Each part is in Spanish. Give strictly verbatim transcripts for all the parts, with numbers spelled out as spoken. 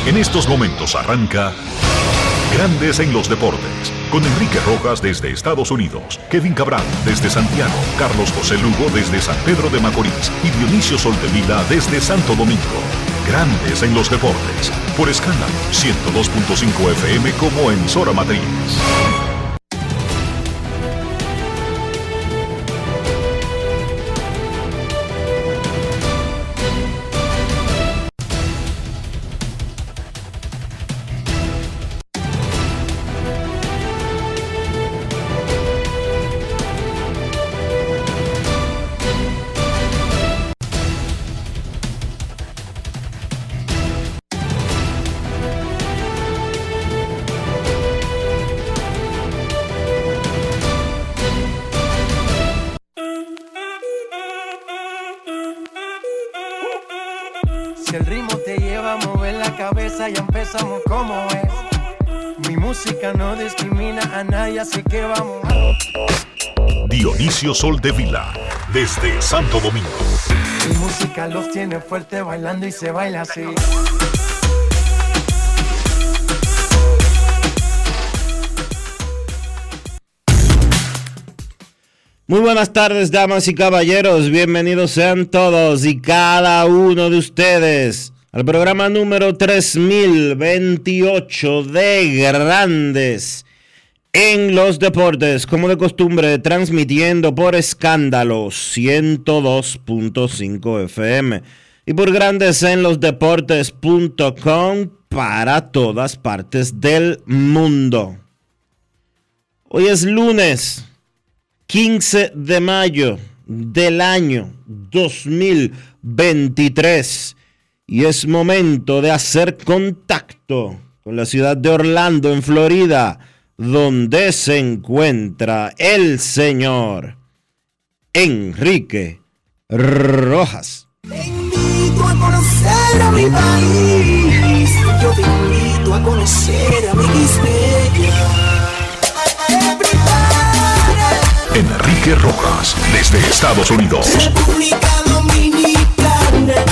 En estos momentos arranca Grandes en los Deportes, con Enrique Rojas desde Estados Unidos, Kevin Cabral desde Santiago, Carlos José Lugo desde San Pedro de Macorís y Dionisio Soldevila desde Santo Domingo. Grandes en los Deportes, por Escándalo ciento dos punto cinco F M como emisora matriz. Ya empezamos como es. Mi música no discrimina a nadie, así que vamos. Dionisio Soldevila, desde Santo Domingo. Mi música los tiene fuerte bailando y se baila así. Muy buenas tardes, damas y caballeros. Bienvenidos sean todos y cada uno de ustedes al programa número tres mil veintiocho de Grandes en los Deportes, como de costumbre, transmitiendo por Escándalo ciento dos punto cinco F M y por grandes en los deportes punto com para todas partes del mundo. Hoy es lunes quince de mayo del año dos mil veintitrés. Y es momento de hacer contacto con la ciudad de Orlando, en Florida, donde se encuentra el señor Enrique Rojas. Te invito a conocer a mi país, yo te invito a conocer a mi Quispeya. Enrique Rojas, desde Estados Unidos. República Dominicana.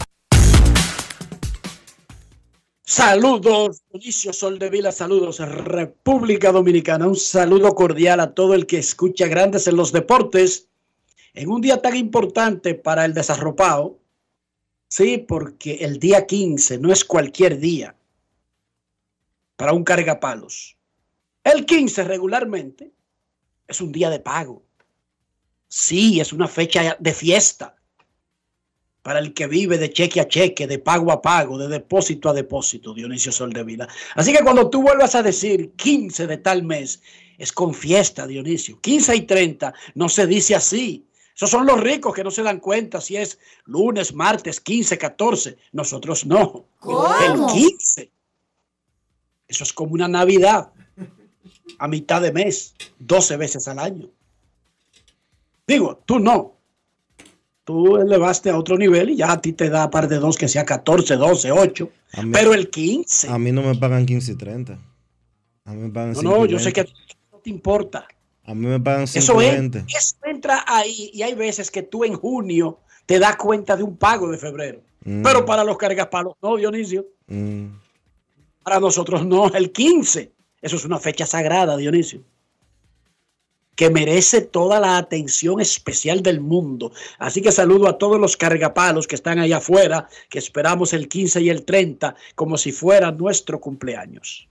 Saludos, Dionisio Soldevila, saludos, República Dominicana. Un saludo cordial a todo el que escucha Grandes en los Deportes en un día tan importante para el desarropado. Sí, porque el día quince no es cualquier día para un cargapalos. El quince regularmente es un día de pago. Sí, es una fecha de fiesta para el que vive de cheque a cheque, de pago a pago, de depósito a depósito, Dionisio Soldevila. Así que cuando tú vuelvas a decir quince de tal mes, es con fiesta, Dionisio. quince y treinta no se dice así. Esos son los ricos que no se dan cuenta si es lunes, martes, quince, catorce. Nosotros no. ¿Cómo? El quince. Eso es como una Navidad a mitad de mes, doce veces al año. Digo, tú no. Tú elevaste a otro nivel y ya a ti te da par de dos que sea catorce, doce, ocho. Mí, pero el quince. A mí no me pagan quince y treinta. A mí me pagan No, no, yo sé que a ti no te importa. A mí me pagan cinco y veinte. Eso, es, eso entra ahí y hay veces que tú en junio te das cuenta de un pago de febrero. Mm. Pero para los cargaspalos no, Dionisio. Mm. Para nosotros no, el quince. Eso es una fecha sagrada, Dionisio, que merece toda la atención especial del mundo. Así que saludo a todos los cargapalos que están allá afuera, que esperamos el quince y el treinta como si fuera nuestro cumpleaños.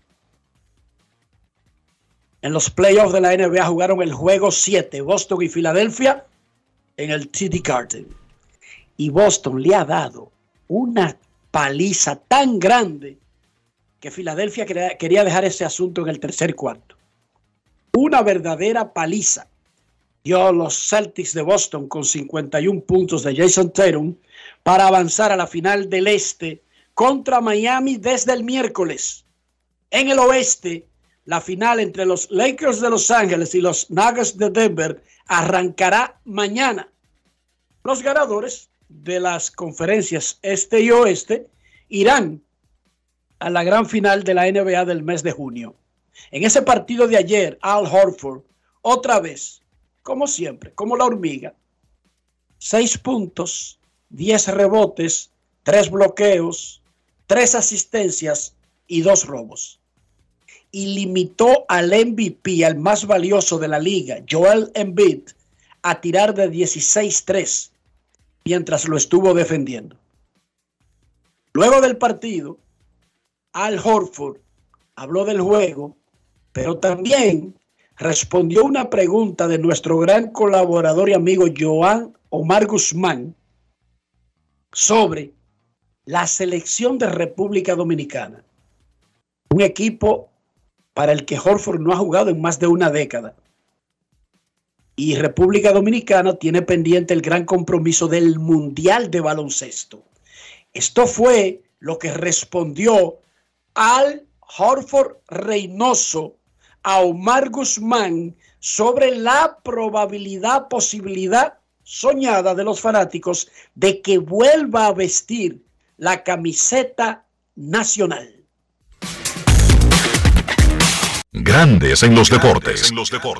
En los playoffs de la N B A jugaron el juego siete, Boston y Filadelfia, en el T D Garden. Y Boston le ha dado una paliza tan grande que Filadelfia quería dejar ese asunto en el tercer cuarto. Una verdadera paliza dio a los Celtics de Boston con cincuenta y un puntos de Jason Tatum para avanzar a la final del Este contra Miami desde el miércoles. En el Oeste, la final entre los Lakers de Los Ángeles y los Nuggets de Denver arrancará mañana. Los ganadores de las conferencias Este y Oeste irán a la gran final de la N B A del mes de junio. En ese partido de ayer, Al Horford, otra vez, como siempre, como la hormiga, seis puntos, diez rebotes, tres bloqueos, tres asistencias y dos robos. Y limitó al M V P, al más valioso de la liga, Joel Embiid, a tirar de dieciséis tres mientras lo estuvo defendiendo. Luego del partido, Al Horford habló del juego, pero también respondió una pregunta de nuestro gran colaborador y amigo Joan Omar Guzmán sobre la selección de República Dominicana, un equipo para el que Horford no ha jugado en más de una década. Y República Dominicana tiene pendiente el gran compromiso del Mundial de Baloncesto. Esto fue lo que respondió Al Horford Reynoso a Omar Guzmán sobre la probabilidad, posibilidad soñada de los fanáticos de que vuelva a vestir la camiseta nacional. Grandes en los deportes.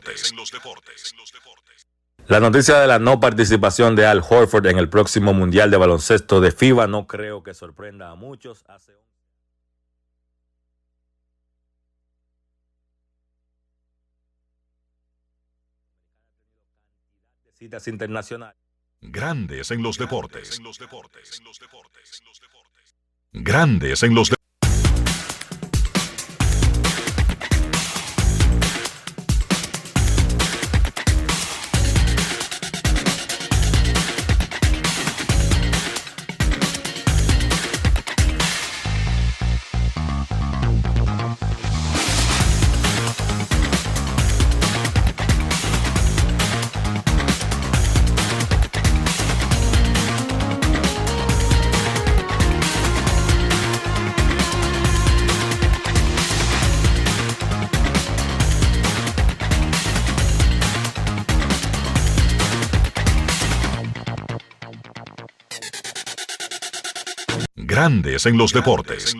La noticia de la no participación de Al Horford en el próximo Mundial de Baloncesto de FIBA no creo que sorprenda a muchos. Hace citas internacionales. Grandes en los deportes. Grandes en los deportes. Grandes en los deportes.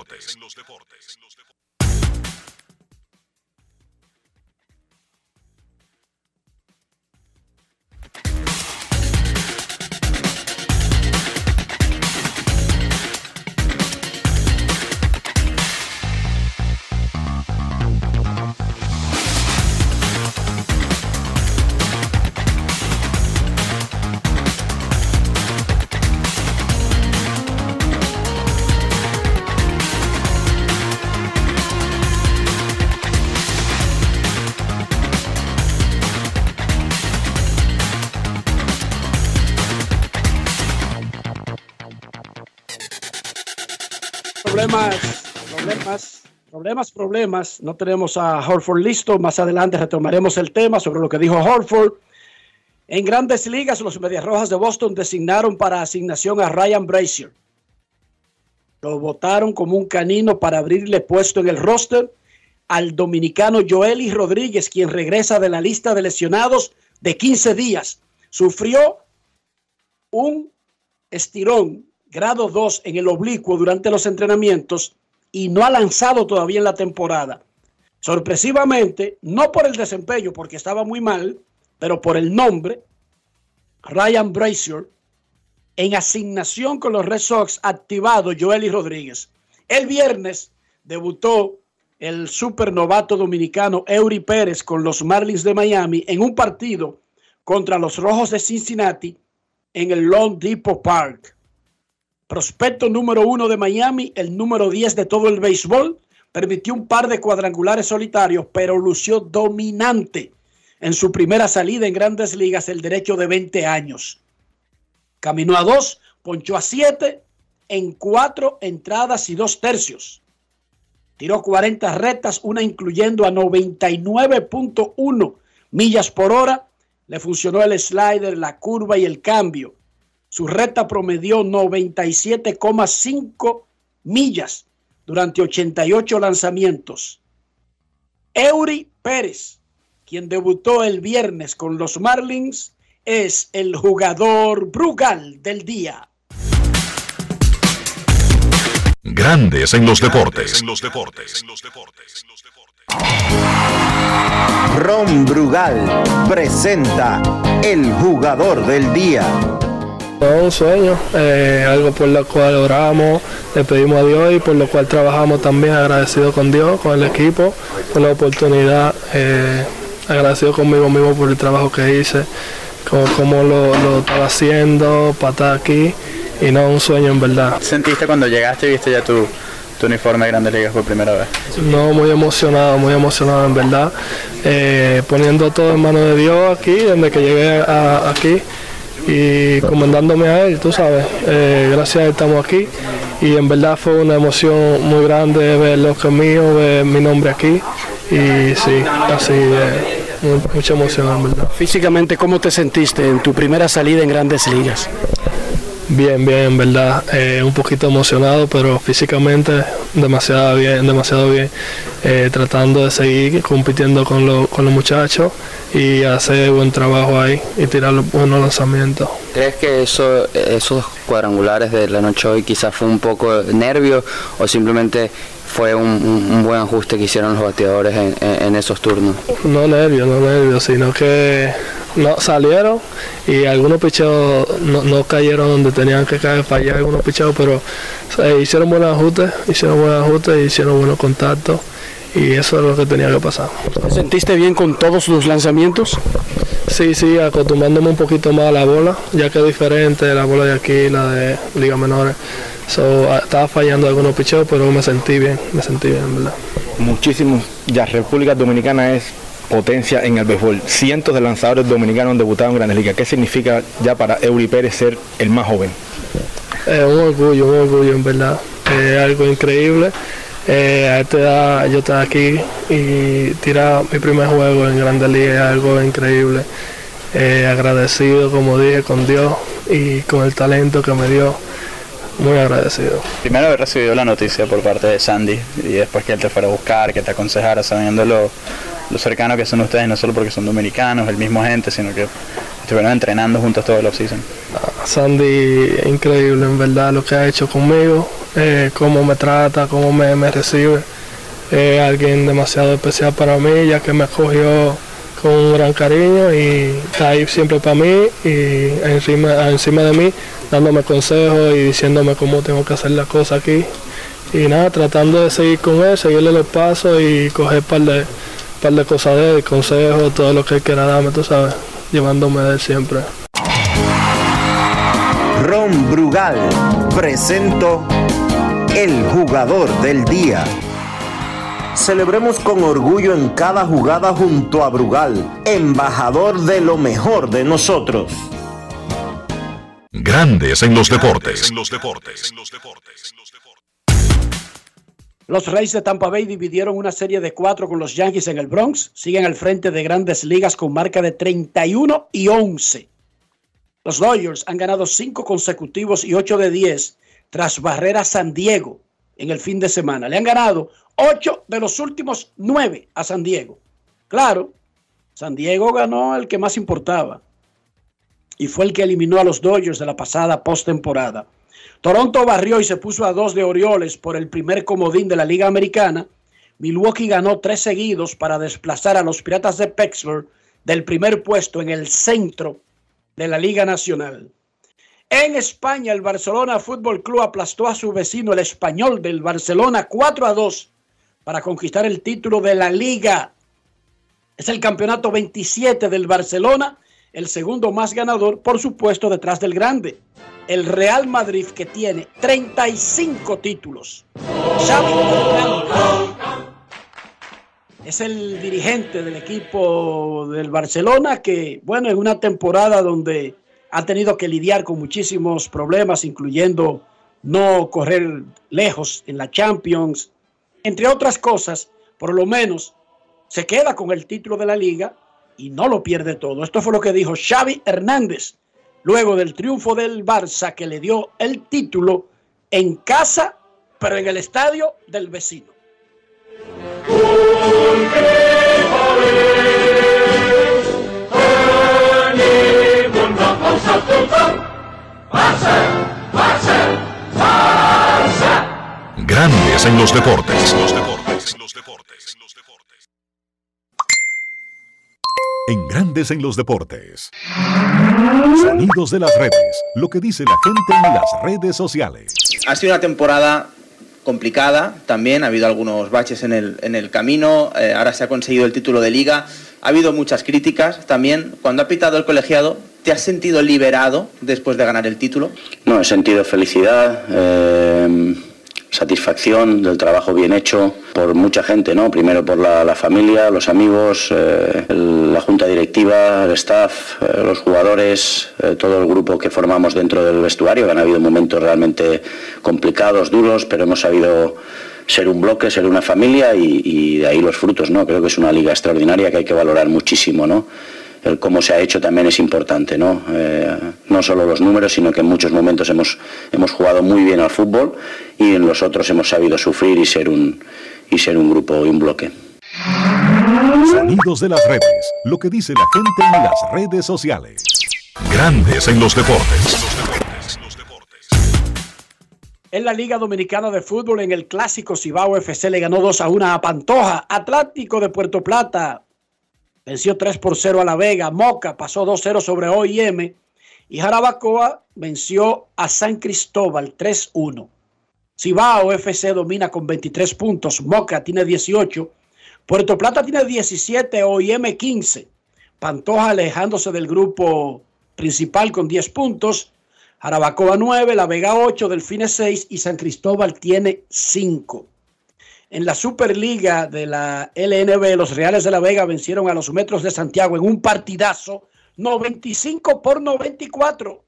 Problemas, problemas, problemas, problemas. No tenemos a Horford listo. Más adelante retomaremos el tema sobre lo que dijo Horford. En Grandes Ligas, los Medias Rojas de Boston designaron para asignación a Ryan Brasier. Lo votaron como un canino para abrirle puesto en el roster al dominicano Joely Rodríguez, quien regresa de la lista de lesionados de quince días. Sufrió un estirón grado dos en el oblicuo durante los entrenamientos y no ha lanzado todavía en la temporada. Sorpresivamente, no por el desempeño, porque estaba muy mal, pero por el nombre, Ryan Brasier, en asignación con los Red Sox, activado Joely Rodríguez. El viernes debutó el supernovato dominicano Eury Pérez con los Marlins de Miami en un partido contra los Rojos de Cincinnati en el Lone Depot Park. Prospecto número uno de Miami, el número diez de todo el béisbol, permitió un par de cuadrangulares solitarios, pero lució dominante en su primera salida en Grandes Ligas, el derecho de veinte años. Caminó a dos, ponchó a siete en cuatro entradas y dos tercios. Tiró cuarenta rectas, una incluyendo a noventa y nueve punto uno millas por hora. Le funcionó el slider, la curva y el cambio. Su recta promedió noventa y siete coma cinco millas durante ochenta y ocho lanzamientos. Eury Pérez, quien debutó el viernes con los Marlins, es el jugador Brugal del día. Grandes en los deportes. Ron Brugal presenta el jugador del día. Un sueño, eh, algo por lo cual oramos, le pedimos a Dios y por lo cual trabajamos también, agradecido con Dios, con el equipo, por la oportunidad, eh, agradecido conmigo mismo por el trabajo que hice, como, como lo, lo estaba haciendo para estar aquí y no un sueño en verdad. ¿Qué sentiste cuando llegaste y viste ya tu, tu uniforme de Grandes Ligas por primera vez? No, muy emocionado, muy emocionado en verdad, eh, poniendo todo en manos de Dios aquí, desde que llegué a, aquí. Y comendándome a él, tú sabes, eh, gracias a él estamos aquí y en verdad fue una emoción muy grande ver lo que es mío, ver mi nombre aquí y sí, así, eh, mucha emoción en verdad. Físicamente, ¿cómo te sentiste en tu primera salida en Grandes Ligas? Bien, bien, en verdad, eh, un poquito emocionado, pero físicamente demasiado bien, demasiado bien, eh, tratando de seguir compitiendo con, lo, con los muchachos y hacer buen trabajo ahí y tirar los buenos lanzamientos. ¿Crees que eso, esos cuadrangulares de la noche hoy quizás fue un poco de nervio o simplemente fue un, un, un buen ajuste que hicieron los bateadores en, en, en esos turnos? No nervios, no nervios, sino que no salieron y algunos picheos no, no cayeron donde tenían que caer, fallar algunos picheos, pero eh, hicieron buenos ajustes, hicieron buenos ajustes, hicieron buenos contactos y eso es lo que tenía que pasar. ¿Te sentiste bien con todos los lanzamientos? Sí, sí, acostumbrándome un poquito más a la bola, ya que es diferente la bola de aquí, la de Ligas Menores. So, estaba fallando algunos picheos, pero me sentí bien, me sentí bien, en verdad. Muchísimos, ya República Dominicana es potencia en el béisbol. Cientos de lanzadores dominicanos han debutado en Grandes Ligas. ¿Qué significa ya para Eury Pérez ser el más joven? Eh, un orgullo, un orgullo en verdad. Es eh, algo increíble. Eh, a esta edad yo estoy aquí y tirar mi primer juego en Grandes Ligas es algo increíble. Eh, agradecido, como dije, con Dios y con el talento que me dio. Muy agradecido. Primero haber recibido la noticia por parte de Sandy y después que él te fuera a buscar, que te aconsejara, sabiendo lo, lo cercano que son ustedes, no solo porque son dominicanos, el mismo agente, sino que estuvieron entrenando juntos todo el off-season. Sandy, increíble en verdad lo que ha hecho conmigo, eh, cómo me trata, cómo me, me recibe. Es eh, alguien demasiado especial para mí, ya que me acogió con un gran cariño y está ahí siempre para mí y encima, encima de mí, dándome consejos y diciéndome cómo tengo que hacer las cosas aquí. Y nada, tratando de seguir con él, seguirle los pasos y coger un par de, par de cosas de él, consejos, todo lo que él quiera darme, tú sabes, llevándome de él siempre. Ron Brugal presento El Jugador del Día. Celebremos con orgullo en cada jugada junto a Brugal, embajador de lo mejor de nosotros. Grandes en los deportes. Los Rays de Tampa Bay dividieron una serie de cuatro con los Yankees en el Bronx. Siguen al frente de Grandes Ligas con marca de treinta y uno y once. Los Dodgers han ganado cinco consecutivos y ocho de diez tras barrer a San Diego en el fin de semana. Le han ganado ocho de los últimos nueve a San Diego. Claro, San Diego ganó el que más importaba y fue el que eliminó a los Dodgers de la pasada postemporada. Toronto barrió y se puso a dos de Orioles por el primer comodín de la Liga Americana. Milwaukee ganó tres seguidos para desplazar a los Piratas de Pittsburgh del primer puesto en el centro de la Liga Nacional. En España, el Barcelona Fútbol Club aplastó a su vecino, el Español del Barcelona, cuatro a dos para conquistar el título de la Liga. Es el campeonato veintisiete del Barcelona, el segundo más ganador, por supuesto, detrás del grande, el Real Madrid, que tiene treinta y cinco títulos. Xavi Hernández es el dirigente del equipo del Barcelona que, bueno, en una temporada donde ha tenido que lidiar con muchísimos problemas, incluyendo no correr lejos en la Champions, entre otras cosas, por lo menos se queda con el título de la Liga y no lo pierde todo. Esto fue lo que dijo Xavi Hernández luego del triunfo del Barça, que le dio el título en casa, pero en el estadio del vecino. Grandes en los deportes. Los deportes. Los deportes. Los deportes. en Grandes en los Deportes. Sonidos de las redes, lo que dice la gente en las redes sociales. Ha sido una temporada complicada, también ha habido algunos baches en el, en el camino, eh, ahora se ha conseguido el título de Liga, ha habido muchas críticas también. Cuando ha pitado el colegiado, ¿te has sentido liberado después de ganar el título? No, he sentido felicidad, eh, satisfacción del trabajo bien hecho por mucha gente, ¿no? Primero por la, la familia, los amigos, eh, el, la junta directiva, el staff, eh, los jugadores, eh, todo el grupo que formamos dentro del vestuario, que han habido momentos realmente complicados, duros, pero hemos sabido ser un bloque, ser una familia y, y de ahí los frutos, ¿no? Creo que es una liga extraordinaria que hay que valorar muchísimo, ¿no? El cómo se ha hecho también es importante, ¿no? Eh, no solo los números, sino que en muchos momentos hemos, hemos jugado muy bien al fútbol y en los otros hemos sabido sufrir y ser un, y ser un grupo y un bloque. Sonidos de las redes, lo que dice la gente en las redes sociales. Grandes en los deportes. En la Liga Dominicana de Fútbol, en el Clásico, Cibao F C le ganó dos a uno a Pantoja. Atlántico de Puerto Plata venció tres por cero a La Vega. Moca pasó dos cero sobre O I M. Y Jarabacoa venció a San Cristóbal tres uno. Cibao F C domina con veintitrés puntos. Moca tiene dieciocho. Puerto Plata tiene diecisiete. O I M quince. Pantoja alejándose del grupo principal con diez puntos. Jarabacoa nueve, La Vega ocho, Delfines seis y San Cristóbal tiene cinco. En la Superliga de la L N B, los Reales de La Vega vencieron a los Metros de Santiago en un partidazo noventa y cinco por noventa y cuatro.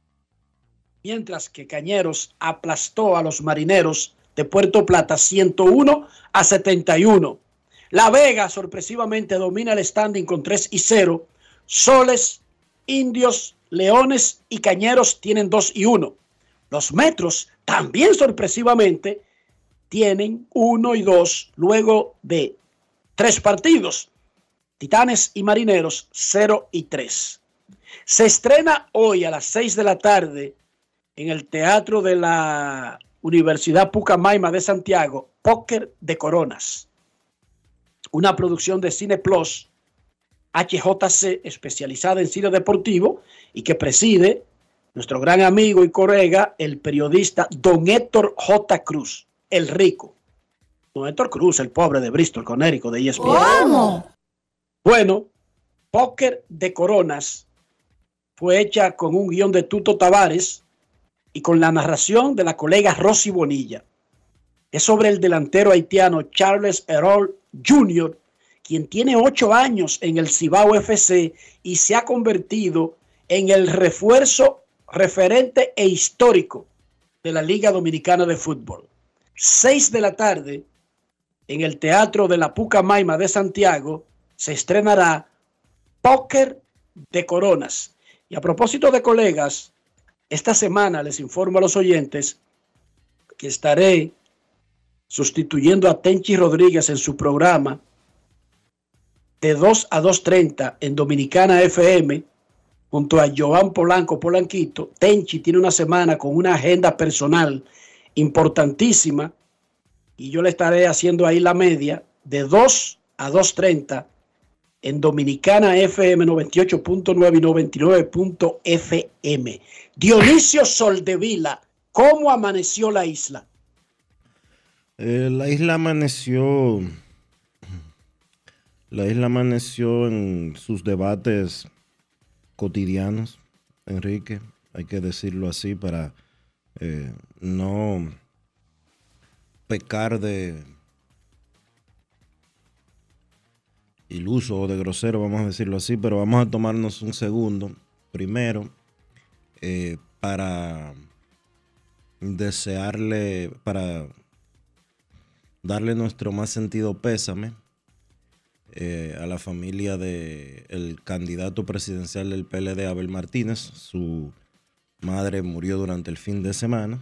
Mientras que Cañeros aplastó a los Marineros de Puerto Plata ciento uno a setenta y uno. La Vega sorpresivamente domina el standing con tres y cero. Soles, Indios, Leones y Cañeros tienen dos y uno. Los Metros también sorpresivamente tienen uno y dos luego de tres partidos. Titanes y Marineros cero y tres. Se estrena hoy a las seis de la tarde en el Teatro de la Universidad Pucamaima de Santiago, Póker de Coronas. Una producción de Cine Plus H J C, especializada en cine deportivo y que preside nuestro gran amigo y colega, el periodista Don Héctor J. Cruz, el rico. Don Héctor Cruz, el pobre de Bristol, Connecticut, de E S P N. ¿Cómo? Bueno, Póker de Coronas fue hecha con un guión de Tuto Tavares y con la narración de la colega Rosy Bonilla. Es sobre el delantero haitiano Charles Errol junior, quien tiene ocho años en el Cibao F C y se ha convertido en el refuerzo referente e histórico de la Liga Dominicana de Fútbol. Seis de la tarde, en el Teatro de la Pucamaima de Santiago, se estrenará Póker de Coronas. Y a propósito de colegas, esta semana les informo a los oyentes que estaré sustituyendo a Tenchi Rodríguez en su programa de dos a dos treinta en Dominicana F M, junto a Joan Polanco Polanquito. Tenchi tiene una semana con una agenda personal importantísima y yo le estaré haciendo ahí la media de dos a dos treinta en Dominicana F M noventa y ocho punto nueve y noventa y nueve punto F M. Dionisio Soldevila, ¿cómo amaneció la isla? Eh, la isla amaneció... La isla amaneció en sus debates cotidianos, Enrique, hay que decirlo así para eh, no pecar de iluso o de grosero, vamos a decirlo así, pero vamos a tomarnos un segundo primero eh, para desearle, para darle nuestro más sentido pésame Eh, a la familia del candidato presidencial del P L D, Abel Martínez. Su madre murió durante el fin de semana.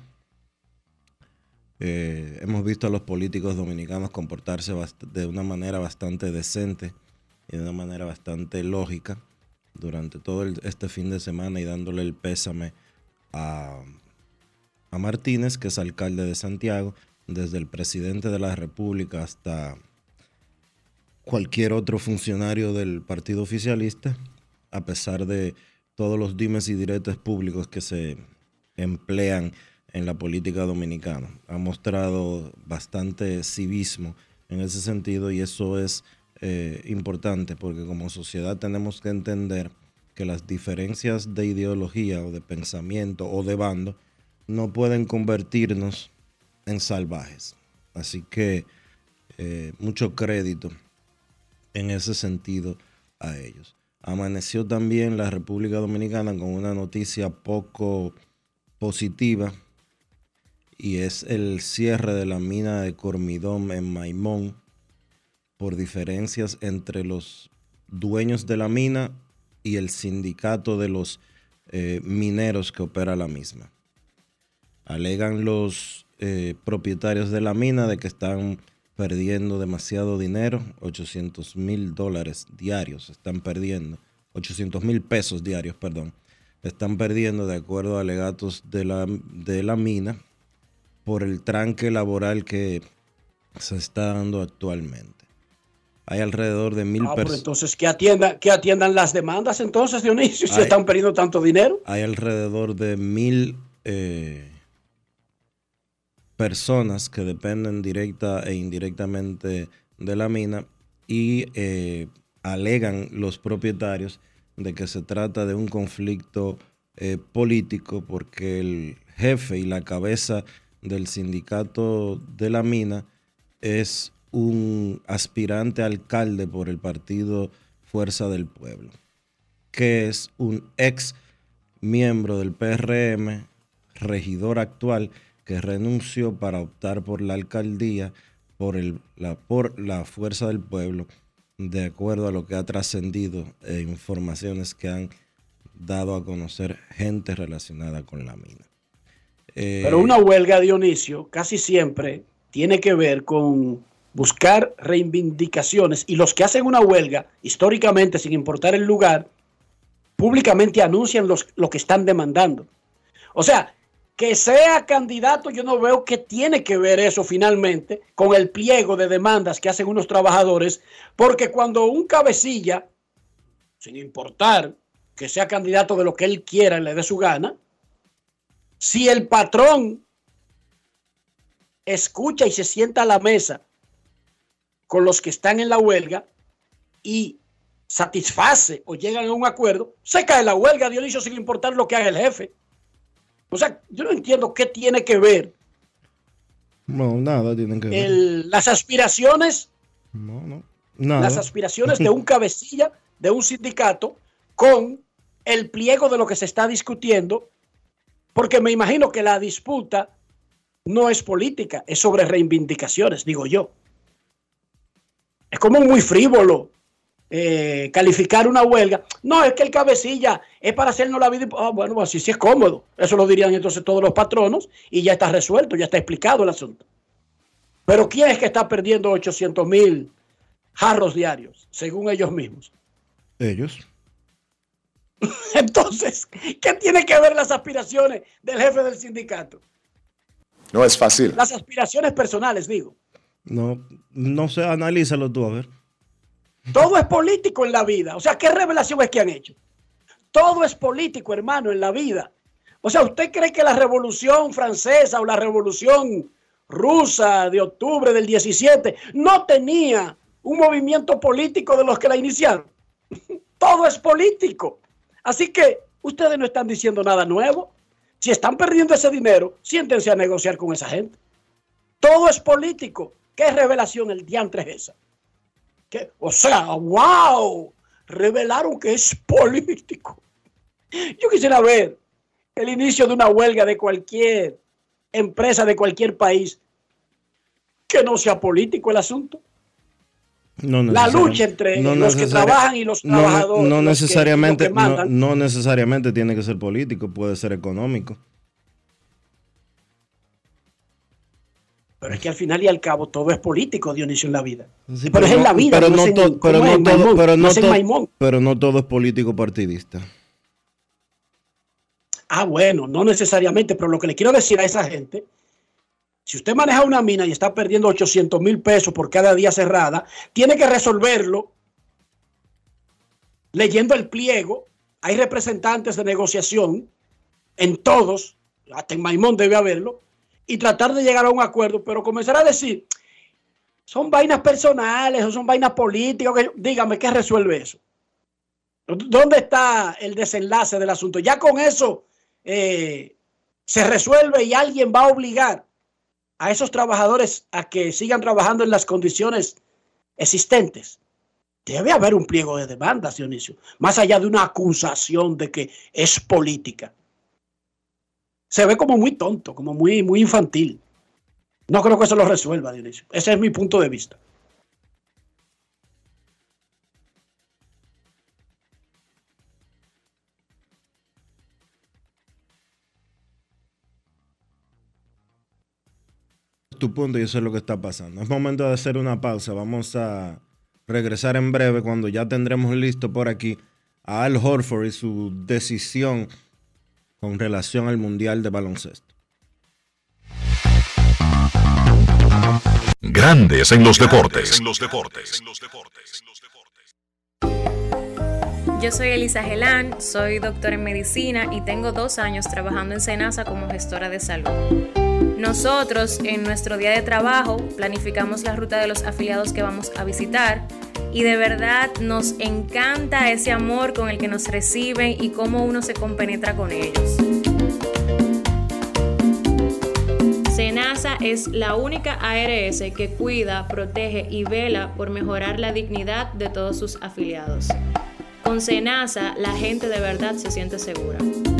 Eh, hemos visto a los políticos dominicanos comportarse de una manera bastante decente y de una manera bastante lógica durante todo el, este fin de semana y dándole el pésame a, a Martínez, que es alcalde de Santiago, desde el presidente de la República hasta cualquier otro funcionario del partido oficialista, a pesar de todos los dimes y diretes públicos que se emplean en la política dominicana. Ha mostrado bastante civismo en ese sentido y eso es eh, importante porque como sociedad tenemos que entender que las diferencias de ideología o de pensamiento o de bando no pueden convertirnos en salvajes. Así que eh, mucho crédito en ese sentido a ellos. Amaneció también la República Dominicana con una noticia poco positiva y es el cierre de la mina de Cormidón en Maimón por diferencias entre los dueños de la mina y el sindicato de los eh, mineros que opera la misma. Alegan los eh, propietarios de la mina de que están perdiendo demasiado dinero, ochocientos mil dólares diarios están perdiendo, ochocientos mil pesos diarios, perdón, están perdiendo de acuerdo a alegatos de la, de la mina por el tranque laboral que se está dando actualmente. Hay alrededor de mil ah, personas. Entonces, que atiendan, que atiendan las demandas entonces, Dionisio, si hay, están perdiendo tanto dinero. Hay alrededor de mil eh, personas que dependen directa e indirectamente de la mina y eh, alegan los propietarios de que se trata de un conflicto eh, político porque el jefe y la cabeza del sindicato de la mina es un aspirante a alcalde por el partido Fuerza del Pueblo, que es un ex miembro del P R M, regidor actual, que renunció para optar por la alcaldía por, el, la, por la Fuerza del Pueblo, de acuerdo a lo que ha trascendido e informaciones que han dado a conocer gente relacionada con la mina. Eh, Pero una huelga, Dionisio, casi siempre tiene que ver con buscar reivindicaciones y los que hacen una huelga, históricamente, sin importar el lugar, públicamente anuncian los, lo que están demandando. O sea, que sea candidato, yo no veo qué tiene que ver eso finalmente con el pliego de demandas que hacen unos trabajadores, porque cuando un cabecilla, sin importar que sea candidato de lo que él quiera y le dé su gana, si el patrón escucha y se sienta a la mesa con los que están en la huelga y satisface o llegan a un acuerdo, se cae la huelga, Dionisio, sin importar lo que haga el jefe. O sea, yo no entiendo qué tiene que ver. No, nada tienen que ver. El, las aspiraciones, no, no, nada. Las aspiraciones de un cabecilla, de un sindicato, con el pliego de lo que se está discutiendo, porque me imagino que la disputa no es política, es sobre reivindicaciones, digo yo. Es como muy frívolo eh, calificar una huelga. No, es que el cabecilla es para hacernos la vida. Ah, bueno, así sí es cómodo. Eso lo dirían entonces todos los patronos y ya está resuelto, ya está explicado el asunto. Pero ¿quién es que está perdiendo ochocientos mil jarros diarios, según ellos mismos? Ellos. Entonces, ¿qué tiene que ver las aspiraciones del jefe del sindicato? No es fácil. Las aspiraciones personales, digo. No, no sé, analízalo tú, a ver. Todo es político en la vida. O sea, ¿qué revelación es que han hecho? Todo es político, hermano, en la vida. O sea, ¿usted cree que la Revolución Francesa o la Revolución Rusa de octubre del diecisiete no tenía un movimiento político de los que la iniciaron? Todo es político. Así que ustedes no están diciendo nada nuevo. Si están perdiendo ese dinero, siéntense a negociar con esa gente. Todo es político. ¿Qué revelación el diantre es esa? ¿Qué? O sea, wow, revelaron que es político. Yo quisiera ver el inicio de una huelga de cualquier empresa de cualquier país que no sea político el asunto. No la lucha entre no los que trabajan y los trabajadores. No, no necesariamente, que, que no, no necesariamente tiene que ser político, puede ser económico. Pero es que al final y al cabo todo es político, Dionisio, en la vida. Sí, pero, pero es en la vida. Pero no, no, en, to, pero no todo, Maimón, pero no, no to, pero no todo es político partidista. Ah, bueno, no necesariamente, pero lo que le quiero decir a esa gente Si usted maneja una mina y está perdiendo ochocientos mil pesos por cada día cerrada, tiene que resolverlo leyendo el pliego. Hay representantes de negociación en todos, hasta en Maimón debe haberlo, y tratar de llegar a un acuerdo, pero comenzar a decir, son vainas personales o son vainas políticas, que, dígame, ¿qué resuelve eso? ¿Dónde está el desenlace del asunto? Ya con eso eh, se resuelve y alguien va a obligar a esos trabajadores a que sigan trabajando en las condiciones existentes. Debe haber un pliego de demandas, Dionisio, más allá de una acusación de que es política. Se ve como muy tonto, como muy, muy infantil. No creo que eso lo resuelva, Dionisio. Ese es mi punto de vista. Tu punto y eso es lo que está pasando. Es momento de hacer una pausa. Vamos a regresar en breve cuando ya tendremos listo por aquí a Al Horford y su decisión con relación al Mundial de Baloncesto. Grandes en los deportes. En los deportes. Yo soy Elisa Gelán, soy doctora en medicina y tengo dos años trabajando en Senasa como gestora de salud. Nosotros, en nuestro día de trabajo, planificamos la ruta de los afiliados que vamos a visitar y de verdad nos encanta ese amor con el que nos reciben y cómo uno se compenetra con ellos. Senasa es la única A R S que cuida, protege y vela por mejorar la dignidad de todos sus afiliados. Con Senasa, la gente de verdad se siente segura.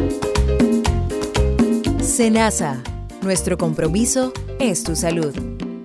Senasa. Nuestro compromiso es tu salud.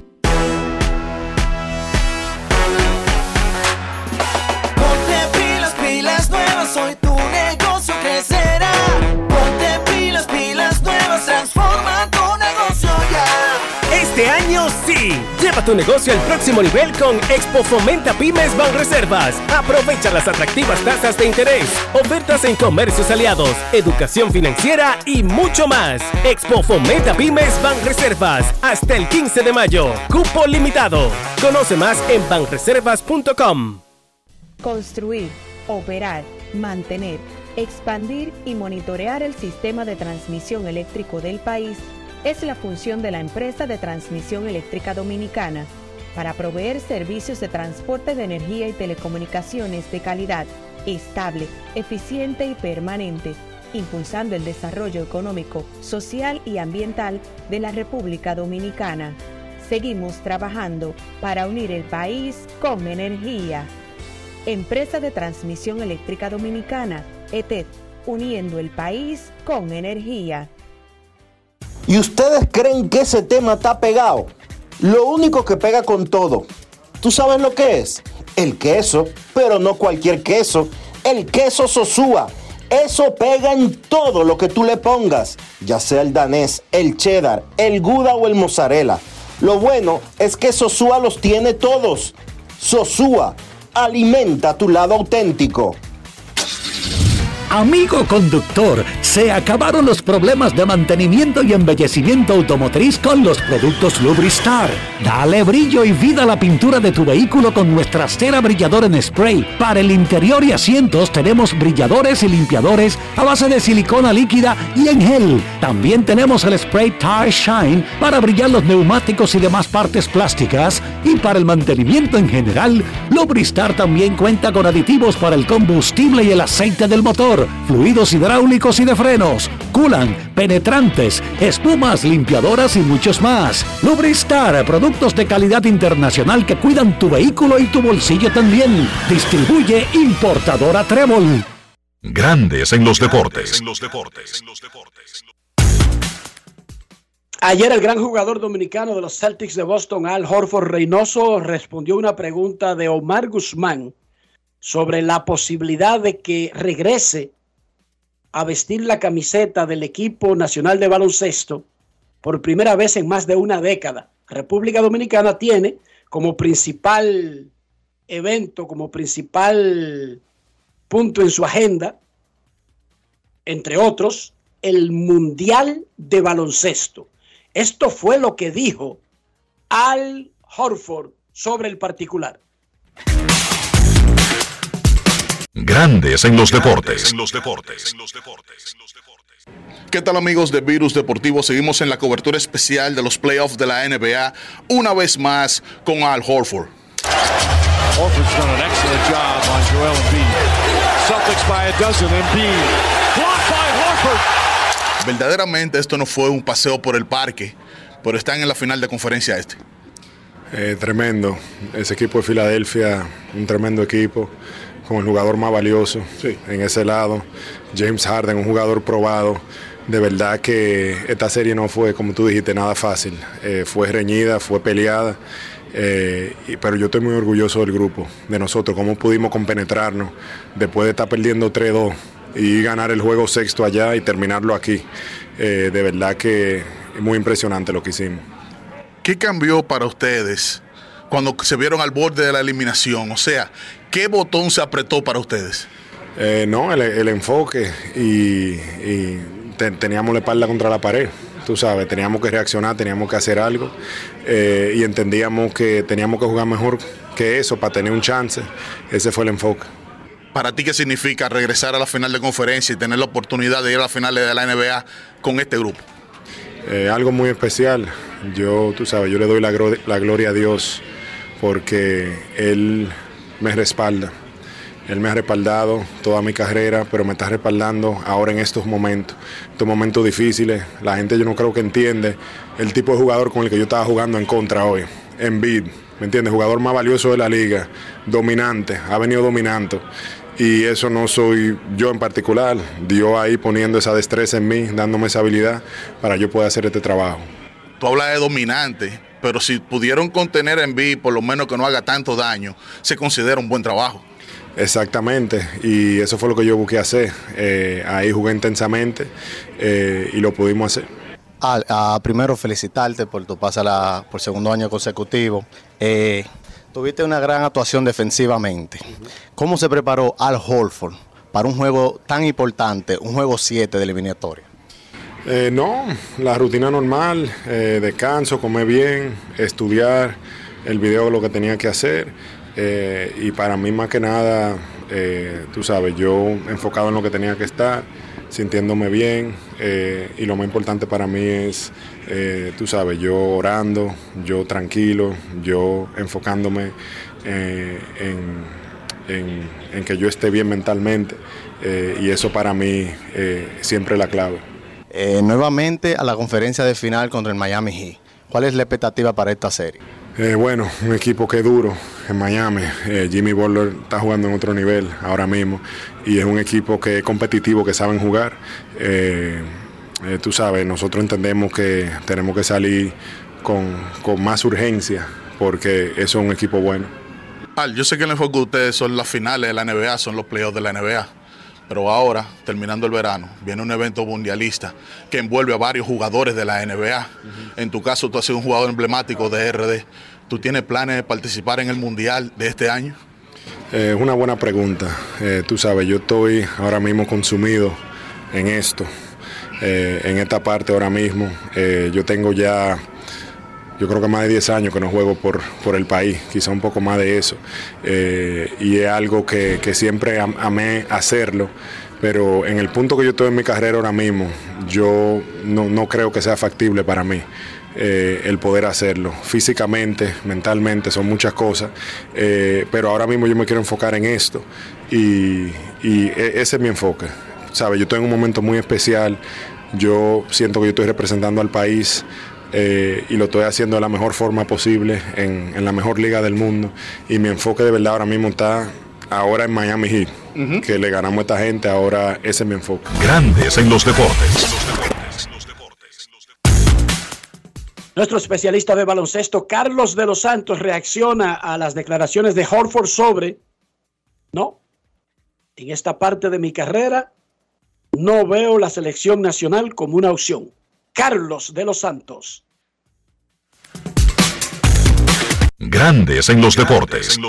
Ponte pilas, pilas nuevas, hoy tu negocio crecerá. Ponte pilas, pilas nuevas, transforma tu negocio ya. Este año sí, lleva tu negocio al próximo nivel con Expo Fomenta Pymes Banreservas. Aprovecha las atractivas tasas de interés, ofertas en comercios aliados, educación financiera y mucho más. Expo Fomenta Pymes Banreservas hasta el quince de mayo. Cupo limitado. Conoce más en banreservas punto com. Construir, operar, mantener, expandir y monitorear el sistema de transmisión eléctrico del país es la función de la empresa de transmisión eléctrica dominicana para proveer servicios de transporte de energía y telecomunicaciones de calidad, estable, eficiente y permanente, impulsando el desarrollo económico, social y ambiental de la República Dominicana. Seguimos trabajando para unir el país con energía. Empresa de Transmisión Eléctrica Dominicana, E T E D, uniendo el país con energía. ¿Y ustedes creen que ese tema está pegado? Lo único que pega con todo, ¿tú sabes lo que es? El queso, pero no cualquier queso, el queso Sosúa. Eso pega en todo lo que tú le pongas, ya sea el danés, el cheddar, el gouda o el mozzarella. Lo bueno es que Sosúa los tiene todos. Sosúa, alimenta tu lado auténtico. Amigo conductor, se acabaron los problemas de mantenimiento y embellecimiento automotriz con los productos Lubristar. Dale brillo y vida a la pintura de tu vehículo con nuestra cera brilladora en spray. Para el interior y asientos tenemos brilladores y limpiadores a base de silicona líquida y en gel. También tenemos el spray Tire Shine para brillar los neumáticos y demás partes plásticas. Y para el mantenimiento en general, Lubristar también cuenta con aditivos para el combustible y el aceite del motor, fluidos hidráulicos y de frenos, culan, penetrantes, espumas, limpiadoras y muchos más. Lubristar, productos de calidad internacional que cuidan tu vehículo y tu bolsillo también. Distribuye importadora Trébol. Grandes en los deportes. Ayer el gran jugador dominicano de los Celtics de Boston, Al Horford Reynoso, respondió una pregunta de Omar Guzmán sobre la posibilidad de que regrese a vestir la camiseta del equipo nacional de baloncesto por primera vez en más de una década. República Dominicana tiene como principal evento, como principal punto en su agenda, entre otros, el Mundial de Baloncesto. Esto fue lo que dijo Al Horford sobre el particular. Grandes en los deportes. ¿Qué tal, amigos de Virus Deportivo? Seguimos en la cobertura especial de los playoffs de la N B A, una vez más con Al Horford. Horford's done an excellent job on Joel Embiid. Celtics by a dozen. Embiid blocked by Horford. Verdaderamente esto no fue un paseo por el parque, pero están en la final de conferencia este. Eh, tremendo. Ese equipo de Filadelfia, un tremendo equipo, con el jugador más valioso sí. en ese lado. James Harden, un jugador probado. De verdad que esta serie no fue, como tú dijiste, nada fácil. Eh, fue reñida, fue peleada. Eh, pero yo estoy muy orgulloso del grupo, de nosotros, cómo pudimos compenetrarnos después de estar perdiendo tres dos y ganar el juego sexto allá y terminarlo aquí. Eh, de verdad que es muy impresionante lo que hicimos. ¿Qué cambió para ustedes cuando se vieron al borde de la eliminación? O sea, ¿qué botón se apretó para ustedes? Eh, no, el, el enfoque y, y te, teníamos la espalda contra la pared. Tú sabes, teníamos que reaccionar, teníamos que hacer algo eh, y entendíamos que teníamos que jugar mejor que eso para tener un chance. Ese fue el enfoque. ¿Para ti qué significa regresar a la final de conferencia y tener la oportunidad de ir a la final de la N B A con este grupo? Eh, algo muy especial. Yo, tú sabes, yo le doy la, la gloria a Dios porque Él me respalda. Él me ha respaldado toda mi carrera, pero me está respaldando ahora en estos momentos, estos momentos difíciles. La gente yo no creo que entiende el tipo de jugador con el que yo estaba jugando en contra hoy. Embiid, ¿me entiendes? Jugador más valioso de la liga, dominante, ha venido dominando. Y eso no soy yo en particular, Dios ahí poniendo esa destreza en mí, dándome esa habilidad para yo poder hacer este trabajo. Tú hablas de dominante, pero si pudieron contener a Embiid, por lo menos que no haga tanto daño, se considera un buen trabajo. Exactamente, y eso fue lo que yo busqué hacer. Eh, ahí jugué intensamente eh, y lo pudimos hacer. Al, a, primero felicitarte por tu pase la, por segundo año consecutivo. Eh, tuviste una gran actuación defensivamente. ¿Cómo se preparó Al Horford para un juego tan importante, un juego siete de eliminatoria? Eh, no, la rutina normal, eh, descanso, comer bien, estudiar el video, lo que tenía que hacer. Eh, y para mí más que nada, eh, tú sabes, yo enfocado en lo que tenía que estar, sintiéndome bien eh, y lo más importante para mí es, eh, tú sabes, yo orando, yo tranquilo, yo enfocándome eh, en, en, en que yo esté bien mentalmente eh, y eso para mí eh, siempre es la clave. Eh, nuevamente a la conferencia de final contra el Miami Heat. ¿Cuál es la expectativa para esta serie? Eh, bueno, un equipo que es duro en Miami. Eh, Jimmy Butler está jugando en otro nivel ahora mismo y es un equipo que es competitivo, que saben jugar. Eh, eh, tú sabes, nosotros entendemos que tenemos que salir con, con más urgencia porque eso es un equipo bueno. Al, yo sé que el enfoque de ustedes son las finales de la N B A, son los playoffs de la N B A. Pero ahora, terminando el verano, viene un evento mundialista que envuelve a varios jugadores de la N B A. Uh-huh. En tu caso, tú has sido un jugador emblemático de R D. ¿Tú tienes planes de participar en el Mundial de este año? Es eh, una buena pregunta. Eh, tú sabes, yo estoy ahora mismo consumido en esto, eh, en esta parte ahora mismo. Eh, yo tengo ya, yo creo que más de diez años que no juego por, por el país, quizá un poco más de eso. Eh, y es algo que, que siempre am, amé hacerlo, pero en el punto que yo estoy en mi carrera ahora mismo, yo no, no creo que sea factible para mí eh, el poder hacerlo. Físicamente, mentalmente, son muchas cosas, eh, pero ahora mismo yo me quiero enfocar en esto y, y ese es mi enfoque. ¿Sabes? Yo estoy en un momento muy especial, yo siento que yo estoy representando al país. Eh, y lo estoy haciendo de la mejor forma posible en, en la mejor liga del mundo y mi enfoque de verdad ahora mismo está ahora en Miami Heat, uh-huh. que le ganamos a esta gente, ahora ese es mi enfoque. Grandes en los deportes. Nuestro especialista de baloncesto Carlos de los Santos reacciona a las declaraciones de Horford sobre, no, en esta parte de mi carrera no veo la selección nacional como una opción. Carlos de los Santos. Grandes en los deportes.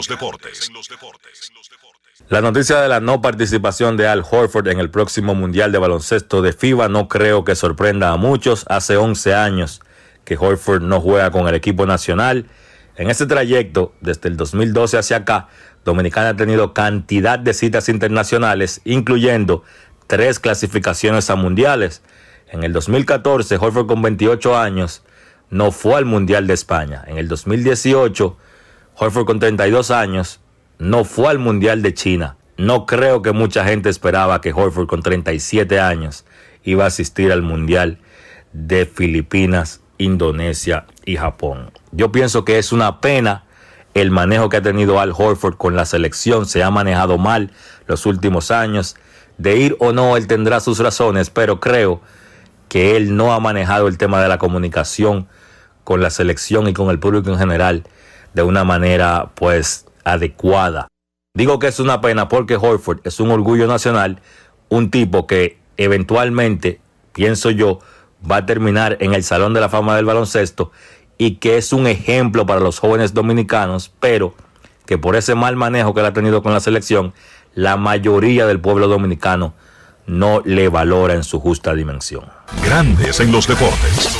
La noticia de la no participación de Al Horford en el próximo Mundial de Baloncesto de FIBA no creo que sorprenda a muchos. Hace once años que Horford no juega con el equipo nacional. En ese trayecto, desde el dos mil doce hacia acá, Dominicana ha tenido cantidad de citas internacionales, incluyendo tres clasificaciones a mundiales. En el dos mil catorce, Horford con veintiocho años no fue al Mundial de España. En el dos mil dieciocho, Horford con treinta y dos años no fue al Mundial de China. No creo que mucha gente esperaba que Horford con treinta y siete años iba a asistir al Mundial de Filipinas, Indonesia y Japón. Yo pienso que es una pena el manejo que ha tenido Al Horford con la selección. Se ha manejado mal los últimos años. De ir o no, él tendrá sus razones, pero creo que él no ha manejado el tema de la comunicación con la selección y con el público en general de una manera, pues, adecuada. Digo que es una pena porque Horford es un orgullo nacional, un tipo que eventualmente, pienso yo, va a terminar en el Salón de la Fama del Baloncesto y que es un ejemplo para los jóvenes dominicanos, pero que por ese mal manejo que él ha tenido con la selección, la mayoría del pueblo dominicano no le valora en su justa dimensión. Grandes en los deportes.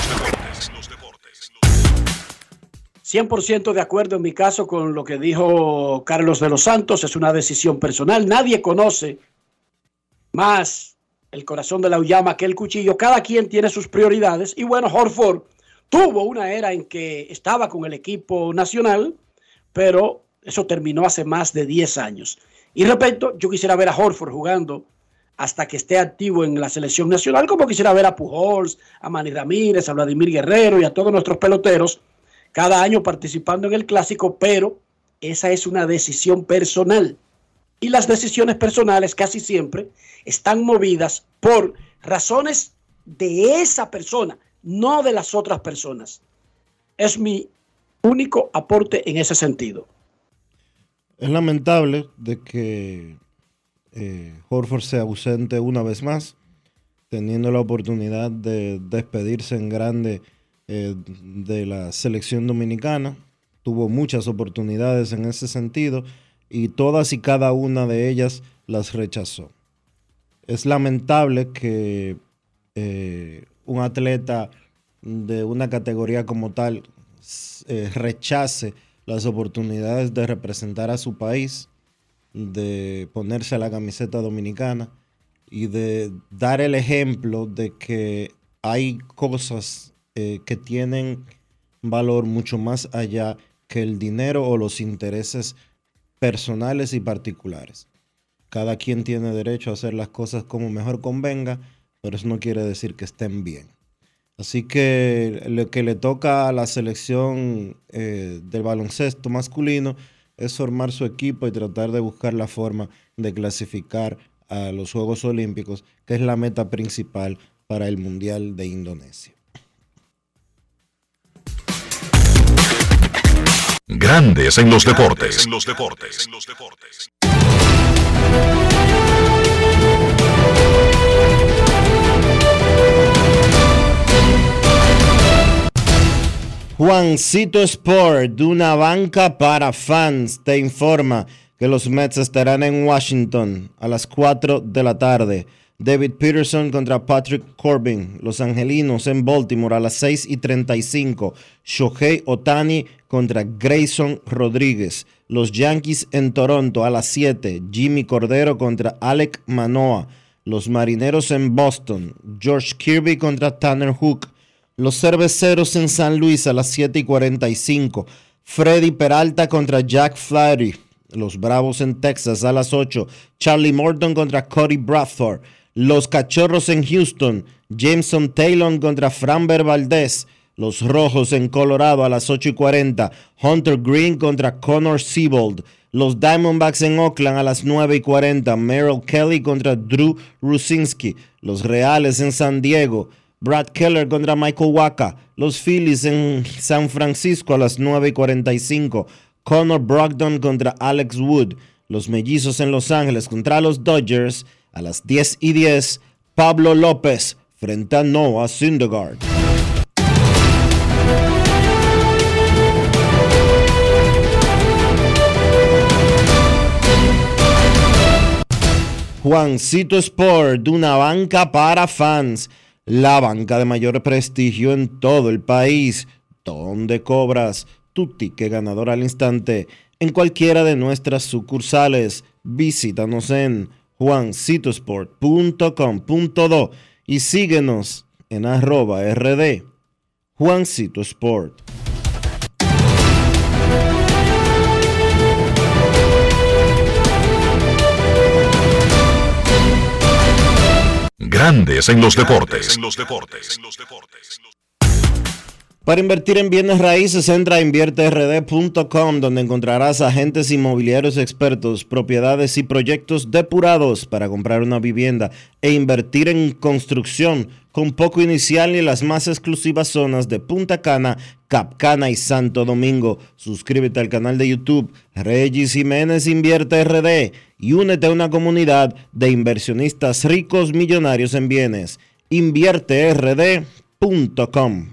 cien por ciento de acuerdo en mi caso con lo que dijo Carlos de los Santos. Es una decisión personal. Nadie conoce más el corazón de la uyama que el cuchillo. Cada quien tiene sus prioridades. Y bueno, Horford tuvo una era en que estaba con el equipo nacional, pero eso terminó hace más de diez años. Y repito, yo quisiera ver a Horford jugando hasta que esté activo en la selección nacional, como quisiera ver a Pujols, a Manny Ramírez, a Vladimir Guerrero y a todos nuestros peloteros cada año participando en el Clásico, pero esa es una decisión personal. Y las decisiones personales casi siempre están movidas por razones de esa persona, no de las otras personas. Es mi único aporte en ese sentido. Es lamentable de que eh, Horford se ausente una vez más, teniendo la oportunidad de despedirse en grande eh, de la selección dominicana. Tuvo muchas oportunidades en ese sentido y todas y cada una de ellas las rechazó. Es lamentable que eh, un atleta de una categoría como tal eh, rechace las oportunidades de representar a su país, de ponerse la camiseta dominicana y de dar el ejemplo de que hay cosas eh, que tienen valor mucho más allá que el dinero o los intereses personales y particulares. Cada quien tiene derecho a hacer las cosas como mejor convenga, pero eso no quiere decir que estén bien. Así que lo que le toca a la selección eh, del baloncesto masculino es formar su equipo y tratar de buscar la forma de clasificar a los Juegos Olímpicos, que es la meta principal para el Mundial de Indonesia. Grandes en los deportes. En los deportes. En los deportes. Juancito Sport, de una banca para fans, te informa que los Mets estarán en Washington a las cuatro de la tarde. David Peterson contra Patrick Corbin. Los Angelinos en Baltimore a las seis y treinta y cinco. Shohei Ohtani contra Grayson Rodríguez. Los Yankees en Toronto a las siete. Jimmy Cordero contra Alek Manoah. Los Marineros en Boston. George Kirby contra Tanner Hook. Los Cerveceros en San Luis a las siete y cuarenta y cinco. Freddy Peralta contra Jack Flaherty. Los Bravos en Texas a las ocho. Charlie Morton contra Cody Bradford. Los Cachorros en Houston. Jameson Taylor contra Framber Valdez. Los Rojos en Colorado a las ocho y cuarenta. Hunter Green contra Connor Siebold. Los Diamondbacks en Oakland a las nueve y cuarenta. Merrill Kelly contra Drew Rucinski. Los Reales en San Diego. Brad Keller contra Michael Wacha. Los Phillies en San Francisco a las nueve y cuarenta y cinco. Connor Brogdon contra Alex Wood. Los Mellizos en Los Ángeles contra los Dodgers a las diez y diez. Pablo López frente a Noah Syndergaard. Juancito Sport, de una banca para fans, la banca de mayor prestigio en todo el país, donde cobras tu ticket ganador al instante en cualquiera de nuestras sucursales. Visítanos en juancitosport punto com punto do y síguenos en arroba rd Juancito Sport. Grandes en los deportes. Para invertir en bienes raíces, entra a invierte r d punto com, donde encontrarás agentes inmobiliarios expertos, propiedades y proyectos depurados para comprar una vivienda e invertir en construcción con poco inicial y las más exclusivas zonas de Punta Cana, Capcana y Santo Domingo. Suscríbete al canal de YouTube Regis Jiménez Invierte R D y únete a una comunidad de inversionistas ricos millonarios en bienes. invierte r d punto com.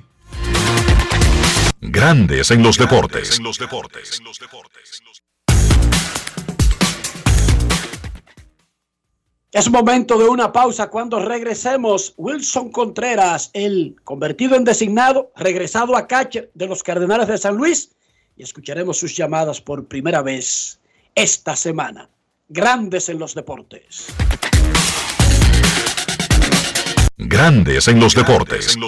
Grandes en los deportes. Es momento de una pausa. Cuando regresemos, Wilson Contreras, el convertido en designado, regresado a catcher de los Cardenales de San Luis, y escucharemos sus llamadas por primera vez esta semana. Grandes en los deportes. Grandes en los deportes.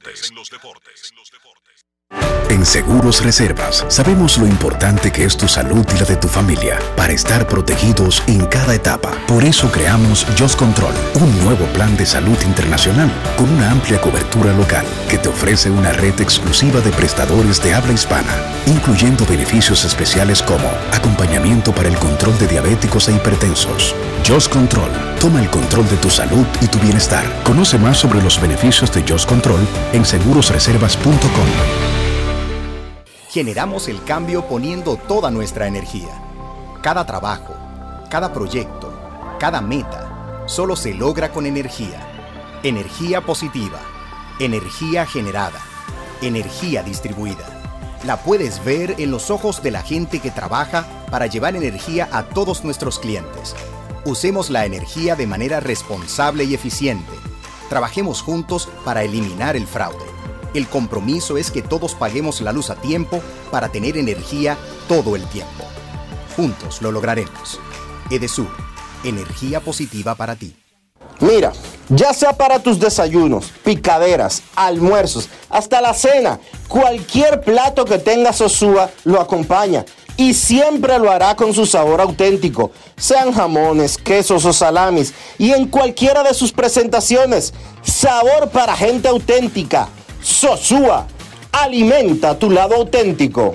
En Seguros Reservas sabemos lo importante que es tu salud y la de tu familia para estar protegidos en cada etapa. Por eso creamos Just Control, un nuevo plan de salud internacional con una amplia cobertura local que te ofrece una red exclusiva de prestadores de habla hispana, incluyendo beneficios especiales como acompañamiento para el control de diabéticos e hipertensos. Just Control, toma el control de tu salud y tu bienestar. Conoce más sobre los beneficios de Just Control en seguros reservas punto com. Generamos el cambio poniendo toda nuestra energía. Cada trabajo, cada proyecto, cada meta, solo se logra con energía. Energía positiva, energía generada, energía distribuida. La puedes ver en los ojos de la gente que trabaja para llevar energía a todos nuestros clientes. Usemos la energía de manera responsable y eficiente. Trabajemos juntos para eliminar el fraude. El compromiso es que todos paguemos la luz a tiempo para tener energía todo el tiempo. Juntos lo lograremos. Edesur, energía positiva para ti. Mira, ya sea para tus desayunos, picaderas, almuerzos, hasta la cena, cualquier plato que tenga Sosúa lo acompaña y siempre lo hará con su sabor auténtico, sean jamones, quesos o salamis, y en cualquiera de sus presentaciones. Sabor para gente auténtica. Sosúa, alimenta tu lado auténtico.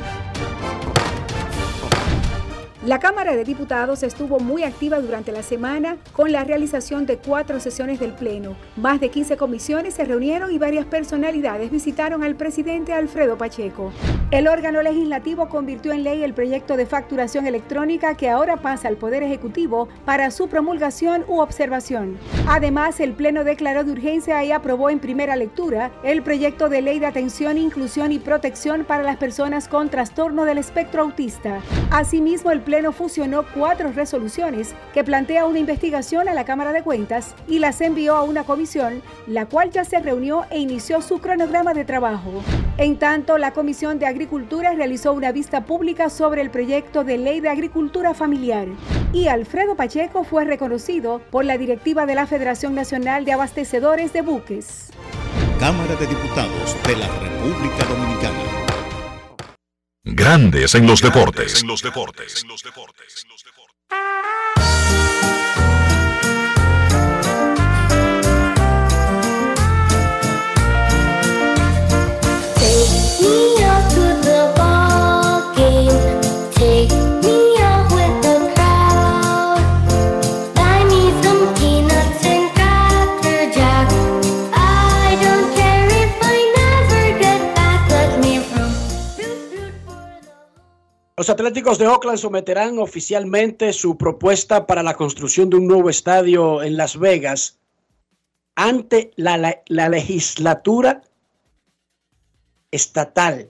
La Cámara de Diputados estuvo muy activa durante la semana con la realización de cuatro sesiones del Pleno. Más de quince comisiones se reunieron y varias personalidades visitaron al presidente Alfredo Pacheco. El órgano legislativo convirtió en ley el proyecto de facturación electrónica que ahora pasa al Poder Ejecutivo para su promulgación u observación. Además, el Pleno declaró de urgencia y aprobó en primera lectura el proyecto de ley de atención, inclusión y protección para las personas con trastorno del espectro autista. Asimismo, el Pleno fusionó cuatro resoluciones que plantea una investigación a la Cámara de Cuentas y las envió a una comisión, la cual ya se reunió e inició su cronograma de trabajo. En tanto, la Comisión de Agricultura realizó una vista pública sobre el proyecto de ley de agricultura familiar. Y Alfredo Pacheco fue reconocido por la directiva de la Federación Nacional de Abastecedores de Buques. Cámara de Diputados de la República Dominicana. Grandes en los deportes. Los Atléticos de Oakland someterán oficialmente su propuesta para la construcción de un nuevo estadio en Las Vegas ante la, la, la legislatura estatal.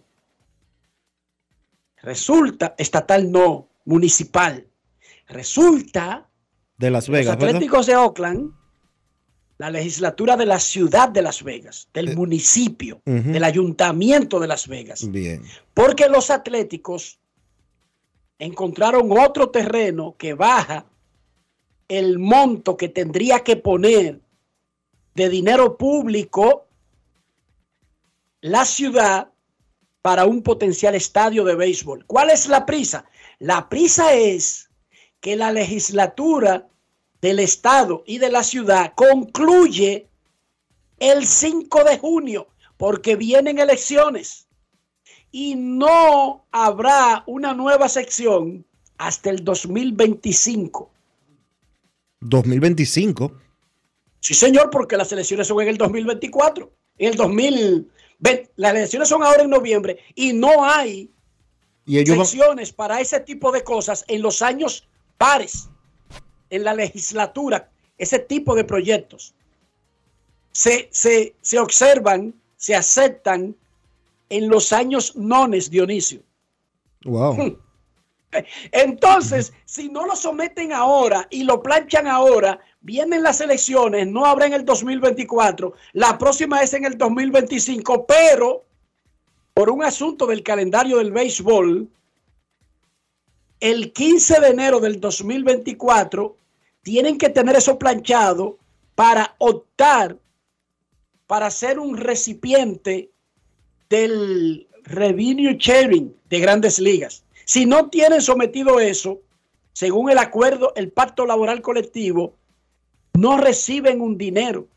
Resulta, estatal no, municipal. Resulta de Las Vegas, los Atléticos ¿verdad? de Oakland la legislatura de la ciudad de Las Vegas, del eh, municipio, uh-huh. del ayuntamiento de Las Vegas. Bien. Porque los Atléticos encontraron otro terreno que baja el monto que tendría que poner de dinero público la ciudad para un potencial estadio de béisbol. ¿Cuál es la prisa? La prisa es que la legislatura del estado y de la ciudad concluye el cinco de junio, porque vienen elecciones y no habrá una nueva sección hasta el dos mil veinticinco. ¿dos mil veinticinco? Sí, señor, porque las elecciones son en el dos mil veinticuatro. En el dos mil veinte, las elecciones son ahora en noviembre y no hay ¿Y ellos secciones van... para ese tipo de cosas en los años pares. En la legislatura, ese tipo de proyectos se, se, se observan, se aceptan en los años nones, Dionisio. Wow. Entonces, si no lo someten ahora y lo planchan ahora, vienen las elecciones, no habrá en el dos mil veinticuatro, la próxima es en el dos mil veinticinco, pero por un asunto del calendario del béisbol, el quince de enero del dos mil veinticuatro tienen que tener eso planchado para optar para ser un recipiente del revenue sharing de Grandes Ligas. Si no tienen sometido eso, según el acuerdo, el pacto laboral colectivo, no reciben un dinero.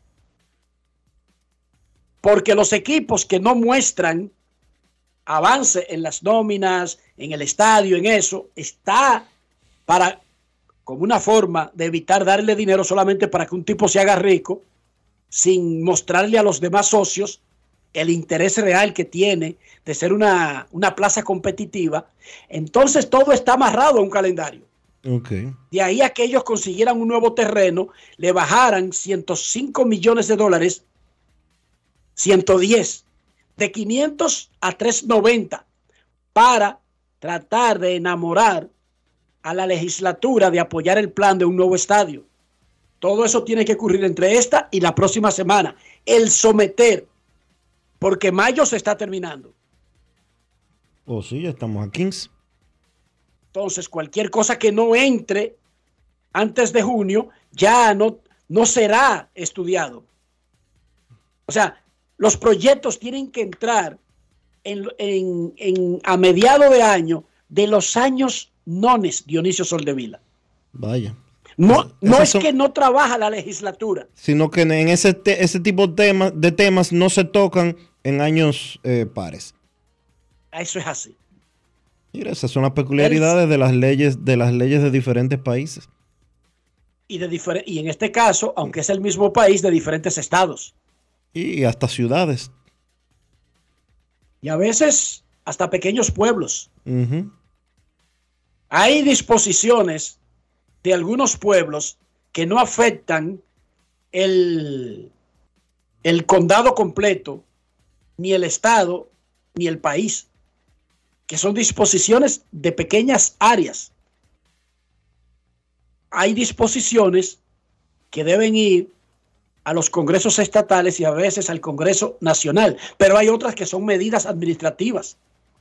Porque los equipos que no muestran avance en las nóminas, en el estadio, en eso, está para, como una forma de evitar darle dinero solamente para que un tipo se haga rico, sin mostrarle a los demás socios el interés real que tiene de ser una, una plaza competitiva. Entonces todo está amarrado a un calendario. Okay. De ahí a que ellos consiguieran un nuevo terreno, le bajaran ciento cinco millones de dólares, ciento diez, de quinientos a trescientos noventa, para tratar de enamorar a la legislatura de apoyar el plan de un nuevo estadio. Todo eso tiene que ocurrir entre esta y la próxima semana. El someter, porque mayo se está terminando. Oh, sí, ya estamos a quince. Entonces, cualquier cosa que no entre antes de junio ya no, no será estudiado. O sea, los proyectos tienen que entrar en, en, en, a mediados de año de los años nones, Dionisio Soldevila. Vaya. No, no es son, que no trabaja la legislatura, sino que en ese, te, ese tipo de, tema, de temas no se tocan en años eh, pares. Eso es así. Mira, esas son las peculiaridades El, de las leyes de las leyes de diferentes países. Y, de difer- y en este caso, aunque es el mismo país, de diferentes estados. Y hasta ciudades. Y a veces hasta pequeños pueblos. Uh-huh. Hay disposiciones de algunos pueblos que no afectan el, el condado completo, ni el estado, ni el país, que son disposiciones de pequeñas áreas. Hay disposiciones que deben ir a los congresos estatales y a veces al Congreso Nacional, pero hay otras que son medidas administrativas.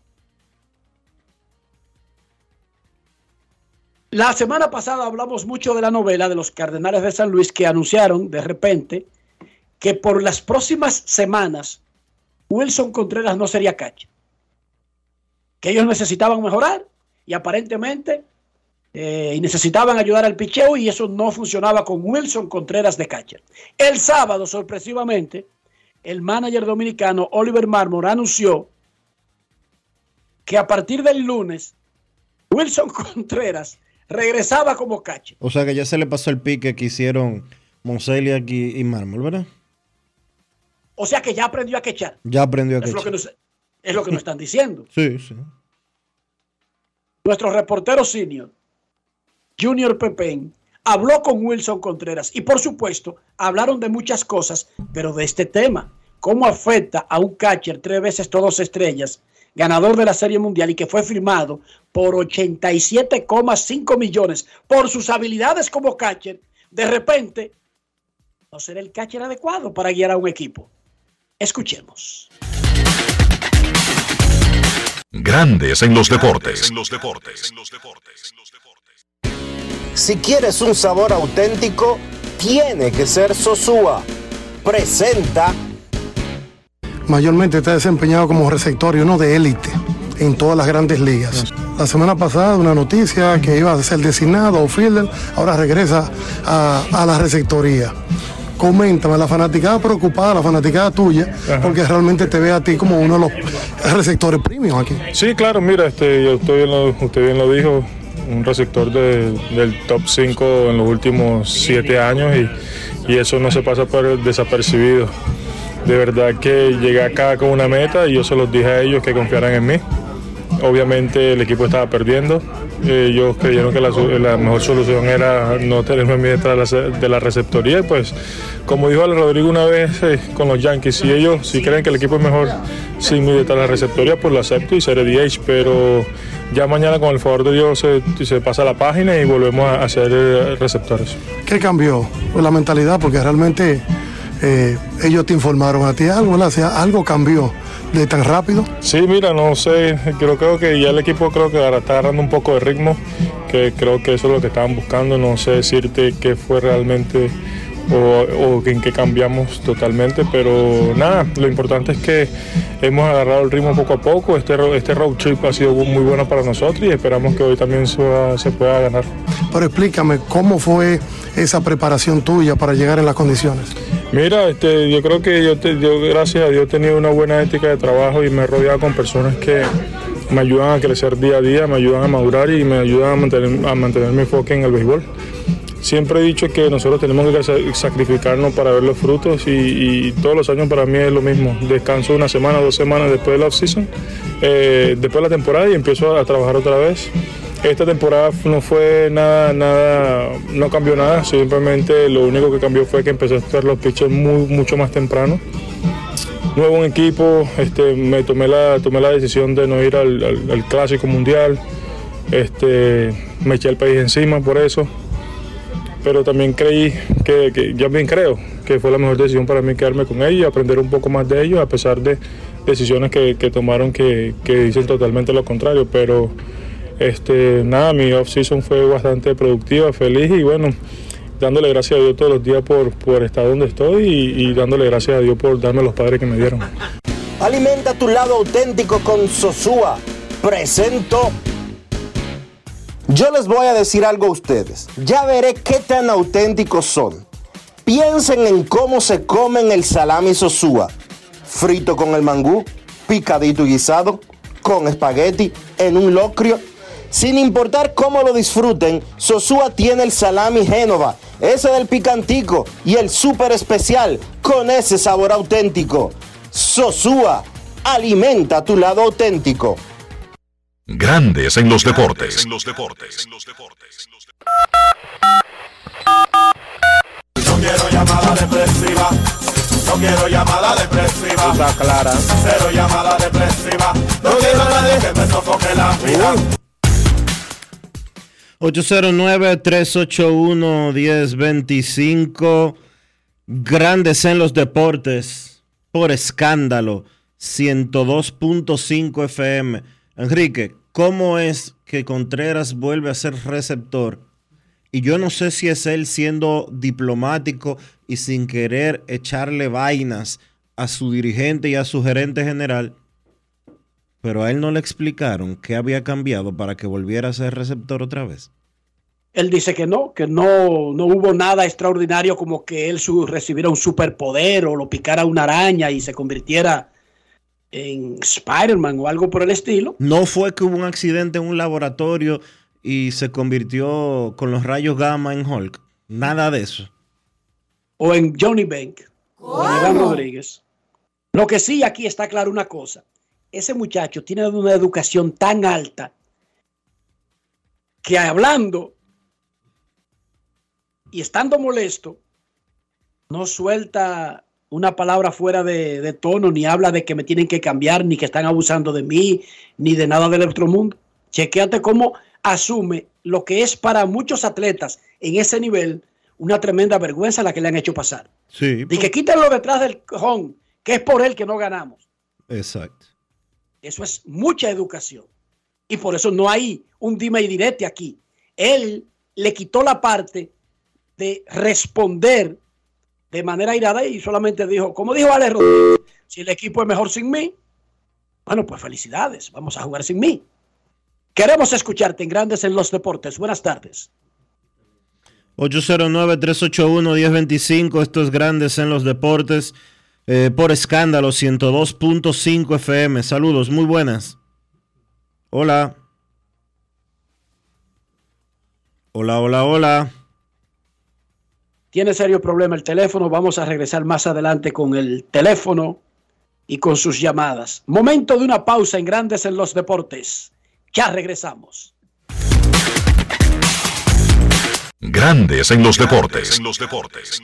La semana pasada hablamos mucho de la novela de los Cardenales de San Luis, que anunciaron de repente que por las próximas semanas Wilson Contreras no sería catcher, que ellos necesitaban mejorar y aparentemente eh, y necesitaban ayudar al picheo, y eso no funcionaba con Wilson Contreras de catcher. El sábado, sorpresivamente, el manager dominicano Oliver Marmol anunció que a partir del lunes Wilson Contreras regresaba como catcher. O sea que ya se le pasó el pique que hicieron Monseliak y, y Marmol, ¿verdad? O sea que ya aprendió a quechar. Ya aprendió a es quechar. Lo que nos, es lo que nos están diciendo. Sí, sí. Nuestro reportero senior, Junior Pepén, habló con Wilson Contreras y por supuesto hablaron de muchas cosas, pero de este tema, cómo afecta a un catcher tres veces todos estrellas, ganador de la Serie Mundial y que fue firmado por ochenta y siete coma cinco millones por sus habilidades como catcher, de repente no será el catcher adecuado para guiar a un equipo. Escuchemos. Grandes en los deportes. Si quieres un sabor auténtico, tiene que ser Sosúa. Presenta. Mayormente está desempeñado como receptor y uno de élite en todas las grandes ligas. La semana pasada una noticia que iba a ser designado o fielder, ahora regresa a, a la receptoría. Coméntame, la fanaticada preocupada, la fanaticada tuya, Ajá. porque realmente te ve a ti como uno de los receptores premios aquí. Sí, claro, mira, este, usted, bien lo, usted bien lo dijo, un receptor de, del top cinco en los últimos siete años y, y eso no se pasa por desapercibido. De verdad que llegué acá con una meta y yo se los dije a ellos que confiaran en mí. Obviamente el equipo estaba perdiendo, eh, ellos creyeron que la, la mejor solución era no tenerme en mi detrás de la receptoría. Pues como dijo Ale Rodrigo una vez eh, con los Yankees, si ellos si creen que el equipo es mejor sin mi detrás de la receptoría, pues lo acepto y seré D H, pero ya mañana con el favor de Dios se, se pasa la página y volvemos a, a ser eh, receptores. ¿Qué cambió? Pues la mentalidad, porque realmente eh, ellos te informaron a ti algo, ¿verdad? O sea, algo cambió de tan rápido. Sí, mira, no sé, creo, creo que ya el equipo creo que ahora está agarrando un poco de ritmo, que creo que eso es lo que estaban buscando. No sé decirte qué fue realmente o, o en qué cambiamos totalmente, pero nada, lo importante es que hemos agarrado el ritmo poco a poco. Este, este road trip ha sido muy bueno para nosotros y esperamos que hoy también se, se pueda ganar. Pero explícame, ¿cómo fue esa preparación tuya para llegar en las condiciones? Mira, este, yo creo que yo, te, yo, gracias a Dios, he tenido una buena ética de trabajo y me he rodeado con personas que me ayudan a crecer día a día, me ayudan a madurar y me ayudan a mantener, a mantener mi enfoque en el béisbol. Siempre he dicho que nosotros tenemos que sacrificarnos para ver los frutos y, y todos los años para mí es lo mismo. Descanso una semana, dos semanas después de la off-season, eh, después de la temporada y empiezo a, a trabajar otra vez. Esta temporada no fue nada, nada, no cambió nada, simplemente lo único que cambió fue que empecé a hacer los pitches muy, mucho más temprano. Nuevo en equipo, este, me tomé la, tomé la decisión de no ir al, al, al Clásico Mundial, este, me eché el país encima por eso, pero también creí, que, que ya bien creo, que fue la mejor decisión para mí quedarme con ellos y aprender un poco más de ellos, a pesar de decisiones que, que tomaron que, que dicen totalmente lo contrario, pero Este, nada, mi off-season fue bastante productiva, feliz y bueno, dándole gracias a Dios todos los días por, por estar donde estoy y, y dándole gracias a Dios por darme los padres que me dieron. Alimenta tu lado auténtico con Sosúa. Presento. Yo les voy a decir algo a ustedes. Ya veré qué tan auténticos son. Piensen en cómo se comen el salami Sosúa. Frito con el mangú, picadito y guisado, con espagueti, en un locrio. Sin importar cómo lo disfruten, Sosúa tiene el salami Génova, ese del picantico y el súper especial con ese sabor auténtico. Sosúa, alimenta tu lado auténtico. Grandes en los deportes. No quiero llamada depresiva. No quiero llamada depresiva. Está clara. Cero llamada depresiva. No quiero a nadie que me sofoque la vida. ocho cero nueve, tres ocho uno, uno cero dos cinco. Grandes en los deportes por Escándalo ciento dos punto cinco F M. Enrique, ¿cómo es que Contreras vuelve a ser receptor? Y yo no sé si es él siendo diplomático y sin querer echarle vainas a su dirigente y a su gerente general, pero a él no le explicaron qué había cambiado para que volviera a ser receptor otra vez. Él dice que no, que no, no hubo nada extraordinario como que él su, recibiera un superpoder o lo picara una araña y se convirtiera en Spider-Man o algo por el estilo. No fue que hubo un accidente en un laboratorio y se convirtió con los rayos gamma en Hulk. Nada de eso. O en Johnny Bank. O en Iván Rodríguez. Lo que sí, aquí está claro una cosa. Ese muchacho tiene una educación tan alta que hablando y estando molesto, no suelta una palabra fuera de, de tono, ni habla de que me tienen que cambiar, ni que están abusando de mí, ni de nada del otro mundo. Chequéate cómo asume lo que es para muchos atletas en ese nivel una tremenda vergüenza la que le han hecho pasar. Sí. Y que quítenlo detrás del cojón, que es por él que no ganamos. Exacto. Eso es mucha educación. Y por eso no hay un dime y direte aquí. Él le quitó la parte de responder de manera irada y solamente dijo, como dijo Alex Rodríguez, si el equipo es mejor sin mí, bueno, pues felicidades, vamos a jugar sin mí. Queremos escucharte en Grandes en los Deportes. Buenas tardes. ocho cero nueve, tres ocho uno, uno cero dos cinco, esto es Grandes en los Deportes, eh, por Escándalo ciento dos punto cinco F M. Saludos, muy buenas. Hola. Hola, hola, hola. Tiene serio problema el teléfono. Vamos a regresar más adelante con el teléfono y con sus llamadas. Momento de una pausa en Grandes en los Deportes. Ya regresamos. Grandes en los deportes. En los deportes.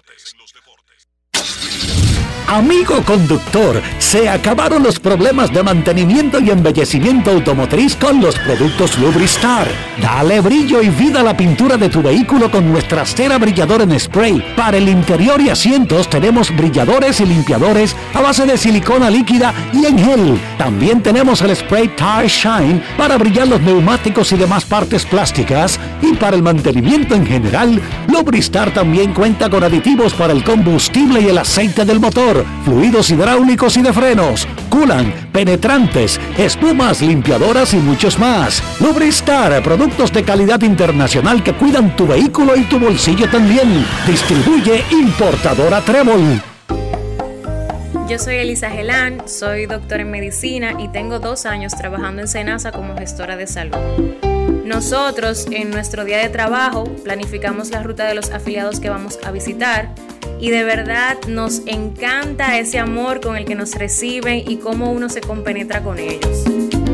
Amigo conductor, se acabaron los problemas de mantenimiento y embellecimiento automotriz con los productos Lubristar. Dale brillo y vida a la pintura de tu vehículo con nuestra cera brilladora en spray. Para el interior y asientos tenemos brilladores y limpiadores a base de silicona líquida y en gel. También tenemos el spray Tire Shine para brillar los neumáticos y demás partes plásticas. Y para el mantenimiento en general, Lubristar también cuenta con aditivos para el combustible y el aceite del motor, fluidos hidráulicos y de frenos, culan, penetrantes, espumas, limpiadoras y muchos más. Lubristar, productos de calidad internacional que cuidan tu vehículo y tu bolsillo también. Distribuye importadora Trébol. Yo soy Elisa Gelán, soy doctora en medicina y tengo dos años trabajando en Senasa como gestora de salud. Nosotros, en nuestro día de trabajo, planificamos la ruta de los afiliados que vamos a visitar y de verdad nos encanta ese amor con el que nos reciben y cómo uno se compenetra con ellos.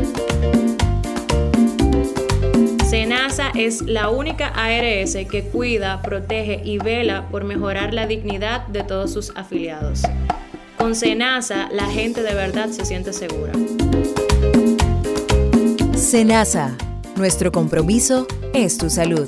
Senasa es la única A R S que cuida, protege y vela por mejorar la dignidad de todos sus afiliados. Con Senasa, la gente de verdad se siente segura. Senasa, nuestro compromiso es tu salud.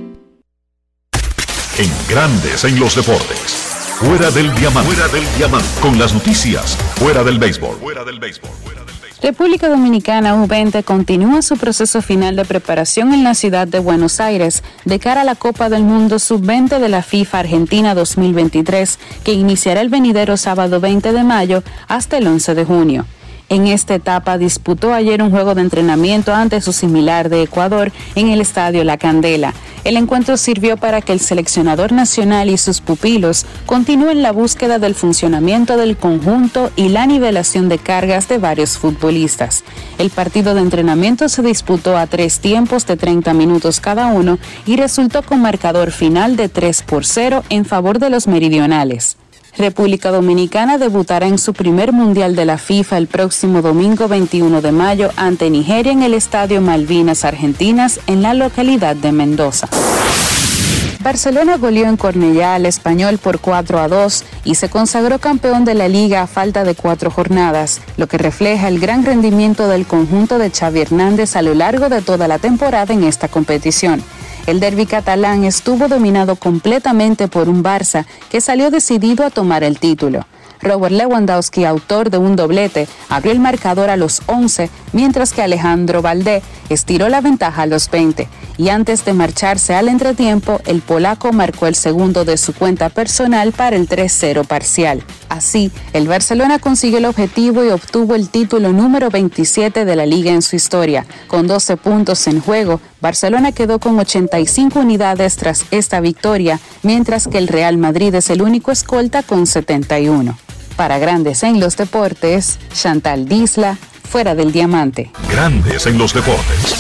En Grandes en los Deportes. Fuera del diamante. Fuera del diamante. Con las noticias. Fuera del béisbol. Fuera del béisbol. República Dominicana U veinte continúa su proceso final de preparación en la ciudad de Buenos Aires de cara a la Copa del Mundo sub veinte de la FIFA Argentina dos mil veintitrés, que iniciará el venidero sábado veinte de mayo hasta el once de junio. En esta etapa disputó ayer un juego de entrenamiento ante su similar de Ecuador en el Estadio La Candela. El encuentro sirvió para que el seleccionador nacional y sus pupilos continúen la búsqueda del funcionamiento del conjunto y la nivelación de cargas de varios futbolistas. El partido de entrenamiento se disputó a tres tiempos de treinta minutos cada uno y resultó con marcador final de tres por cero en favor de los meridionales. República Dominicana debutará en su primer Mundial de la FIFA el próximo domingo veintiuno de mayo ante Nigeria en el Estadio Malvinas Argentinas en la localidad de Mendoza. Barcelona goleó en Cornellá al Español por cuatro a dos y se consagró campeón de la Liga a falta de cuatro jornadas, lo que refleja el gran rendimiento del conjunto de Xavi Hernández a lo largo de toda la temporada en esta competición. El derbi catalán estuvo dominado completamente por un Barça que salió decidido a tomar el título. Robert Lewandowski, autor de un doblete, abrió el marcador a los once, mientras que Alejandro Valdé estiró la ventaja a los veinte. Y antes de marcharse al entretiempo, el polaco marcó el segundo de su cuenta personal para el tres cero parcial. Así, el Barcelona consiguió el objetivo y obtuvo el título número veintisiete de la liga en su historia. Con doce puntos en juego, Barcelona quedó con ochenta y cinco unidades tras esta victoria, mientras que el Real Madrid es el único escolta con setenta y uno. Para Grandes en los Deportes, Chantal Disla, Fuera del Diamante. Grandes en los Deportes.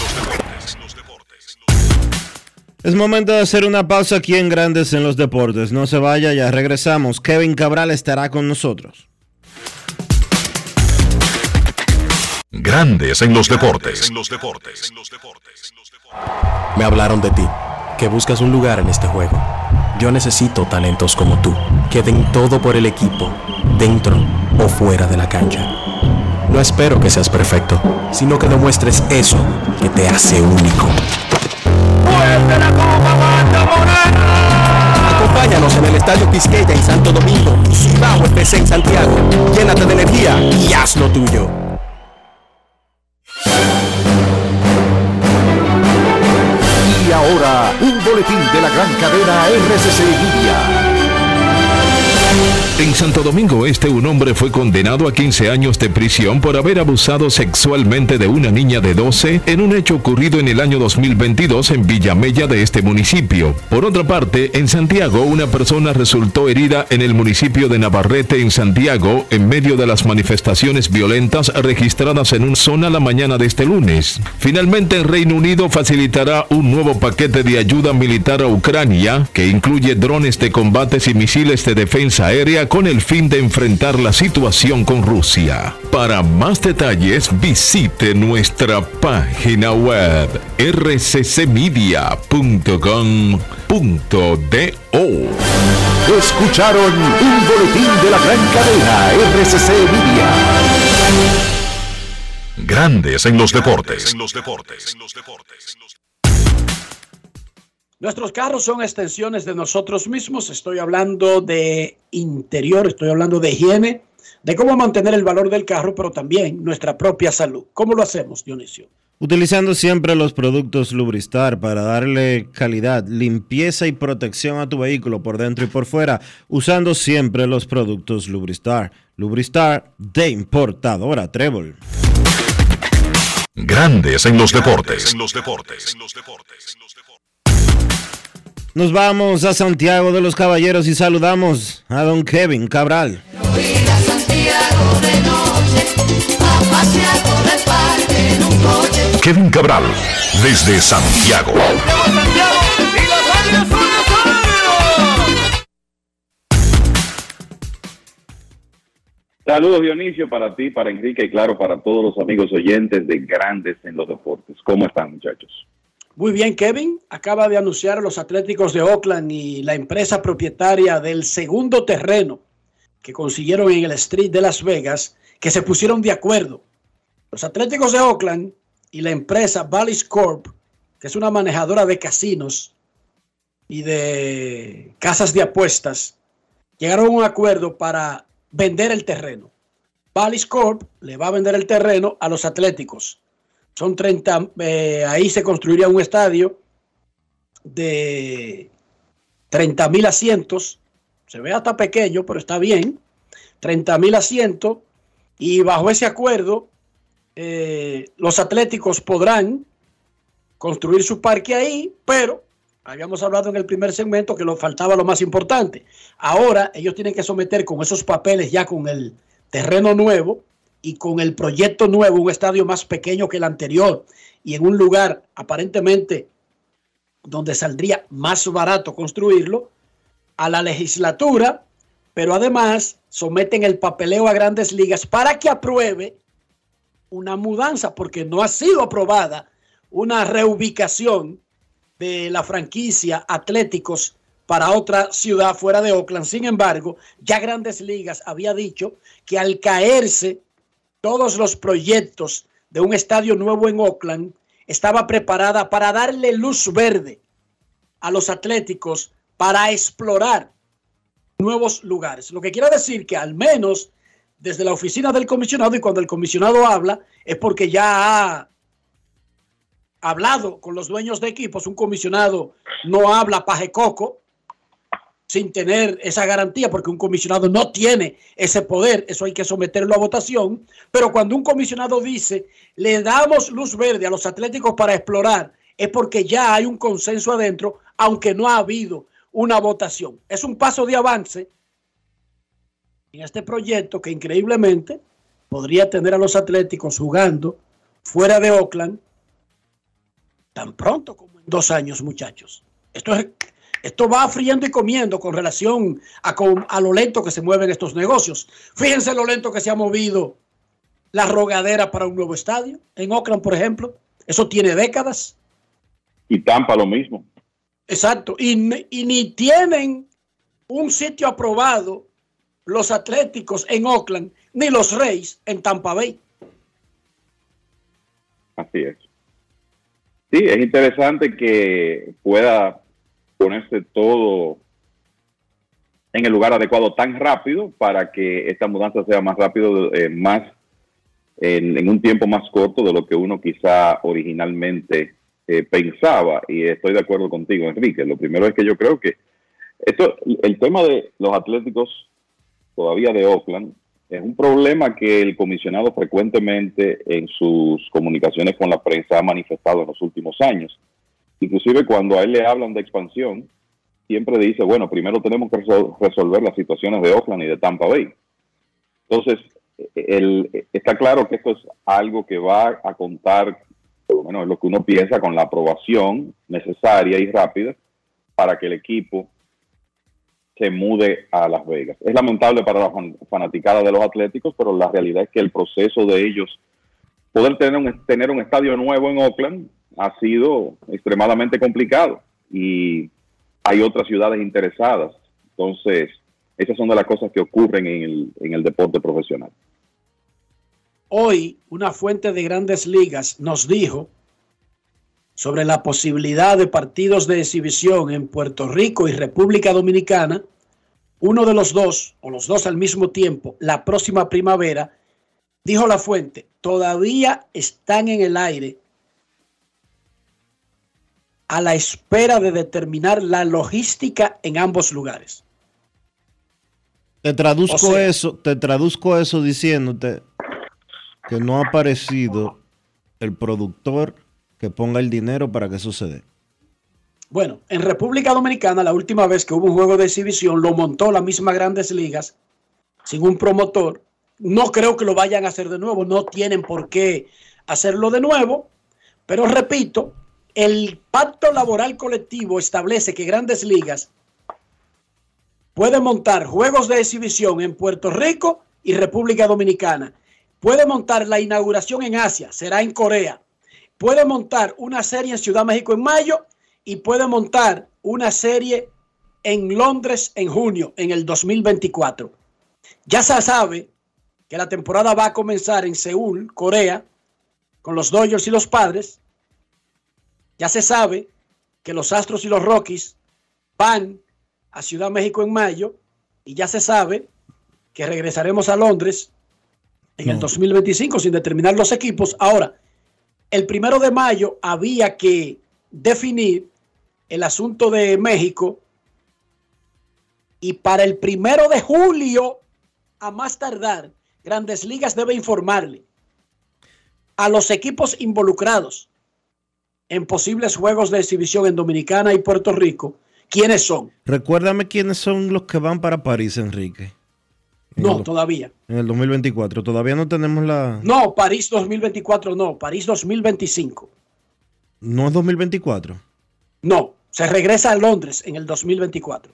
Es momento de hacer una pausa aquí en Grandes en los Deportes. No se vaya, ya regresamos. Kevin Cabral estará con nosotros. Grandes en los Deportes. Me hablaron de ti, que buscas un lugar en este juego. Yo necesito talentos como tú, que den todo por el equipo, dentro o fuera de la cancha. No espero que seas perfecto, sino que demuestres eso que te hace único. ¡Fuerte la copa, Banda Morena! Acompáñanos en el Estadio Quisqueya en Santo Domingo y Cibao F C en Santiago. Llénate de energía y haz lo tuyo. Y ahora, un boletín de la gran cadena R C C Media. En Santo Domingo Este, un hombre fue condenado a quince años de prisión por haber abusado sexualmente de una niña de doce en un hecho ocurrido en el año dos mil veintidós en Villamella de este municipio. Por otra parte, en Santiago, una persona resultó herida en el municipio de Navarrete, en Santiago, en medio de las manifestaciones violentas registradas en una zona la mañana de este lunes. Finalmente, el Reino Unido facilitará un nuevo paquete de ayuda militar a Ucrania, que incluye drones de combates y misiles de defensa aérea con el fin de enfrentar la situación con Rusia. Para más detalles, visite nuestra página web r c c media punto com punto do. Escucharon un boletín de la gran cadena R C C Media. Grandes en los deportes. Nuestros carros son extensiones de nosotros mismos. Estoy hablando de interior, estoy hablando de higiene, de cómo mantener el valor del carro, pero también nuestra propia salud. ¿Cómo lo hacemos, Dionisio? Utilizando siempre los productos Lubristar para darle calidad, limpieza y protección a tu vehículo por dentro y por fuera, usando siempre los productos Lubristar. Lubristar de importadora Trébol. Grandes en los deportes. Nos vamos a Santiago de los Caballeros y saludamos a don Kevin Cabral. Kevin Cabral, desde Santiago. Saludos, Dionisio, para ti, para Enrique y claro, para todos los amigos oyentes de Grandes en los Deportes. ¿Cómo están, muchachos? Muy bien, Kevin. Acaba de anunciar los Atléticos de Oakland y la empresa propietaria del segundo terreno que consiguieron en el Street de Las Vegas, que se pusieron de acuerdo. Los Atléticos de Oakland y la empresa Bally's Corp, que es una manejadora de casinos y de casas de apuestas, llegaron a un acuerdo para vender el terreno. Bally's Corp le va a vender el terreno a los Atléticos. Son treinta, eh, ahí se construiría un estadio de treinta mil asientos. Se ve hasta pequeño, pero está bien. treinta mil asientos. Y bajo ese acuerdo, eh, los Atléticos podrán construir su parque ahí, pero habíamos hablado en el primer segmento que nos faltaba lo más importante. Ahora ellos tienen que someter con esos papeles ya con el terreno nuevo y con el proyecto nuevo, un estadio más pequeño que el anterior y en un lugar aparentemente donde saldría más barato construirlo, a la legislatura, pero además someten el papeleo a Grandes Ligas para que apruebe una mudanza, porque no ha sido aprobada una reubicación de la franquicia Atléticos para otra ciudad fuera de Oakland. Sin embargo, ya Grandes Ligas había dicho que al caerse todos los proyectos de un estadio nuevo en Oakland, estaba preparada para darle luz verde a los Atléticos para explorar nuevos lugares. Lo que quiere decir que al menos desde la oficina del comisionado, y cuando el comisionado habla, es porque ya ha hablado con los dueños de equipos. Un comisionado no habla paje coco sin tener esa garantía, porque un comisionado no tiene ese poder. Eso hay que someterlo a votación. Pero cuando un comisionado dice, le damos luz verde a los Atléticos para explorar, es porque ya hay un consenso adentro, aunque no ha habido una votación. Es un paso de avance en este proyecto que increíblemente podría tener a los Atléticos jugando fuera de Oakland tan pronto como en dos años, muchachos. Esto es... Esto va friendo y comiendo con relación a, con, a lo lento que se mueven estos negocios. Fíjense lo lento que se ha movido la rogadera para un nuevo estadio. En Oakland, por ejemplo. Eso tiene décadas. Y Tampa lo mismo. Exacto. Y, y ni tienen un sitio aprobado los Atléticos en Oakland, ni los Rays en Tampa Bay. Así es. Sí, es interesante que pueda ponerse todo en el lugar adecuado tan rápido para que esta mudanza sea más rápido, eh, más en, en un tiempo más corto de lo que uno quizá originalmente eh, pensaba. Y estoy de acuerdo contigo, Enrique. Lo primero es que yo creo que esto, el tema de los Atléticos todavía de Oakland es un problema que el comisionado frecuentemente en sus comunicaciones con la prensa ha manifestado en los últimos años. Inclusive cuando a él le hablan de expansión, siempre dice, bueno, primero tenemos que resol- resolver las situaciones de Oakland y de Tampa Bay. Entonces, el, está claro que esto es algo que va a contar, por lo menos es lo que uno piensa, con la aprobación necesaria y rápida para que el equipo se mude a Las Vegas. Es lamentable para la fan- fanaticada de los Atléticos, pero la realidad es que el proceso de ellos poder tener un, tener un estadio nuevo en Oakland ha sido extremadamente complicado y hay otras ciudades interesadas. Entonces, esas son de las cosas que ocurren en el, en el deporte profesional. Hoy, una fuente de Grandes Ligas nos dijo sobre la posibilidad de partidos de exhibición en Puerto Rico y República Dominicana, uno de los dos, o los dos al mismo tiempo, la próxima primavera. Dijo la fuente, todavía están en el aire a la espera de determinar la logística en ambos lugares. Te traduzco O sea, eso, te traduzco eso diciéndote que no ha aparecido el productor que ponga el dinero para que eso se dé. Bueno, en República Dominicana la última vez que hubo un juego de exhibición lo montó la misma Grandes Ligas sin un promotor. No creo que lo vayan a hacer de nuevo, no tienen por qué hacerlo de nuevo, pero repito, el pacto laboral colectivo establece que Grandes Ligas puede montar juegos de exhibición en Puerto Rico y República Dominicana. Puede montar la inauguración en Asia, será en Corea. Puede montar una serie en Ciudad México en mayo y puede montar una serie en Londres en junio, en el dos mil veinticuatro. Ya se sabe que la temporada va a comenzar en Seúl, Corea, con los Dodgers y los Padres. Ya se sabe que los Astros y los Rockies van a Ciudad México en mayo y ya se sabe que regresaremos a Londres en no. el dos mil veinticinco sin determinar los equipos. Ahora, el primero de mayo había que definir el asunto de México y para el primero de julio, a más tardar, Grandes Ligas debe informarle a los equipos involucrados en posibles juegos de exhibición en Dominicana y Puerto Rico quiénes son. Recuérdame quiénes son los que van para París, Enrique. No, el, todavía. En el dos mil veinticuatro. Todavía no tenemos la... No, París dos mil veinticuatro no. París dos mil veinticinco. ¿No es dos mil veinticuatro? No, se regresa a Londres en el dos mil veinticuatro.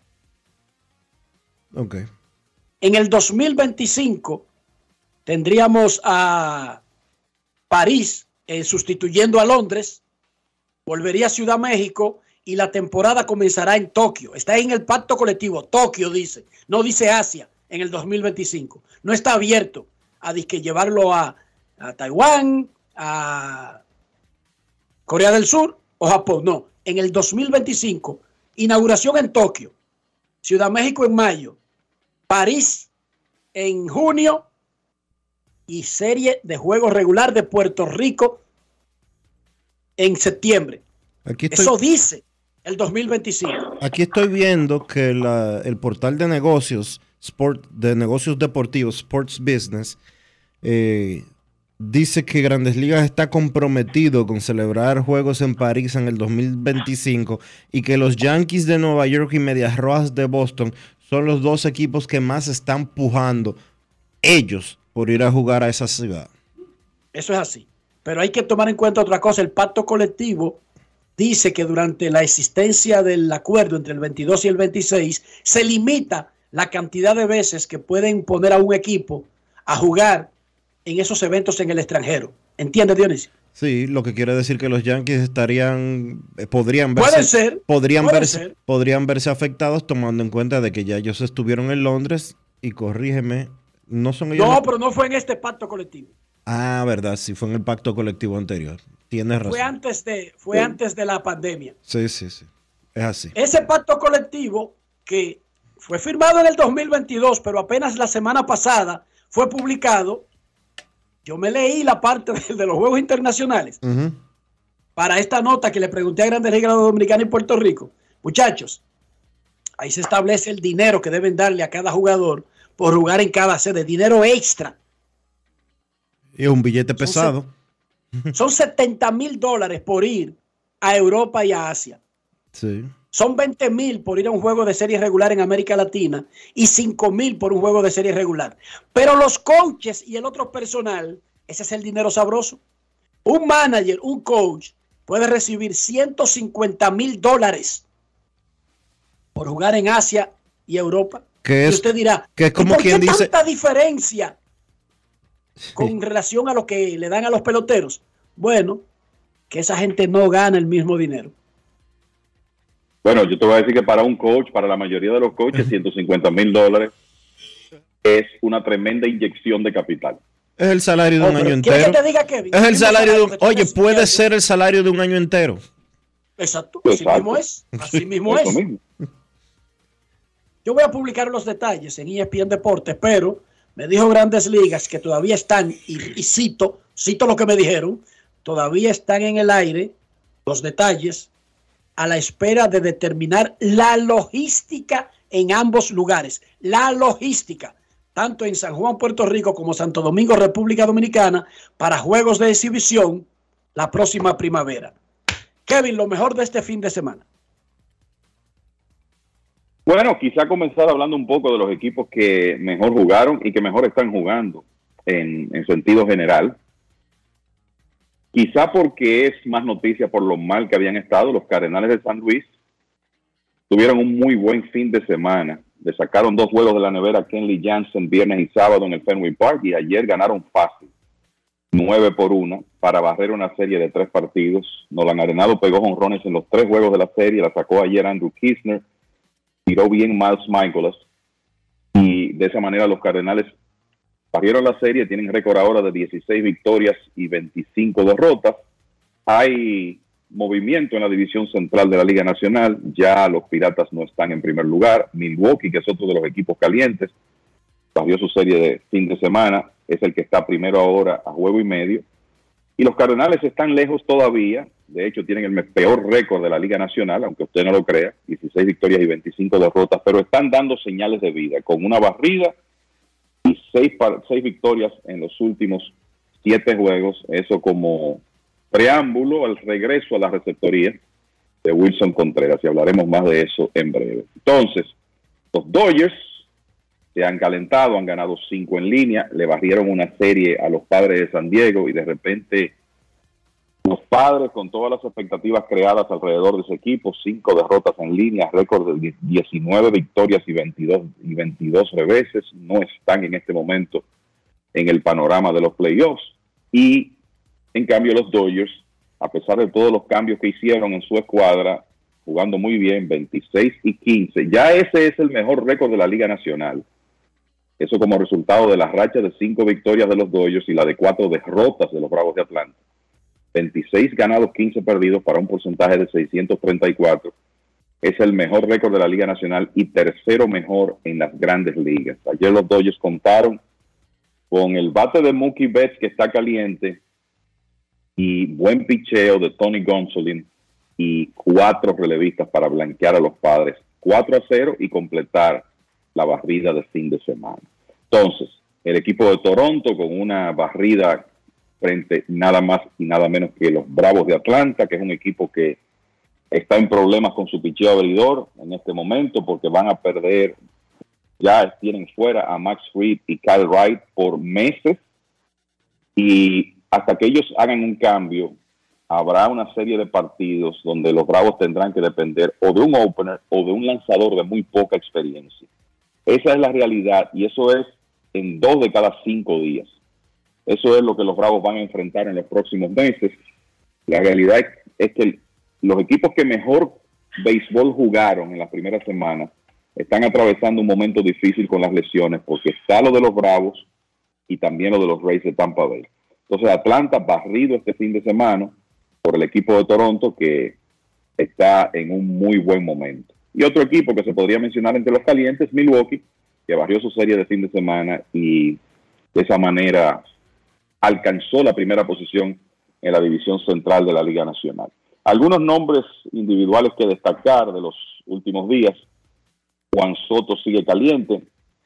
Ok. En el dos mil veinticinco tendríamos a París eh, sustituyendo a Londres. Volvería a Ciudad México y la temporada comenzará en Tokio. Está en el pacto colectivo. Tokio dice, no dice Asia en el dos mil veinticinco. No está abierto a disque llevarlo a, a Taiwán, a Corea del Sur o Japón. No, en el dos mil veinticinco, inauguración en Tokio, Ciudad México en mayo, París en junio y serie de juegos regular de Puerto Rico en septiembre. Aquí estoy, Eso dice el dos mil veinticinco. Aquí estoy viendo que la, el portal de negocios, sport, de negocios deportivos, Sports Business, eh, dice que Grandes Ligas está comprometido con celebrar juegos en París en el dos mil veinticinco y que los Yankees de Nueva York y Medias Rojas de Boston son los dos equipos que más están pujando ellos por ir a jugar a esa ciudad. Eso es así. Pero hay que tomar en cuenta otra cosa. El pacto colectivo dice que durante la existencia del acuerdo entre el veintidós y el veintiséis se limita la cantidad de veces que pueden poner a un equipo a jugar en esos eventos en el extranjero. ¿Entiendes, Dionisio? Sí, lo que quiere decir que los Yankees estarían, eh, podrían verse, puede ser, podrían puede verse, ser. podrían verse afectados tomando en cuenta de que ya ellos estuvieron en Londres y corrígeme, no son ellos. No, los... pero no fue en este pacto colectivo. Ah, verdad, sí, fue en el pacto colectivo anterior. Tienes razón. Fue antes de, fue sí. antes de la pandemia. Sí, sí, sí. Es así. Ese pacto colectivo que fue firmado en el dos mil veintidós, pero apenas la semana pasada fue publicado. Yo me leí la parte de, de los juegos internacionales uh-huh. para esta nota que le pregunté a Grandes Ligas Dominicana y Puerto Rico. Muchachos, ahí se establece el dinero que deben darle a cada jugador por jugar en cada sede, dinero extra. Y un billete pesado. Son, son setenta mil dólares por ir a Europa y a Asia. Sí. Son veinte mil por ir a un juego de serie regular en América Latina y cinco mil por un juego de serie regular. Pero los coaches y el otro personal, ese es el dinero sabroso. Un manager, un coach, puede recibir ciento cincuenta mil dólares por jugar en Asia y Europa. Que es, y usted dirá, que es como ¿por quien qué dice... tanta diferencia con relación a lo que le dan a los peloteros? Bueno, que esa gente no gana el mismo dinero. Bueno, yo te voy a decir que para un coach, para la mayoría de los coaches, ciento cincuenta mil dólares es una tremenda inyección de capital. Es el salario de un oh, año entero. Que te diga, Kevin? Es el salario de un... Oye, puede ser el salario de un año entero. Exacto, así Exacto. mismo es. Así mismo es. Mismo. Yo voy a publicar los detalles en E S P N Deportes, pero me dijo Grandes Ligas que todavía están, y, y cito, cito lo que me dijeron, todavía están en el aire los detalles a la espera de determinar la logística en ambos lugares. La logística, tanto en San Juan, Puerto Rico, como Santo Domingo, República Dominicana, para juegos de exhibición la próxima primavera. Kevin, lo mejor de este fin de semana. Bueno, quizá comenzar hablando un poco de los equipos que mejor jugaron y que mejor están jugando en, en sentido general. Quizá porque es más noticia por lo mal que habían estado. Los Cardenales de San Luis tuvieron un muy buen fin de semana. Le sacaron dos juegos de la nevera a Kenley Jansen viernes y sábado en el Fenway Park y ayer ganaron fácil, nueve por uno, para barrer una serie de tres partidos. Nolan Arenado pegó jonrones en los tres juegos de la serie, la sacó ayer Andrew Kisner, tiró bien Miles Michaelis y de esa manera los Cardenales barrieron la serie, tienen récord ahora de dieciséis victorias y veinticinco derrotas. Hay movimiento en la división central de la Liga Nacional, ya los Piratas no están en primer lugar. Milwaukee, que es otro de los equipos calientes, barrió su serie de fin de semana, es el que está primero ahora a juego y medio. Y los Cardenales están lejos todavía, de hecho tienen el peor récord de la Liga Nacional, aunque usted no lo crea, dieciséis victorias y veinticinco derrotas, pero están dando señales de vida, con una barrida y seis, seis victorias en los últimos siete juegos, eso como preámbulo al regreso a la receptoría de Wilson Contreras, y hablaremos más de eso en breve. Entonces, los Dodgers se han calentado, han ganado cinco en línea, le barrieron una serie a los Padres de San Diego y de repente los Padres, con todas las expectativas creadas alrededor de ese equipo, cinco derrotas en línea, récord de diecinueve victorias y veintidós, y veintidós reveses, no están en este momento en el panorama de los playoffs. Y en cambio los Dodgers, a pesar de todos los cambios que hicieron en su escuadra, jugando muy bien, veintiséis y quince, ya ese es el mejor récord de la Liga Nacional. Eso como resultado de las rachas de cinco victorias de los Dodgers y la de cuatro derrotas de los Bravos de Atlanta. veintiséis ganados, quince perdidos para un porcentaje de seiscientos treinta y cuatro. Es el mejor récord de la Liga Nacional y tercero mejor en las grandes ligas. Ayer los Dodgers contaron con el bate de Mookie Betts, que está caliente, y buen picheo de Tony Gonsolin y cuatro relevistas para blanquear a los Padres cuatro a cero y completar la barrida de fin de semana. Entonces, el equipo de Toronto con una barrida frente nada más y nada menos que los Bravos de Atlanta, que es un equipo que está en problemas con su picheo abridor en este momento porque van a perder, ya tienen fuera a Max Fried y Kyle Wright por meses, y hasta que ellos hagan un cambio habrá una serie de partidos donde los Bravos tendrán que depender o de un opener o de un lanzador de muy poca experiencia. Esa es la realidad y eso es en dos de cada cinco días. Eso es lo que los Bravos van a enfrentar en los próximos meses. La realidad es, es que los equipos que mejor béisbol jugaron en las primeras semanas están atravesando un momento difícil con las lesiones, porque está lo de los Bravos y también lo de los Rays de Tampa Bay. Entonces Atlanta barrido este fin de semana por el equipo de Toronto, que está en un muy buen momento. Y otro equipo que se podría mencionar entre los calientes, Milwaukee, que barrió su serie de fin de semana y de esa manera alcanzó la primera posición en la división central de la Liga Nacional. Algunos nombres individuales que destacar de los últimos días. Juan Soto sigue caliente,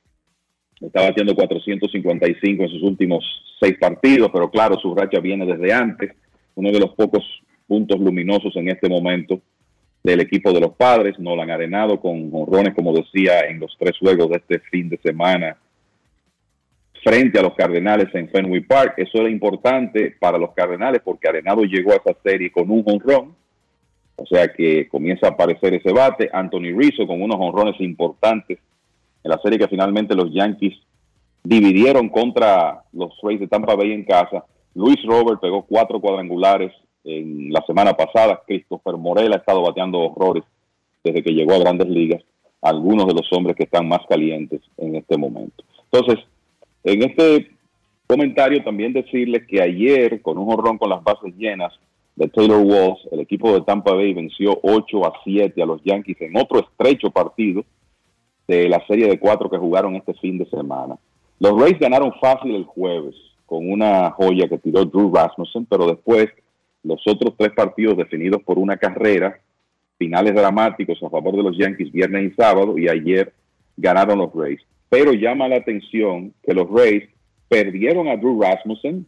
está batiendo cuatrocientos cincuenta y cinco en sus últimos seis partidos, pero claro, su racha viene desde antes. Uno de los pocos puntos luminosos en este momento del equipo de los Padres. Nolan Arenado con jonrones, como decía, en los tres juegos de este fin de semana frente a los Cardenales en Fenway Park. Eso era importante para los Cardenales porque Arenado llegó a esa serie con un jonrón, o sea que comienza a aparecer ese bate. Anthony Rizzo con unos jonrones importantes en la serie que finalmente los Yankees dividieron contra los Rays de Tampa Bay en casa. Luis Robert pegó cuatro cuadrangulares en la semana pasada. Christopher Morel ha estado bateando horrores desde que llegó a Grandes Ligas. Algunos de los hombres que están más calientes en este momento. Entonces, en este comentario también decirles que ayer, con un jonrón con las bases llenas de Taylor Walls, el equipo de Tampa Bay venció ocho a siete a los Yankees en otro estrecho partido de la serie de cuatro que jugaron este fin de semana. Los Rays ganaron fácil el jueves con una joya que tiró Drew Rasmussen, pero después los otros tres partidos definidos por una carrera, finales dramáticos a favor de los Yankees viernes y sábado, y ayer ganaron los Rays. Pero llama la atención que los Rays perdieron a Drew Rasmussen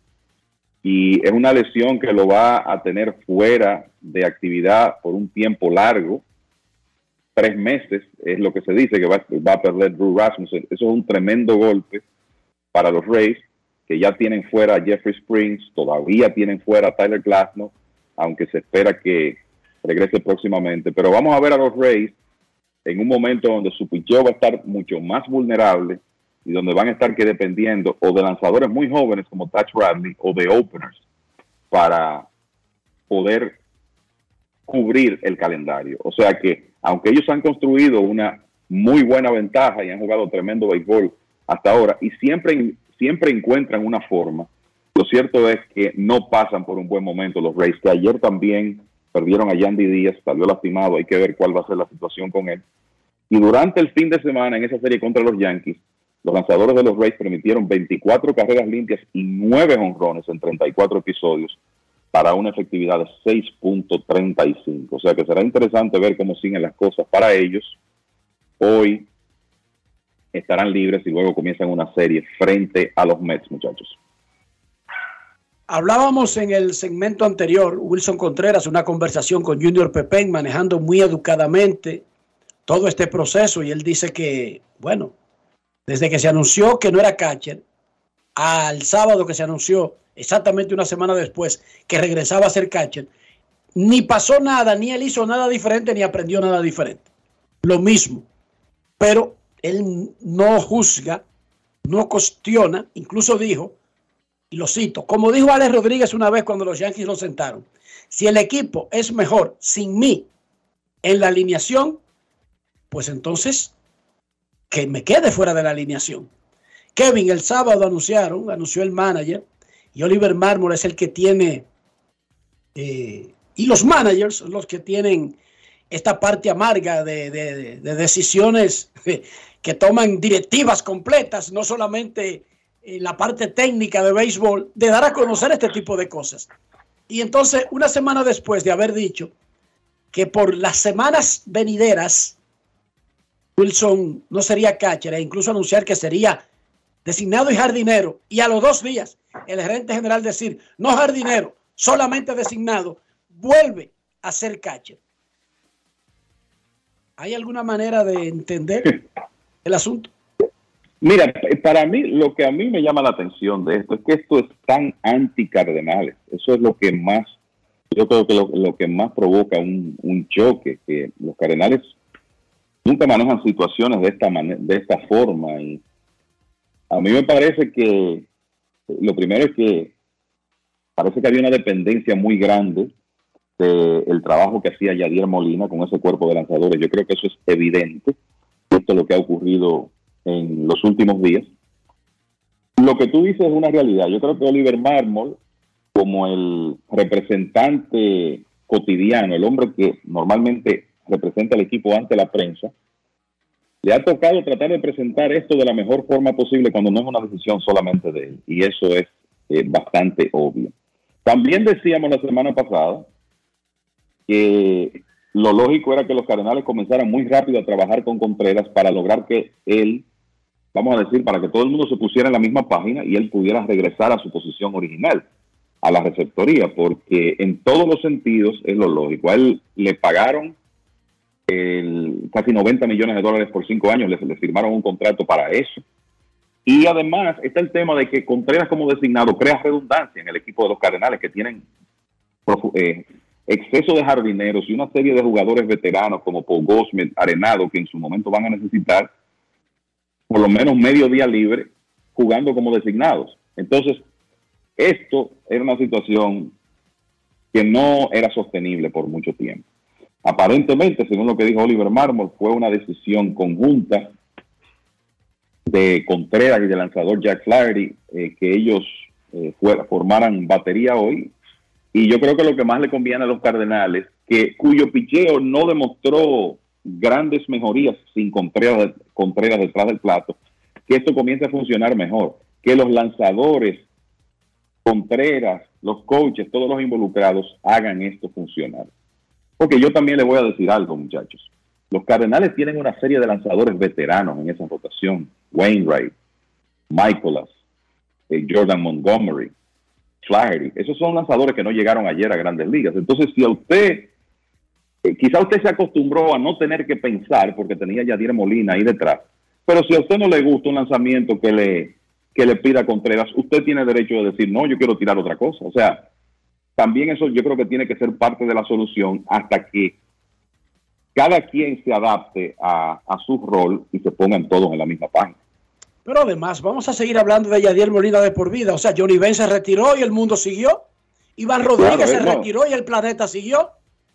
y es una lesión que lo va a tener fuera de actividad por un tiempo largo. Tres meses es lo que se dice que va, va a perder Drew Rasmussen. Eso es un tremendo golpe para los Rays, que ya tienen fuera a Jeffrey Springs, todavía tienen fuera a Tyler Glasnow, aunque se espera que regrese próximamente. Pero vamos a ver a los Rays en un momento donde su picheo va a estar mucho más vulnerable y donde van a estar que dependiendo o de lanzadores muy jóvenes como Taj Bradley o de openers para poder cubrir el calendario. O sea que, aunque ellos han construido una muy buena ventaja y han jugado tremendo béisbol hasta ahora y siempre, siempre encuentran una forma, lo cierto es que no pasan por un buen momento los Rays, que ayer también perdieron a Yandy Díaz, salió lastimado, hay que ver cuál va a ser la situación con él. Y durante el fin de semana en esa serie contra los Yankees, los lanzadores de los Rays permitieron veinticuatro carreras limpias y nueve jonrones en treinta y cuatro episodios para una efectividad de seis punto treinta y cinco. O sea que será interesante ver cómo siguen las cosas para ellos. Hoy estarán libres y luego comienzan una serie frente a los Mets, muchachos. Hablábamos en el segmento anterior, Wilson Contreras, una conversación con Junior Pepén, manejando muy educadamente todo este proceso, y él dice que, bueno, desde que se anunció que no era catcher, al sábado que se anunció, exactamente una semana después, que regresaba a ser catcher, ni pasó nada, ni él hizo nada diferente, ni aprendió nada diferente. Lo mismo. Pero él no juzga, no cuestiona, incluso dijo, y lo cito, como dijo Alex Rodríguez una vez cuando los Yankees lo sentaron, si el equipo es mejor sin mí en la alineación, pues entonces que me quede fuera de la alineación. Kevin, el sábado anunciaron, anunció el manager, y Oliver Marmol es el que tiene, eh, y los managers son los que tienen esta parte amarga de, de, de decisiones que toman directivas completas, no solamente eh, la parte técnica de béisbol, de dar a conocer este tipo de cosas. Y entonces, una semana después de haber dicho que por las semanas venideras Wilson no sería catcher, e incluso anunciar que sería designado y jardinero, y a los dos días el gerente general decir no jardinero, solamente designado, vuelve a ser catcher. ¿Hay alguna manera de entender el asunto? Mira, para mí, lo que a mí me llama la atención de esto es que esto es tan anti-Cardenales. Eso es lo que más, yo creo que lo, lo que más provoca un, un choque, que los Cardenales nunca manejan situaciones de esta manera, de esta forma. Y a mí me parece que lo primero es que parece que había una dependencia muy grande del trabajo que hacía Yadier Molina con ese cuerpo de lanzadores. Yo creo que eso es evidente. Esto es lo que ha ocurrido en los últimos días. Lo que tú dices es una realidad. Yo creo que Oliver Marmol, como el representante cotidiano, el hombre que normalmente representa al equipo ante la prensa, le ha tocado tratar de presentar esto de la mejor forma posible cuando no es una decisión solamente de él. Y eso es eh, bastante obvio. También decíamos la semana pasada que lo lógico era que los Cardenales comenzaran muy rápido a trabajar con Contreras para lograr que él, vamos a decir, para que todo el mundo se pusiera en la misma página y él pudiera regresar a su posición original, a la receptoría, porque en todos los sentidos es lo lógico. A él le pagaron el, casi noventa millones de dólares por cinco años, le, le firmaron un contrato para eso. Y además está el tema de que Contreras como designado crea redundancia en el equipo de los Cardenales, que tienen eh, exceso de jardineros y una serie de jugadores veteranos como Paul Goldschmidt, Arenado, que en su momento van a necesitar por lo menos medio día libre jugando como designados. Entonces, esto era una situación que no era sostenible por mucho tiempo. Aparentemente, según lo que dijo Oliver Marmol, fue una decisión conjunta de Contreras y del lanzador Jack Flaherty, eh, que ellos eh, fuera, formaran batería hoy. Y yo creo que lo que más le conviene a los Cardenales, que cuyo picheo no demostró grandes mejorías sin Contreras, Contreras detrás del plato, que esto comience a funcionar mejor, que los lanzadores, Contreras, los coaches, todos los involucrados hagan esto funcionar. Porque yo también le voy a decir algo, muchachos. Los Cardenales tienen una serie de lanzadores veteranos en esa rotación. Wainwright, Michaelas, eh, Jordan Montgomery, Flaherty. Esos son lanzadores que no llegaron ayer a Grandes Ligas. Entonces, si a usted, eh, quizá usted se acostumbró a no tener que pensar porque tenía a Yadier Molina ahí detrás. Pero si a usted no le gusta un lanzamiento que le, que le pida Contreras, usted tiene derecho de decir, no, yo quiero tirar otra cosa. O sea, también eso yo creo que tiene que ser parte de la solución hasta que cada quien se adapte a, a su rol y se pongan todos en la misma página. Pero además, vamos a seguir hablando de Yadier Molina de por vida. O sea, Johnny Benn se retiró y el mundo siguió. Iván Rodríguez claro, se no. retiró y el planeta siguió.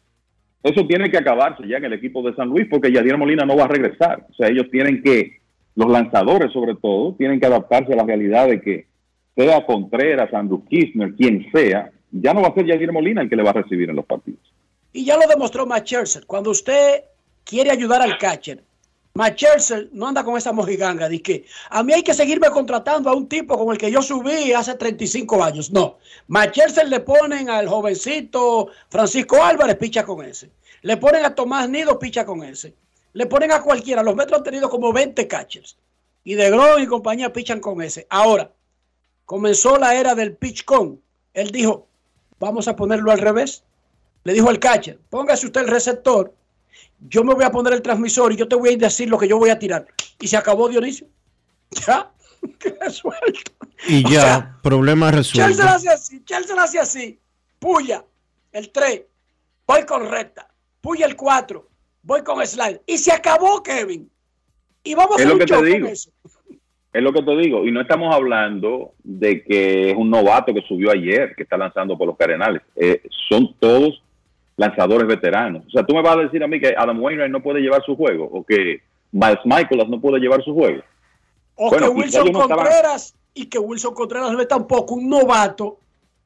Eso tiene que acabarse ya en el equipo de San Luis porque Yadier Molina no va a regresar. O sea, ellos tienen que, los lanzadores sobre todo, tienen que adaptarse a la realidad de que sea Contreras, Andrew Kisner, quien sea, ya no va a ser Yadier Molina el que le va a recibir en los partidos. Y ya lo demostró Matt Scherzer. Cuando usted quiere ayudar al catcher, Matt Scherzer no anda con esa mojiganga de que a mí hay que seguirme contratando a un tipo con el que yo subí hace treinta y cinco años. No. Matt Scherzer le ponen al jovencito Francisco Álvarez, picha con ese. Le ponen a Tomás Nido, picha con ese. Le ponen a cualquiera. Los Metros han tenido como veinte catchers. Y de Grom y compañía pichan con ese. Ahora, comenzó la era del pitch con. Él dijo, vamos a ponerlo al revés. Le dijo al catcher, póngase usted el receptor, yo me voy a poner el transmisor y yo te voy a decir lo que yo voy a tirar. Y se acabó, Dionisio. Ya, qué resuelto. Y ya, o sea, problema resuelto. Chelsea hace así, Chelsea hace así. Puya, el tres, voy con recta. Puya el cuatro, voy con slide. Y se acabó, Kevin. Y vamos a hacer un show con eso. Es lo que te digo, y no estamos hablando de que es un novato que subió ayer, que está lanzando por los Cardenales. Eh, son todos lanzadores veteranos. O sea, tú me vas a decir a mí que Adam Wainwright no puede llevar su juego, o que Miles Michaelas no puede llevar su juego. O bueno, que Wilson no Contreras, estaba... y que Wilson Contreras no es tampoco un novato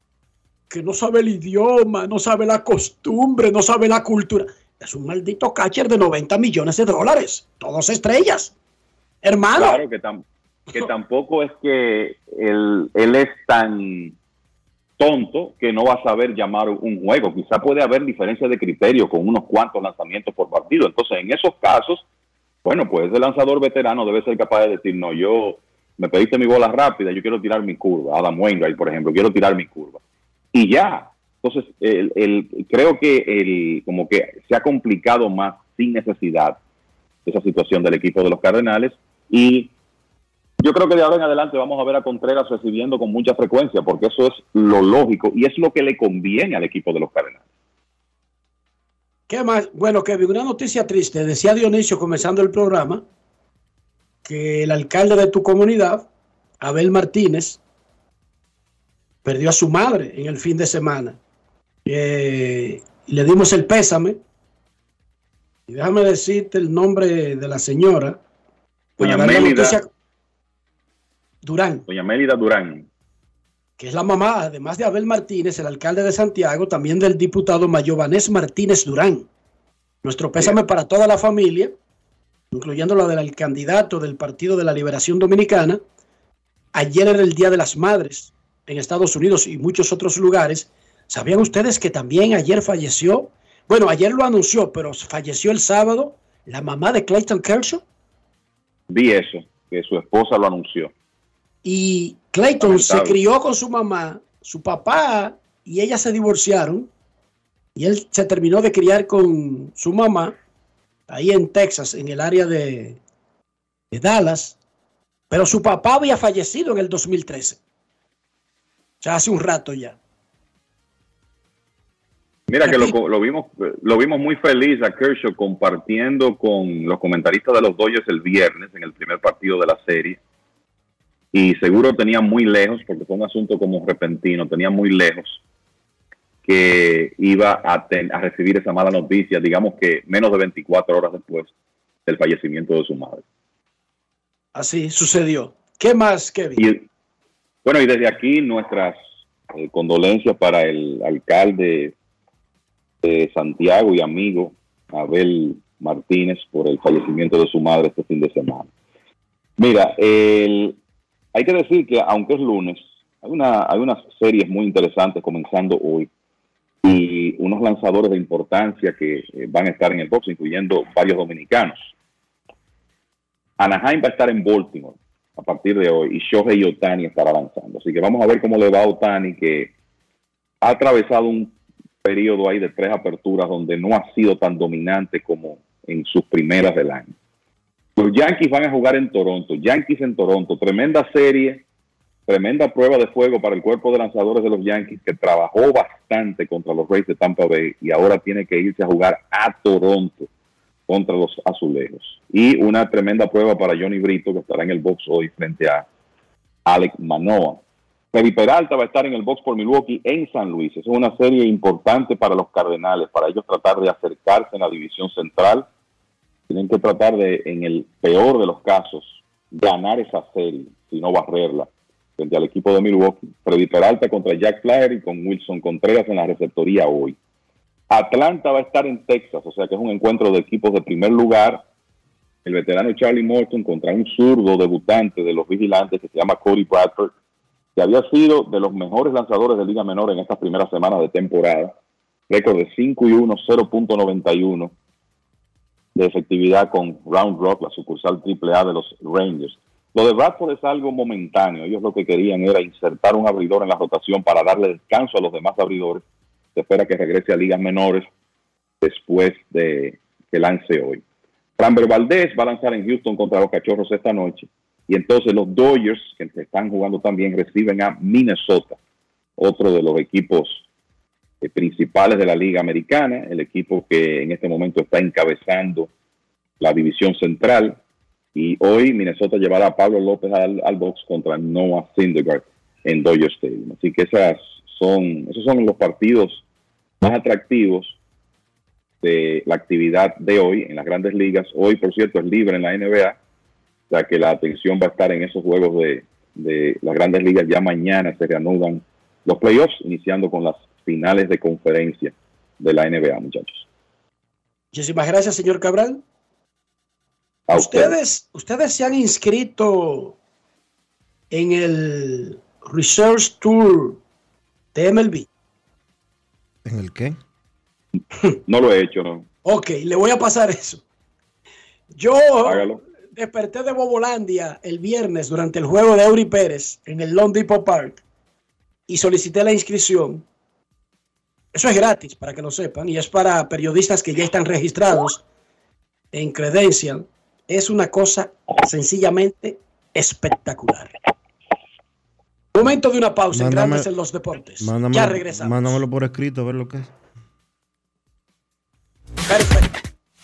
que no sabe el idioma, no sabe la costumbre, no sabe la cultura. Es un maldito catcher de noventa millones de dólares. Todos estrellas. Hermano. Claro que tampoco. que tampoco es que él, él es tan tonto que no va a saber llamar un juego. Quizá puede haber diferencias de criterio con unos cuantos lanzamientos por partido. Entonces, en esos casos, bueno, pues el lanzador veterano debe ser capaz de decir, no, yo me pediste mi bola rápida, yo quiero tirar mi curva. Adam Wainwright, por ejemplo, quiero tirar mi curva. Y ya. Entonces, el, el, creo que el, como que se ha complicado más sin necesidad esa situación del equipo de los Cardenales. Y yo creo que de ahora en adelante vamos a ver a Contreras recibiendo con mucha frecuencia, porque eso es lo lógico y es lo que le conviene al equipo de los Cardenales. ¿Qué más? Bueno, Kevin, una noticia triste. Decía Dionisio, comenzando el programa, que el alcalde de tu comunidad, Abel Martínez, perdió a su madre en el fin de semana. Eh, le dimos el pésame. Y déjame decirte el nombre de la señora. Doña Mélida Durán. Doña Mélida Durán. Que es la mamá, además de Abel Martínez, el alcalde de Santiago, también del diputado Mayovanés Martínez Durán. Nuestro pésame para toda la familia, incluyendo la del candidato del Partido de la Liberación Dominicana. Ayer era el Día de las Madres en Estados Unidos y muchos otros lugares. ¿Sabían ustedes que también ayer falleció? Bueno, ayer lo anunció, pero falleció el sábado la mamá de Clayton Kershaw. Vi eso, que su esposa lo anunció. Y Clayton Lamentable. Se crió con su mamá, su papá y ella se divorciaron. Y él se terminó de criar con su mamá ahí en Texas, en el área de, de Dallas. Pero su papá había fallecido en el dos mil trece. O sea, hace un rato ya. Mira que lo, lo vimos lo vimos muy feliz a Kershaw compartiendo con los comentaristas de los Dodgers el viernes en el primer partido de la serie. Y seguro tenía muy lejos, porque fue un asunto como repentino, tenía muy lejos que iba a, ten, a recibir esa mala noticia, digamos que menos de veinticuatro horas después del fallecimiento de su madre. Así sucedió. ¿Qué más, Kevin? Y, bueno, y desde aquí nuestras eh, condolencias para el alcalde de Santiago y amigo Abel Martínez por el fallecimiento de su madre este fin de semana. Mira, el, hay que decir que aunque es lunes, hay, una, hay unas series muy interesantes comenzando hoy y unos lanzadores de importancia que eh, van a estar en el box, incluyendo varios dominicanos. Anaheim va a estar en Baltimore a partir de hoy y Shohei Ohtani estará lanzando. Así que vamos a ver cómo le va a Ohtani, que ha atravesado un periodo ahí de tres aperturas donde no ha sido tan dominante como en sus primeras del año. Los Yankees van a jugar en Toronto. Yankees en Toronto. Tremenda serie, tremenda prueba de fuego para el cuerpo de lanzadores de los Yankees, que trabajó bastante contra los Rays de Tampa Bay y ahora tiene que irse a jugar a Toronto contra los Azulejos. Y una tremenda prueba para Johnny Brito, que estará en el box hoy frente a Alek Manoah. Freddy Peralta va a estar en el box por Milwaukee en San Luis. Es una serie importante para los Cardenales, para ellos tratar de acercarse en la división central. Tienen que tratar de, en el peor de los casos, ganar esa serie, si no barrerla, frente al equipo de Milwaukee. Freddy Peralta contra Jack Flaherty con Wilson Contreras en la receptoría hoy. Atlanta va a estar en Texas, o sea que es un encuentro de equipos de primer lugar. El veterano Charlie Morton contra un zurdo debutante de los Vigilantes que se llama Cody Bradford, que había sido de los mejores lanzadores de Liga Menor en estas primeras semanas de temporada. Récord de cinco y uno, cero punto noventa y uno de efectividad con Round Rock, la sucursal triple A de los Rangers. Lo de Bradford es algo momentáneo. Ellos lo que querían era insertar un abridor en la rotación para darle descanso a los demás abridores. Se espera que regrese a ligas menores después de que lance hoy. Framber Valdez va a lanzar en Houston contra los Cachorros esta noche. Y entonces los Dodgers, que están jugando también, reciben a Minnesota, otro de los equipos eh, principales de la Liga Americana, el equipo que en este momento está encabezando la división central. Y hoy Minnesota llevará a Pablo López al, al box contra Noah Syndergaard en Dodger Stadium. Así que esas son, esos son los partidos más atractivos de la actividad de hoy en las grandes ligas. Hoy, por cierto, es libre en la N B A, o sea que la atención va a estar en esos juegos de, de las grandes ligas. Ya mañana se reanudan los playoffs, iniciando con las finales de conferencia de la N B A, muchachos. Muchísimas gracias, señor Cabral. A ustedes, ustedes se han inscrito en el Research Tour de M L B. ¿En el qué? No lo he hecho, ¿no? Ok, le voy a pasar eso. Yo Hágalo. desperté de Bobolandia el viernes durante el juego de Eury Pérez en el Lone Depot Park y solicité la inscripción. Eso es gratis, para que lo sepan, y es para periodistas que ya están registrados en Credential. Es una cosa sencillamente espectacular. Momento de una pausa mándame, en Grandes en los Deportes. Mándame, ya regresamos. Mándamelo por escrito, a ver lo que es. Perfecto.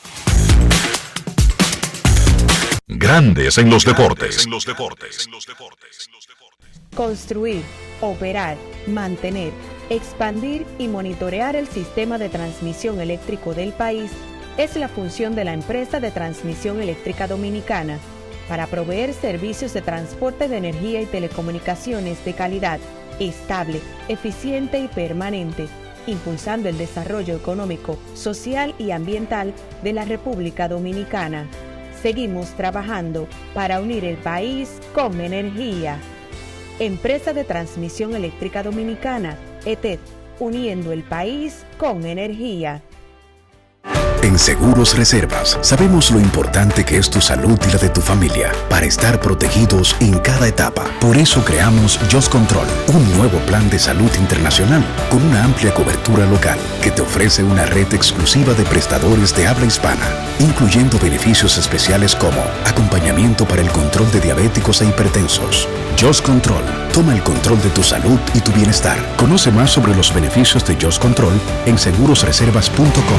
Grandes en los deportes. En los deportes. Construir, operar, mantener, expandir y monitorear el sistema de transmisión eléctrico del país es la función de la empresa de transmisión eléctrica dominicana para proveer servicios de transporte de energía y telecomunicaciones de calidad, estable, eficiente y permanente, impulsando el desarrollo económico, social y ambiental de la República Dominicana. Seguimos trabajando para unir el país con energía. Empresa de Transmisión Eléctrica Dominicana, E T E D, uniendo el país con energía. En Seguros Reservas sabemos lo importante que es tu salud y la de tu familia para estar protegidos en cada etapa. Por eso creamos Just Control, un nuevo plan de salud internacional con una amplia cobertura local que te ofrece una red exclusiva de prestadores de habla hispana, incluyendo beneficios especiales como acompañamiento para el control de diabéticos e hipertensos. Just Control, toma el control de tu salud y tu bienestar. Conoce más sobre los beneficios de Just Control en seguros reservas punto com.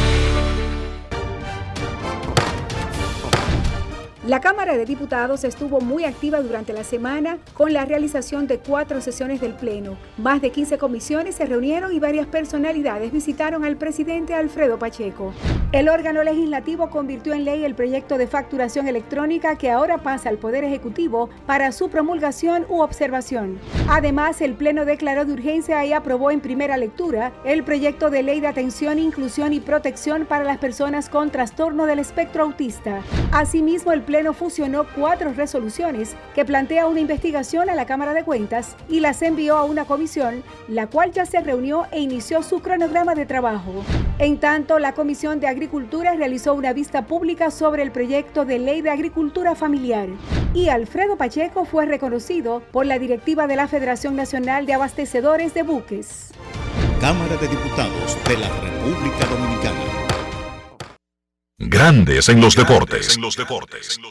La Cámara de Diputados estuvo muy activa durante la semana con la realización de cuatro sesiones del Pleno. Más de quince comisiones se reunieron y varias personalidades visitaron al presidente Alfredo Pacheco. El órgano legislativo convirtió en ley el proyecto de facturación electrónica que ahora pasa al Poder Ejecutivo para su promulgación u observación. Además, el Pleno declaró de urgencia y aprobó en primera lectura el proyecto de ley de atención, inclusión y protección para las personas con trastorno del espectro autista. Asimismo, el Pleno fusionó cuatro resoluciones que plantea una investigación a la Cámara de Cuentas y las envió a una comisión, la cual ya se reunió e inició su cronograma de trabajo. En tanto, la Comisión de Agricultura realizó una vista pública sobre el proyecto de ley de agricultura familiar. Y Alfredo Pacheco fue reconocido por la directiva de la Federación Nacional de Abastecedores de Buques. Cámara de Diputados de la República Dominicana. Grandes en los deportes. En los deportes.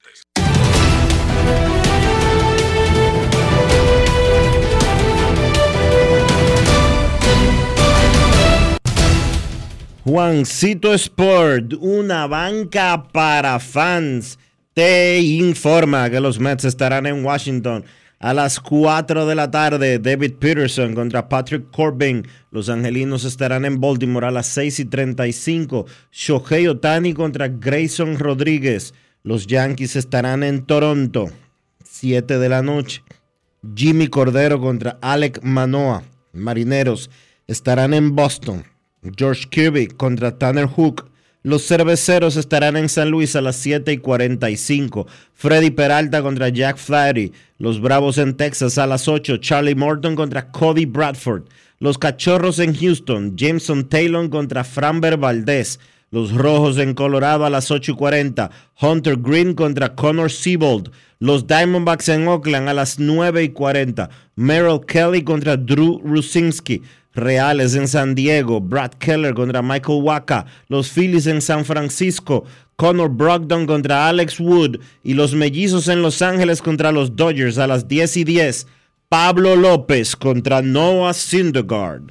Juancito Sport, una banca para fans, te informa que los Mets estarán en Washington a las cuatro de la tarde. David Peterson contra Patrick Corbin. Los angelinos estarán en Baltimore a las seis y treinta y cinco. Shohei Ohtani contra Grayson Rodríguez. Los Yankees estarán en Toronto, siete de la noche. Jimmy Cordero contra Alek Manoah. Marineros estarán en Boston. George Kirby contra Tanner Hook. Los cerveceros estarán en San Luis a las siete y cuarenta y cinco. Freddy Peralta contra Jack Flaherty. Los Bravos en Texas a las ocho. Charlie Morton contra Cody Bradford. Los Cachorros en Houston. Jameson Taylor contra Framber Valdez. Los Rojos en Colorado a las ocho y cuarenta. Hunter Green contra Connor Siebold. Los Diamondbacks en Oakland a las nueve y cuarenta. Merrill Kelly contra Drew Rucinski. Reales en San Diego, Brad Keller contra Michael Wacha. Los Phillies en San Francisco, Connor Brogdon contra Alex Wood. Y los Mellizos en Los Ángeles contra los Dodgers a las diez y diez. Pablo López contra Noah Syndergaard.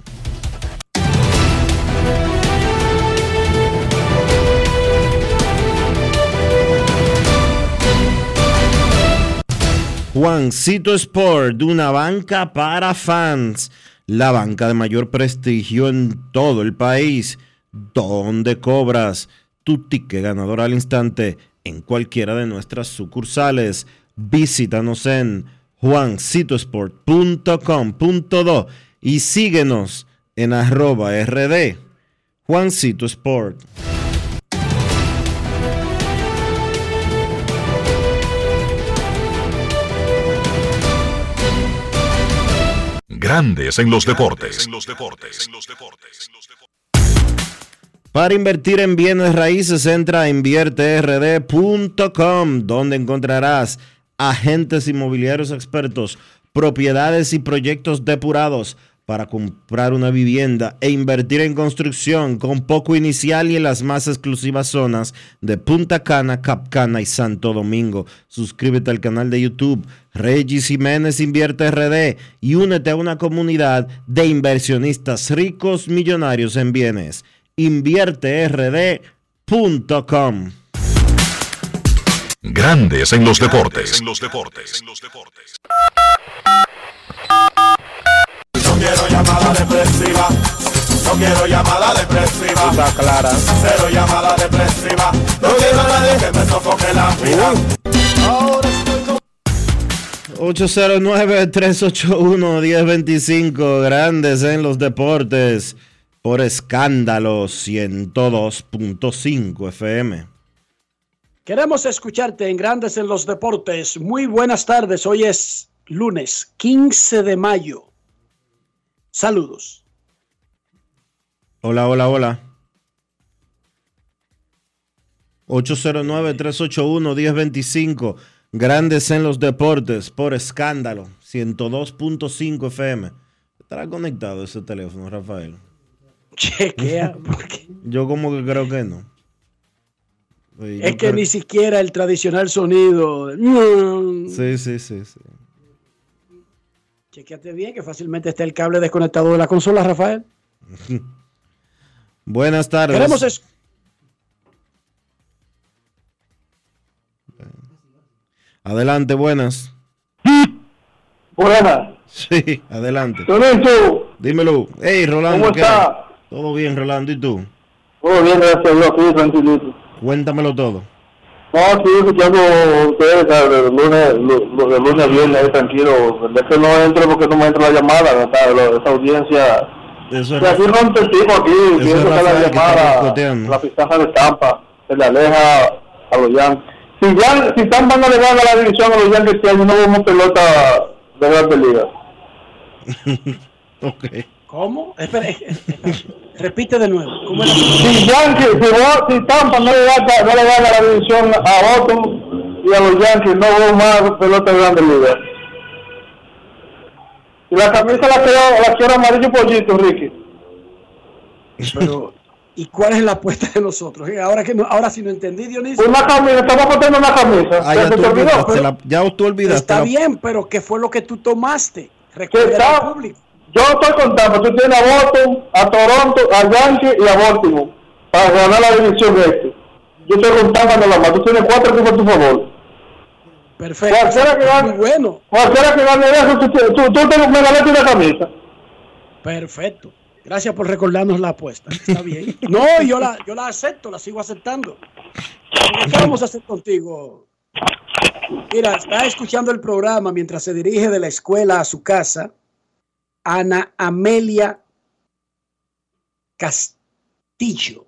Juancito Sport, una banca para fans. La banca de mayor prestigio en todo el país, donde cobras tu ticket ganador al instante en cualquiera de nuestras sucursales. Visítanos en juancito sport punto com punto do y síguenos en arroba rd Juancito Sport. Grandes en los deportes. Para invertir en bienes raíces, entra a invierte r d punto com, donde encontrarás agentes inmobiliarios expertos, propiedades y proyectos depurados para comprar una vivienda e invertir en construcción con poco inicial y en las más exclusivas zonas de Punta Cana, Cap Cana y Santo Domingo. Suscríbete al canal de YouTube Regis Jiménez Invierte R D y únete a una comunidad de inversionistas ricos millonarios en bienes. invierte r d punto com. Grandes en los deportes. No quiero llamada depresiva, no quiero llamada depresiva. Está clara. Cero llamada depresiva, no quiero a nadie que me sofoque la vida. Ahora estoy con... ocho cero nueve, tres ocho uno, uno cero dos cinco, Grandes en los Deportes, por Escándalo ciento dos punto cinco F M. Queremos escucharte en Grandes en los Deportes. Muy buenas tardes. Hoy es lunes quince de mayo. Saludos. Hola, hola, hola. ocho cero nueve, tres ocho uno, uno cero dos cinco. Grandes en los Deportes por Escándalo ciento dos punto cinco F M. ¿Estará conectado ese teléfono, Rafael? Chequea. Yo como que creo que no. Oye, es que creo... ni siquiera el tradicional sonido. Sí, sí, sí, sí. Chequeate bien que fácilmente está el cable desconectado de la consola, Rafael. Buenas tardes. Queremos es... Adelante, buenas. Buenas. Sí, adelante. Lorenzo. Dímelo. Hey, Rolando. ¿Cómo está? Todo bien, Rolando. ¿Y tú? Todo bien, gracias a Dios, aquí tranquilito. Cuéntamelo todo. No, estoy escuchando ustedes de lunes, lo, de lunes a viernes, ahí tranquilo. Es que no entro porque no me entra la llamada, ¿verdad? Esa audiencia. Eso es y aquí no te tipo aquí, pienso que la llamada, la pizarra de Tampa, se le aleja a los Yankees. Si, ya, si Tampa no le gana la división a los Yankees este año, no vemos pelota de Grandes Ligas. Ok. ¿Cómo? Espera, espera. Repite de nuevo. ¿Cómo era? Si Yankees, si, si Tampa no le, gana, no le gana la división a Boston y a los Yankees, no vemos más pelota de Grandes Ligas. Y la camisa la quiero, la quiero amarillo pollito, Ricky. Pero, ¿y cuál es la apuesta de nosotros? Ahora que no, ahora sí no entendí, Dionisio. Una camisa, estamos apostando una camisa. Ah, ya, tú olvidaste, la, ya tú olvidaste. Está la... bien, pero ¿qué fue lo que tú tomaste? Recuerda al público. Yo estoy contando, tú tienes a Boston, a Toronto, a Yankees y a Baltimore para ganar la división este. Yo estoy contando nada más, tú tienes cuatro equipos a tu favor. Perfecto. Cualquiera que gane, muy bueno. Cualquiera que gane eso, tú, tú, tú, tú te, me ganaste una camisa. Perfecto. Gracias por recordarnos la apuesta. Está bien. No, yo la, yo la acepto, la sigo aceptando. ¿Qué vamos a hacer contigo? Mira, está escuchando el programa mientras se dirige de la escuela a su casa Ana Amelia Castillo,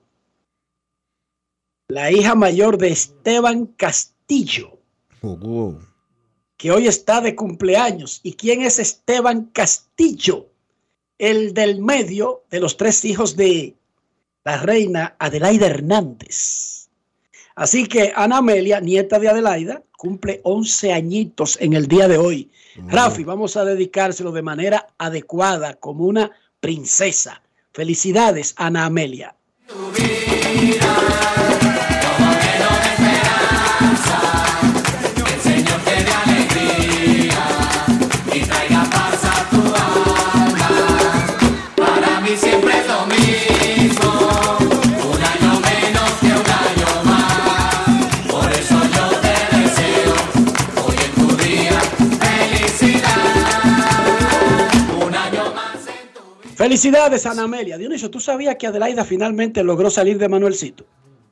la hija mayor de Esteban Castillo, oh, wow. que hoy está de cumpleaños. ¿Y quién es Esteban Castillo? El del medio de los tres hijos de la reina Adelaida Hernández. Así que Ana Amelia, nieta de Adelaida, cumple once añitos en el día de hoy. Mm. Rafi, vamos a dedicárselo de manera adecuada, como una princesa. Felicidades, Ana Amelia. Tu vida, como menos de esperanza, que el Señor te dé alegría y traiga paz a tu alma. Para mí siempre es lo mismo, un año menos que un año más. Por eso yo te deseo hoy en tu día felicidad. Un año más en tu vida. Felicidades, Ana Amelia. Dionisio, ¿tú sabías que Adelaida finalmente logró salir de Manuelcito?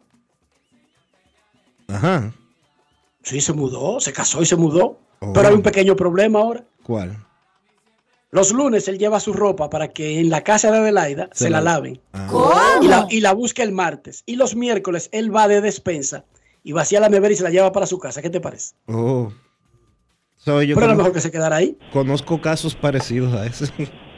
Ajá. Sí, se mudó, se casó y se mudó. Oh. Pero hay un pequeño problema ahora. ¿Cuál? Los lunes él lleva su ropa para que en la casa de Adelaida se, se la, la laven. Ah. Y la, y la busca el martes. Y los miércoles él va de despensa y vacía la nevera y se la lleva para su casa. ¿Qué te parece? Oh. So, yo pero conozco, es mejor que se quedara ahí. Conozco casos parecidos a ese.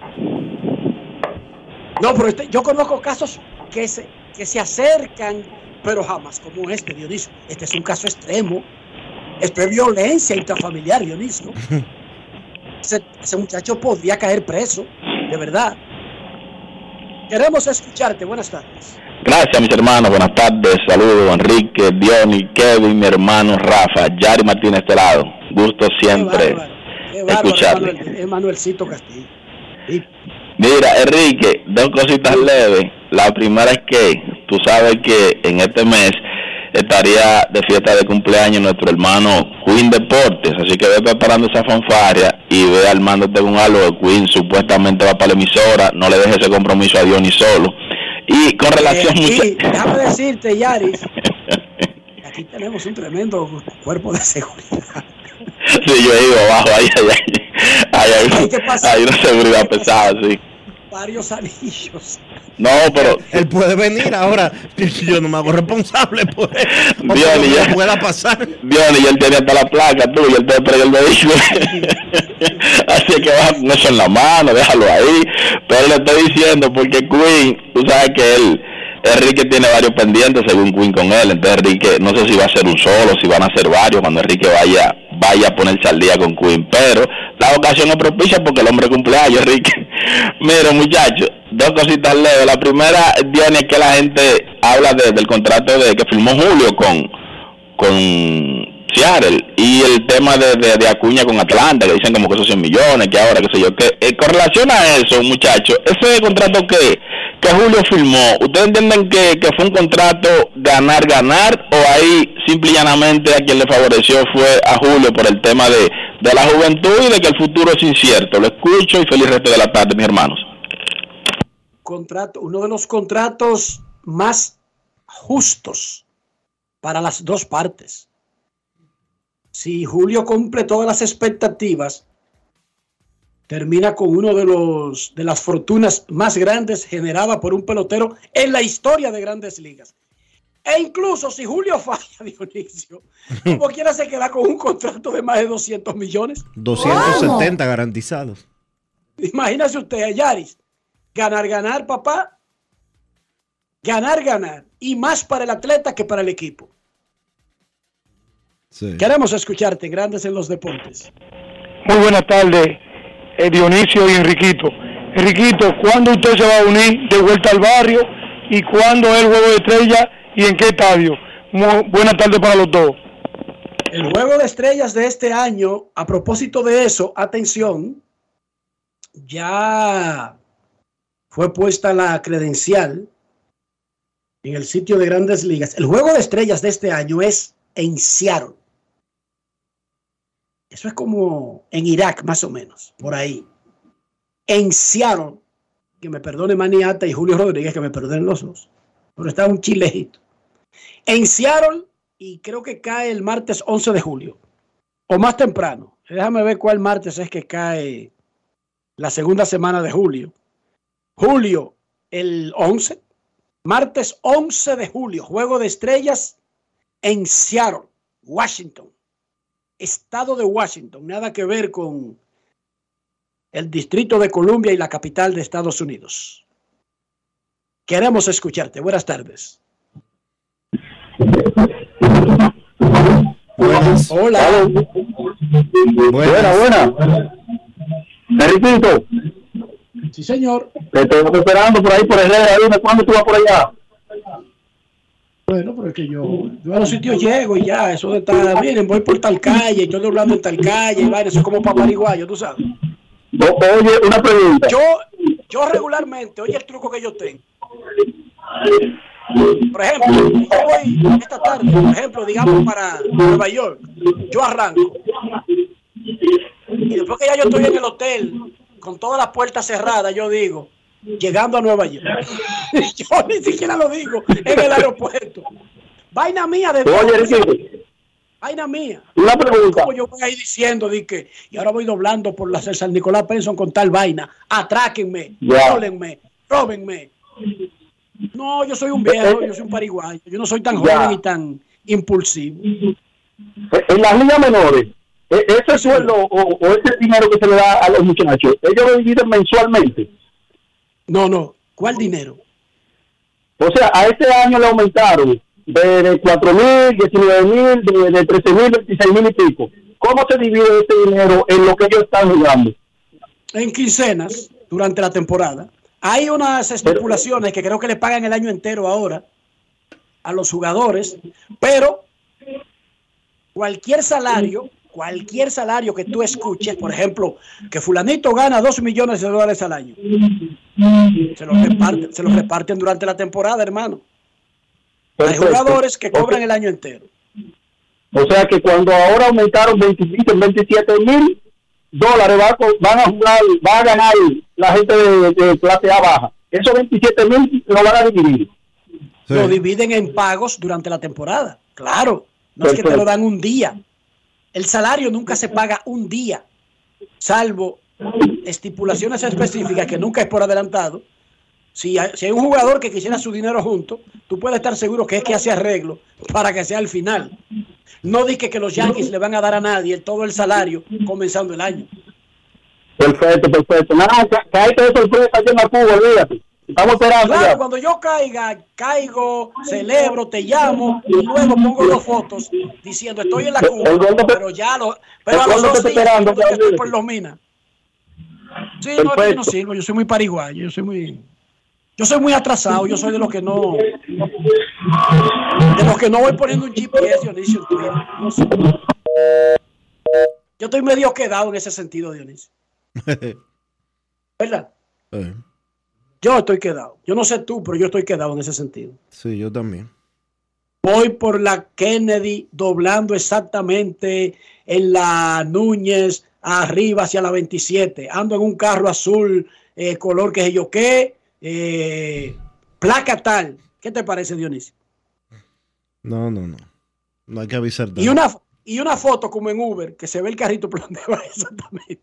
No, pero este, yo conozco casos que se, que se acercan, pero jamás como este, Dionisio. Este es un caso extremo. Esto es violencia intrafamiliar, Dionisio. Ese, ese muchacho podría caer preso, de verdad. Queremos escucharte. Buenas tardes. Gracias, mis hermanos. Buenas tardes. Saludos, Enrique, Diony, Kevin, mi hermano Rafa, Yari Martínez de este lado. Gusto siempre qué bárbaro, qué bárbaro, escucharle. Emanuel, Emanuelcito Castillo. Sí. Mira, Enrique, dos cositas leves. La primera es que tú sabes que en este mes estaría de fiesta de cumpleaños nuestro hermano Queen Deportes, así que ve preparando esa fanfarria y ve armándote un algo de Queen, supuestamente va para la emisora, no le dejes ese compromiso a Diony solo. Y con relación... Eh, mucha... y déjame decirte, Yaris, aquí tenemos un tremendo cuerpo de seguridad. Sí, yo he ido abajo, ahí, ahí, ahí, ahí, hay, hay una seguridad pesada, sí. Varios anillos. No, pero... Él puede venir ahora, yo no me hago responsable por él. Dios, ya no pueda pasar. Dios, y él tiene hasta la placa, tú, y él te prega el vehículo. Así que va con eso en la mano, déjalo ahí. Pero le estoy diciendo, porque Queen, tú sabes que él... Enrique tiene varios pendientes según Queen con él, entonces Enrique no sé si va a ser un solo, si van a ser varios cuando Enrique vaya vaya a ponerse al día con Queen, pero la ocasión es propicia porque el hombre cumpleaños, Enrique. Mire, muchachos, dos cositas leves. La primera, Diony, es que la gente habla de, del contrato de que firmó Julio con con Seattle y el tema de, de, de Acuña con Atlanta, que dicen como que esos cien millones, que ahora, qué sé yo, que eh, con relación a eso, muchachos, ese contrato que que Julio firmó, ¿ustedes entienden que, que fue un contrato ganar-ganar o ahí simple y llanamente a quien le favoreció fue a Julio por el tema de, de la juventud y de que el futuro es incierto? Lo escucho y feliz resto de la tarde, mis hermanos. Contrato, uno de los contratos más justos para las dos partes. Si Julio cumple todas las expectativas, termina con uno de los de las fortunas más grandes generadas por un pelotero en la historia de Grandes Ligas. E incluso si Julio falla, Dionisio, como quiera se queda con un contrato de más de doscientos millones. doscientos setenta ¡wow! Garantizados. Imagínese usted, Yaris, ganar, ganar, papá. Ganar, ganar. Y más para el atleta que para el equipo. Sí. Queremos escucharte, Grandes en los Deportes. Muy buenas tardes. Eh, Dionisio y Enriquito. Enriquito, ¿cuándo usted se va a unir de vuelta al barrio? ¿Y cuándo es el Juego de Estrellas? ¿Y en qué estadio? Muy buenas tardes para los dos. El Juego de Estrellas de este año, a propósito de eso, atención, ya fue puesta la credencial en el sitio de Grandes Ligas. El Juego de Estrellas de este año es en Seattle. Eso es como en Irak, más o menos, por ahí. En Seattle, que me perdone Maniata y Julio Rodríguez, que me perdonen los dos, pero está un chilejito. En Seattle, y creo que cae el martes once de julio, o más temprano. Déjame ver cuál martes es que cae la segunda semana de julio. Julio, el once, martes once de julio, Juego de Estrellas en Seattle, Washington. Estado de Washington, nada que ver con el Distrito de Columbia y la capital de Estados Unidos. Queremos escucharte. Buenas tardes. Buenas. Hola. Buena, buena. Enriquito. Sí, señor. Te estoy esperando por ahí, por el día. ¿Cuándo tú vas por allá? Bueno, pero es que yo, yo a los sitios llego y ya, eso de estar, miren, voy por tal calle, estoy doblando en tal calle, y vaya, eso es como para pariguayo, tú sabes. Oye, una pregunta. Yo, yo regularmente, oye el truco que yo tengo. Por ejemplo, yo voy esta tarde, por ejemplo, digamos para Nueva York, yo arranco. Y después que ya yo estoy en el hotel, con todas las puertas cerradas, yo digo, llegando a Nueva York. Yo ni siquiera lo digo en el aeropuerto. Vaina mía de todo. Oye, Vaina mía. Una pregunta. Como yo voy ahí diciendo, di que, y ahora voy doblando por la San Nicolás Penson con tal vaina. Atráquenme, rólenme, róbenme. No, yo soy un viejo, yo soy un pariguayo. Yo no soy tan joven yeah. y tan impulsivo. En las ligas menores, ese sueldo o, o ese dinero que se le da a los muchachos, ellos lo dividen mensualmente. No, no. ¿Cuál dinero? O sea, a este año le aumentaron de, de cuatro mil, diecinueve mil, de, de trece mil, veintiséis mil y pico. ¿Cómo se divide ese dinero en lo que ellos están jugando? En quincenas, durante la temporada. Hay unas estipulaciones que creo que le pagan el año entero ahora a los jugadores, pero cualquier salario, cualquier salario que tú escuches, por ejemplo, que fulanito gana dos millones de dólares al año, se los reparten, se los reparten durante la temporada, hermano. Hay jugadores que cobran okay. el año entero. O sea que cuando ahora aumentaron veintisiete, veintisiete mil dólares van a jugar, va a ganar la gente de, de clase A baja. Esos veintisiete mil lo van a dividir. Sí. Lo dividen en pagos durante la temporada. Claro, no Perfecto. Es que te lo dan un día. El salario nunca se paga un día, salvo estipulaciones específicas que nunca es por adelantado. Si hay, si hay un jugador que quisiera su dinero junto, tú puedes estar seguro que es que hace arreglo para que sea al final. No dije que los Yankees le van a dar a nadie todo el salario comenzando el año. Perfecto, perfecto. Nada, caíste de sorpresa allí en la Cuba, olvídate. Estamos esperando. Claro, ya. Cuando yo caiga, caigo, celebro, te llamo y luego pongo dos fotos diciendo estoy en la Cuba, el, el, pero ya lo, pero a los dos días yo estoy por los minas. Sí, no, yo no sirvo, yo soy muy pariguayo, yo soy muy, yo soy muy atrasado, yo soy de los que no, de los que no voy poniendo un G P S, Dionisio, en Twitter. No sé. Yo estoy medio quedado en ese sentido, Dionisio. ¿Verdad? Eh. Yo estoy quedado. Yo no sé tú, pero yo estoy quedado en ese sentido. Sí, yo también. Voy por la Kennedy doblando exactamente en la Núñez arriba hacia la veintisiete. Ando en un carro azul, eh, color que sé yo qué, eh, placa tal. ¿Qué te parece, Dionisio? No, no, no. No hay que avisar. Y una, y una foto como en Uber, que se ve el carrito por donde va exactamente.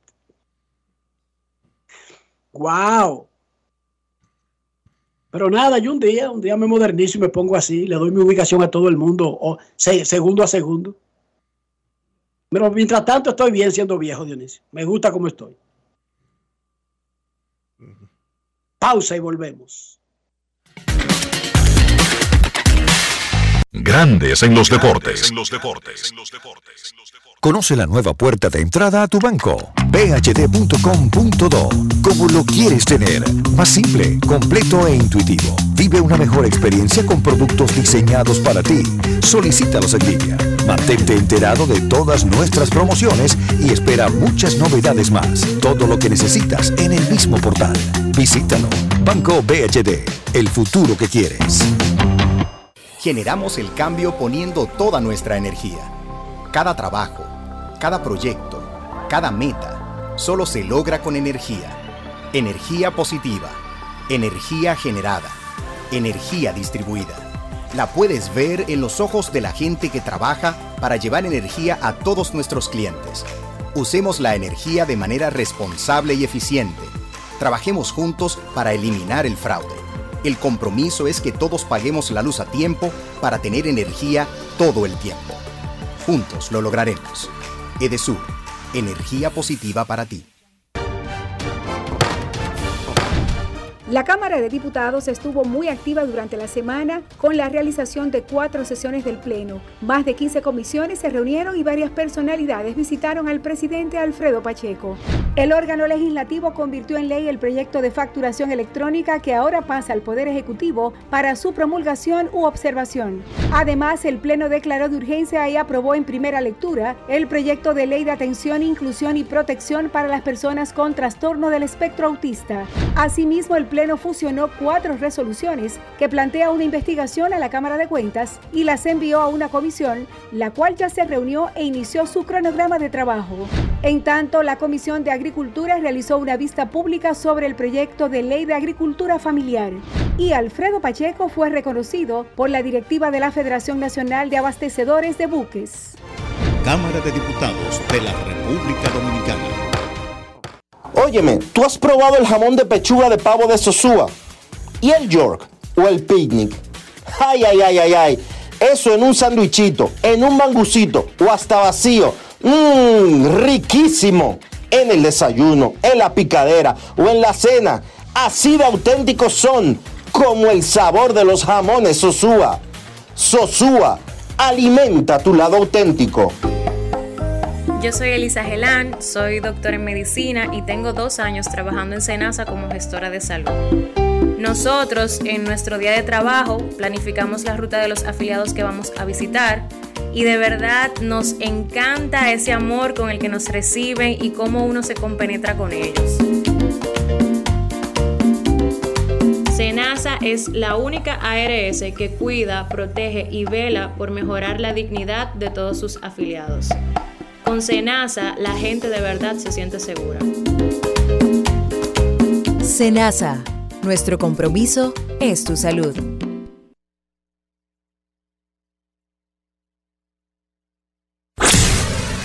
¡Wow! Pero nada, yo un día, un día me modernizo y me pongo así, le doy mi ubicación a todo el mundo, o se, segundo a segundo. Pero mientras tanto estoy bien siendo viejo, Dionisio. Me gusta como estoy. Pausa y volvemos. Grandes en los deportes. En los deportes. Conoce la nueva puerta de entrada a tu banco. b h d punto com punto do. Como lo quieres tener. Más simple, completo e intuitivo. Vive una mejor experiencia con productos diseñados para ti. Solicítalos en línea. Mantente enterado de todas nuestras promociones y espera muchas novedades más. Todo lo que necesitas en el mismo portal. Visítalo. Banco B H D. El futuro que quieres. Generamos el cambio poniendo toda nuestra energía. Cada trabajo, cada proyecto, cada meta, solo se logra con energía. Energía positiva, energía generada, energía distribuida. La puedes ver en los ojos de la gente que trabaja para llevar energía a todos nuestros clientes. Usemos la energía de manera responsable y eficiente. Trabajemos juntos para eliminar el fraude. El compromiso es que todos paguemos la luz a tiempo para tener energía todo el tiempo. Juntos lo lograremos. Edesur, energía positiva para ti. La Cámara de Diputados estuvo muy activa durante la semana con la realización de cuatro sesiones del Pleno. Más de quince comisiones se reunieron y varias personalidades visitaron al presidente Alfredo Pacheco. El órgano legislativo convirtió en ley el proyecto de facturación electrónica que ahora pasa al Poder Ejecutivo para su promulgación u observación. Además, el Pleno declaró de urgencia y aprobó en primera lectura el proyecto de ley de atención, inclusión y protección para las personas con trastorno del espectro autista. Asimismo, el Pleno fusionó cuatro resoluciones que plantea una investigación a la Cámara de Cuentas y las envió a una comisión, la cual ya se reunió e inició su cronograma de trabajo. En tanto, la Comisión de Agricultura realizó una vista pública sobre el proyecto de ley de agricultura familiar. Y Alfredo Pacheco fue reconocido por la directiva de la Federación Nacional de Abastecedores de Buques. Cámara de Diputados de la República Dominicana. Óyeme, ¿tú has probado el jamón de pechuga de pavo de Sosúa? ¿Y el York? ¿O el picnic? Ay, ay, ay, ay, ay. Eso en un sandwichito, en un mangucito o hasta vacío. Mmm, riquísimo. En el desayuno, en la picadera o en la cena. Así de auténticos son, como el sabor de los jamones Sosúa. Sosúa, alimenta tu lado auténtico. Yo soy Elisa Gelán, soy doctora en medicina y tengo dos años trabajando en SENASA como gestora de salud. Nosotros, en nuestro día de trabajo, planificamos la ruta de los afiliados que vamos a visitar y de verdad nos encanta ese amor con el que nos reciben y cómo uno se compenetra con ellos. SENASA es la única A R S que cuida, protege y vela por mejorar la dignidad de todos sus afiliados. Con SENASA, la gente de verdad se siente segura. SENASA, nuestro compromiso es tu salud.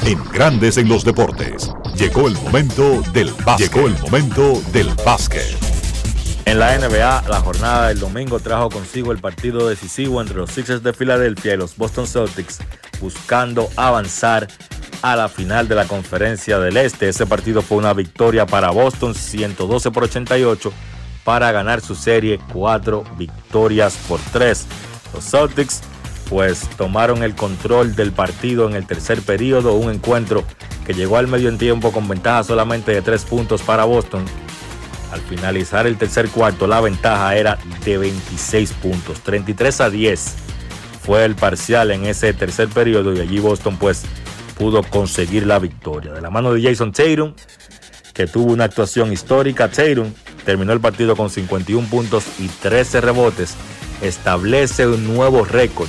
en Grandes en los Deportes. Llegó el momento del básquet. Llegó el momento del básquet. En la N B A, la jornada del domingo trajo consigo el partido decisivo entre los Sixers de Filadelfia y los Boston Celtics, buscando avanzar a la final de la Conferencia del Este. Ese partido fue una victoria para Boston, ciento doce por ochenta y ocho, para ganar su serie cuatro victorias por tres. Los Celtics pues tomaron el control del partido en el tercer periodo, un encuentro que llegó al medio tiempo con ventaja solamente de tres puntos para Boston. Al finalizar el tercer cuarto, la ventaja era de veintiséis puntos, treinta y tres a diez fue el parcial en ese tercer periodo, y allí Boston pues pudo conseguir la victoria. De la mano de Jason Tatum, que tuvo una actuación histórica, Tatum terminó el partido con cincuenta y uno puntos y trece rebotes, establece un nuevo récord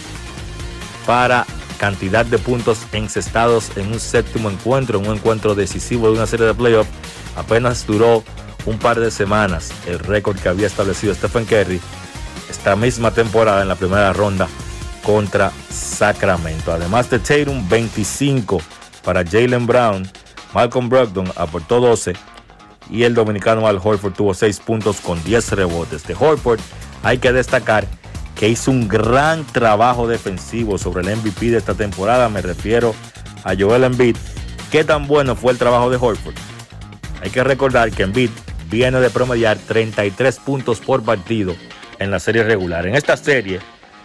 para cantidad de puntos encestados en un séptimo encuentro, en un encuentro decisivo de una serie de playoffs. Apenas duró un par de semanas el récord que había establecido Stephen Curry esta misma temporada en la primera ronda contra Sacramento. Además de Tatum, veinticinco para Jaylen Brown. Malcolm Brogdon aportó doce y el dominicano Al Horford tuvo seis puntos con diez rebotes. De Horford hay que destacar que hizo un gran trabajo defensivo sobre el M V P de esta temporada. Me refiero a Joel Embiid. ¿Qué tan bueno fue el trabajo de Horford? Hay que recordar que Embiid viene de promediar treinta y tres puntos por partido en la serie regular. En esta serie,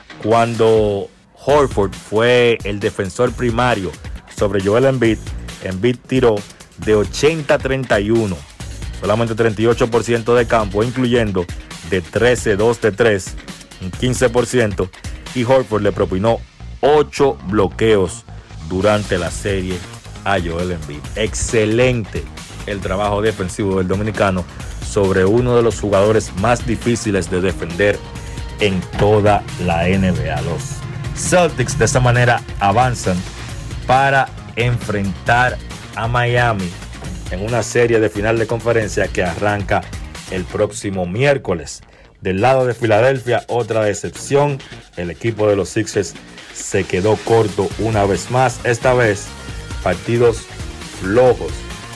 cuando Horford fue el defensor primario sobre Joel Embiid, Embiid tiró de ochenta a treinta y uno, solamente treinta y ocho por ciento de campo, incluyendo de trece, dos de tres, un quince por ciento, y Horford le propinó ocho bloqueos durante la serie a Joel Embiid. Excelente el trabajo defensivo del dominicano sobre uno de los jugadores más difíciles de defender en toda la N B A. Los Celtics de esta manera avanzan para enfrentar a Miami en una serie de final de conferencia que arranca el próximo miércoles. Del lado de Filadelfia, otra decepción. El equipo de los Sixers se quedó corto una vez más. Esta vez, partidos flojos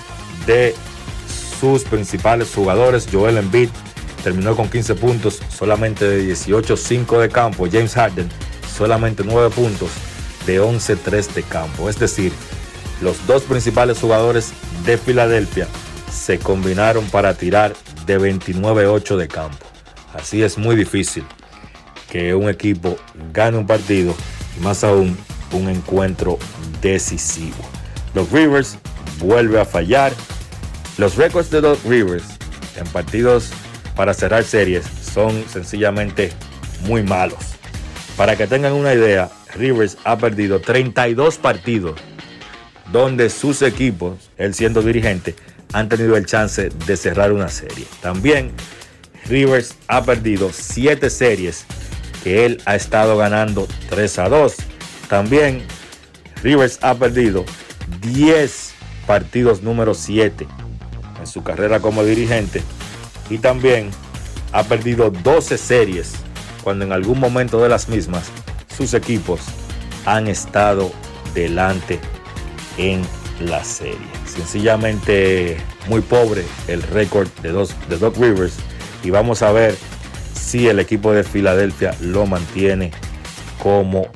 de sus principales jugadores. Joel Embiid terminó con quince puntos, solamente de dieciocho cinco de campo. James Harden, solamente nueve puntos, de once tres de campo. Es decir, los dos principales jugadores de Filadelfia se combinaron para tirar de veintinueve ocho de campo. Así es muy difícil que un equipo gane un partido, y más aún un encuentro decisivo. Doc Rivers vuelve a fallar. Los récords de Doc Rivers en partidos para cerrar series son sencillamente muy malos. Para que tengan una idea, Rivers ha perdido treinta y dos partidos donde sus equipos, él siendo dirigente, han tenido el chance de cerrar una serie. También Rivers ha perdido siete series que él ha estado ganando tres a dos. También Rivers ha perdido diez partidos número siete en su carrera como dirigente, y también ha perdido doce series cuando en algún momento de las mismas sus equipos han estado delante en la serie. Sencillamente muy pobre el récord de, dos, de Doc Rivers, y vamos a ver si el equipo de Filadelfia lo mantiene como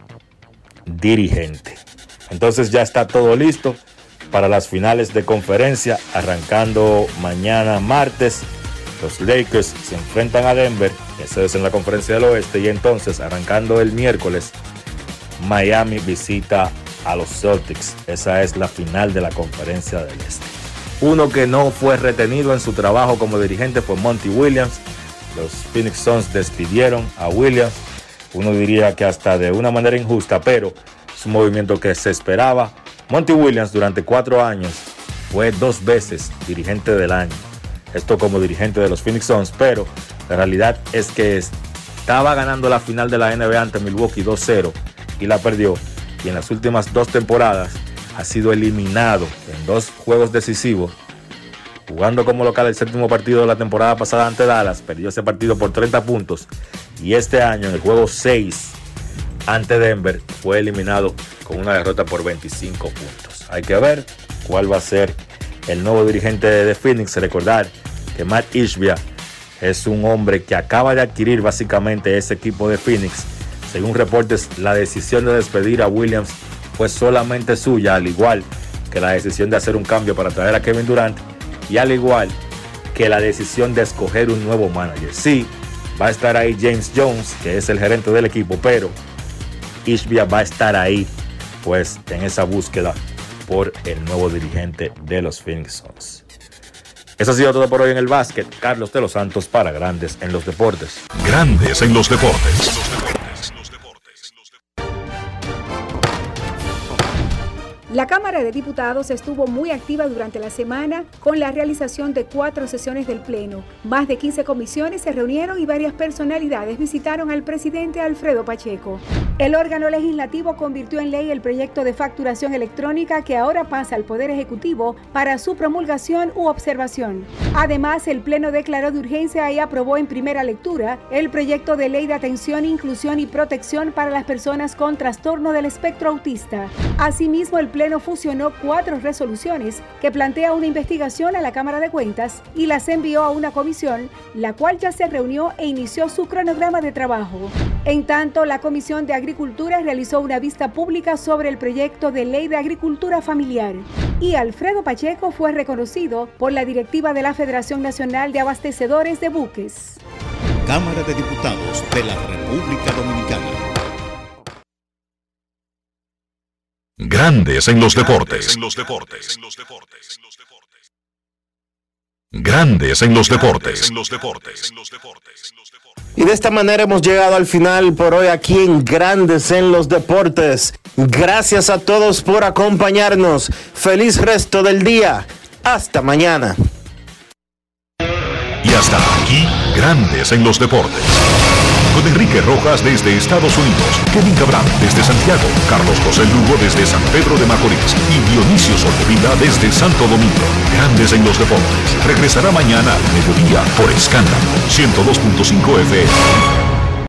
dirigente. Entonces ya está todo listo para las finales de conferencia, arrancando mañana martes. Los Lakers se enfrentan a Denver, eso es en la conferencia del oeste, y entonces arrancando el miércoles, Miami visita a los Celtics. Esa es la final de la conferencia del este. Uno que no fue retenido en su trabajo como dirigente fue Monty Williams. Los Phoenix Suns despidieron a Williams, uno diría que hasta de una manera injusta, pero es un movimiento que se esperaba. Monty Williams durante cuatro años fue dos veces dirigente del año, esto como dirigente de los Phoenix Suns, pero la realidad es que estaba ganando la final de la N B A ante Milwaukee dos cero y la perdió, y en las últimas dos temporadas ha sido eliminado en dos juegos decisivos, jugando como local el séptimo partido de la temporada pasada ante Dallas, perdió ese partido por treinta puntos, y este año en el juego seis ante Denver fue eliminado con una derrota por veinticinco puntos. hay que ver cuál va a ser el nuevo dirigente de Phoenix. Recordar que Matt Ishbia es un hombre que acaba de adquirir básicamente ese equipo de Phoenix. Según reportes, la decisión de despedir a Williams fue solamente suya, al igual que la decisión de hacer un cambio para traer a Kevin Durant y al igual que la decisión de escoger un nuevo manager. Sí, va a estar ahí James Jones, que es el gerente del equipo, pero Ishbia va a estar ahí, pues, en esa búsqueda por el nuevo dirigente de los Phoenix Suns. Eso ha sido todo por hoy en el básquet. Carlos de los Santos para Grandes en los Deportes. Grandes en los Deportes. La Cámara de Diputados estuvo muy activa durante la semana con la realización de cuatro sesiones del Pleno. Más de quince comisiones se reunieron y varias personalidades visitaron al presidente Alfredo Pacheco. El órgano legislativo convirtió en ley el proyecto de facturación electrónica que ahora pasa al Poder Ejecutivo para su promulgación u observación. Además, el Pleno declaró de urgencia y aprobó en primera lectura el proyecto de ley de atención, inclusión y protección para las personas con trastorno del espectro autista. Asimismo, el Pleno fusionó cuatro resoluciones que plantea una investigación a la Cámara de Cuentas y las envió a una comisión, la cual ya se reunió e inició su cronograma de trabajo. En tanto, la Comisión de Agricultura realizó una vista pública sobre el proyecto de ley de agricultura familiar. Y Alfredo Pacheco fue reconocido por la directiva de la Federación Nacional de Abastecedores de Buques. Cámara de Diputados de la República Dominicana. Grandes en los deportes. Grandes en los deportes. Y de esta manera hemos llegado al final por hoy aquí en Grandes en los Deportes. Gracias a todos por acompañarnos. Feliz resto del día. Hasta mañana. Y hasta aquí, Grandes en los Deportes. Con Enrique Rojas desde Estados Unidos, Kevin Cabral desde Santiago, Carlos José Lugo desde San Pedro de Macorís y Dionisio Solterida desde Santo Domingo. Grandes en los Deportes. Regresará mañana al mediodía por Escándalo ciento dos punto cinco F M.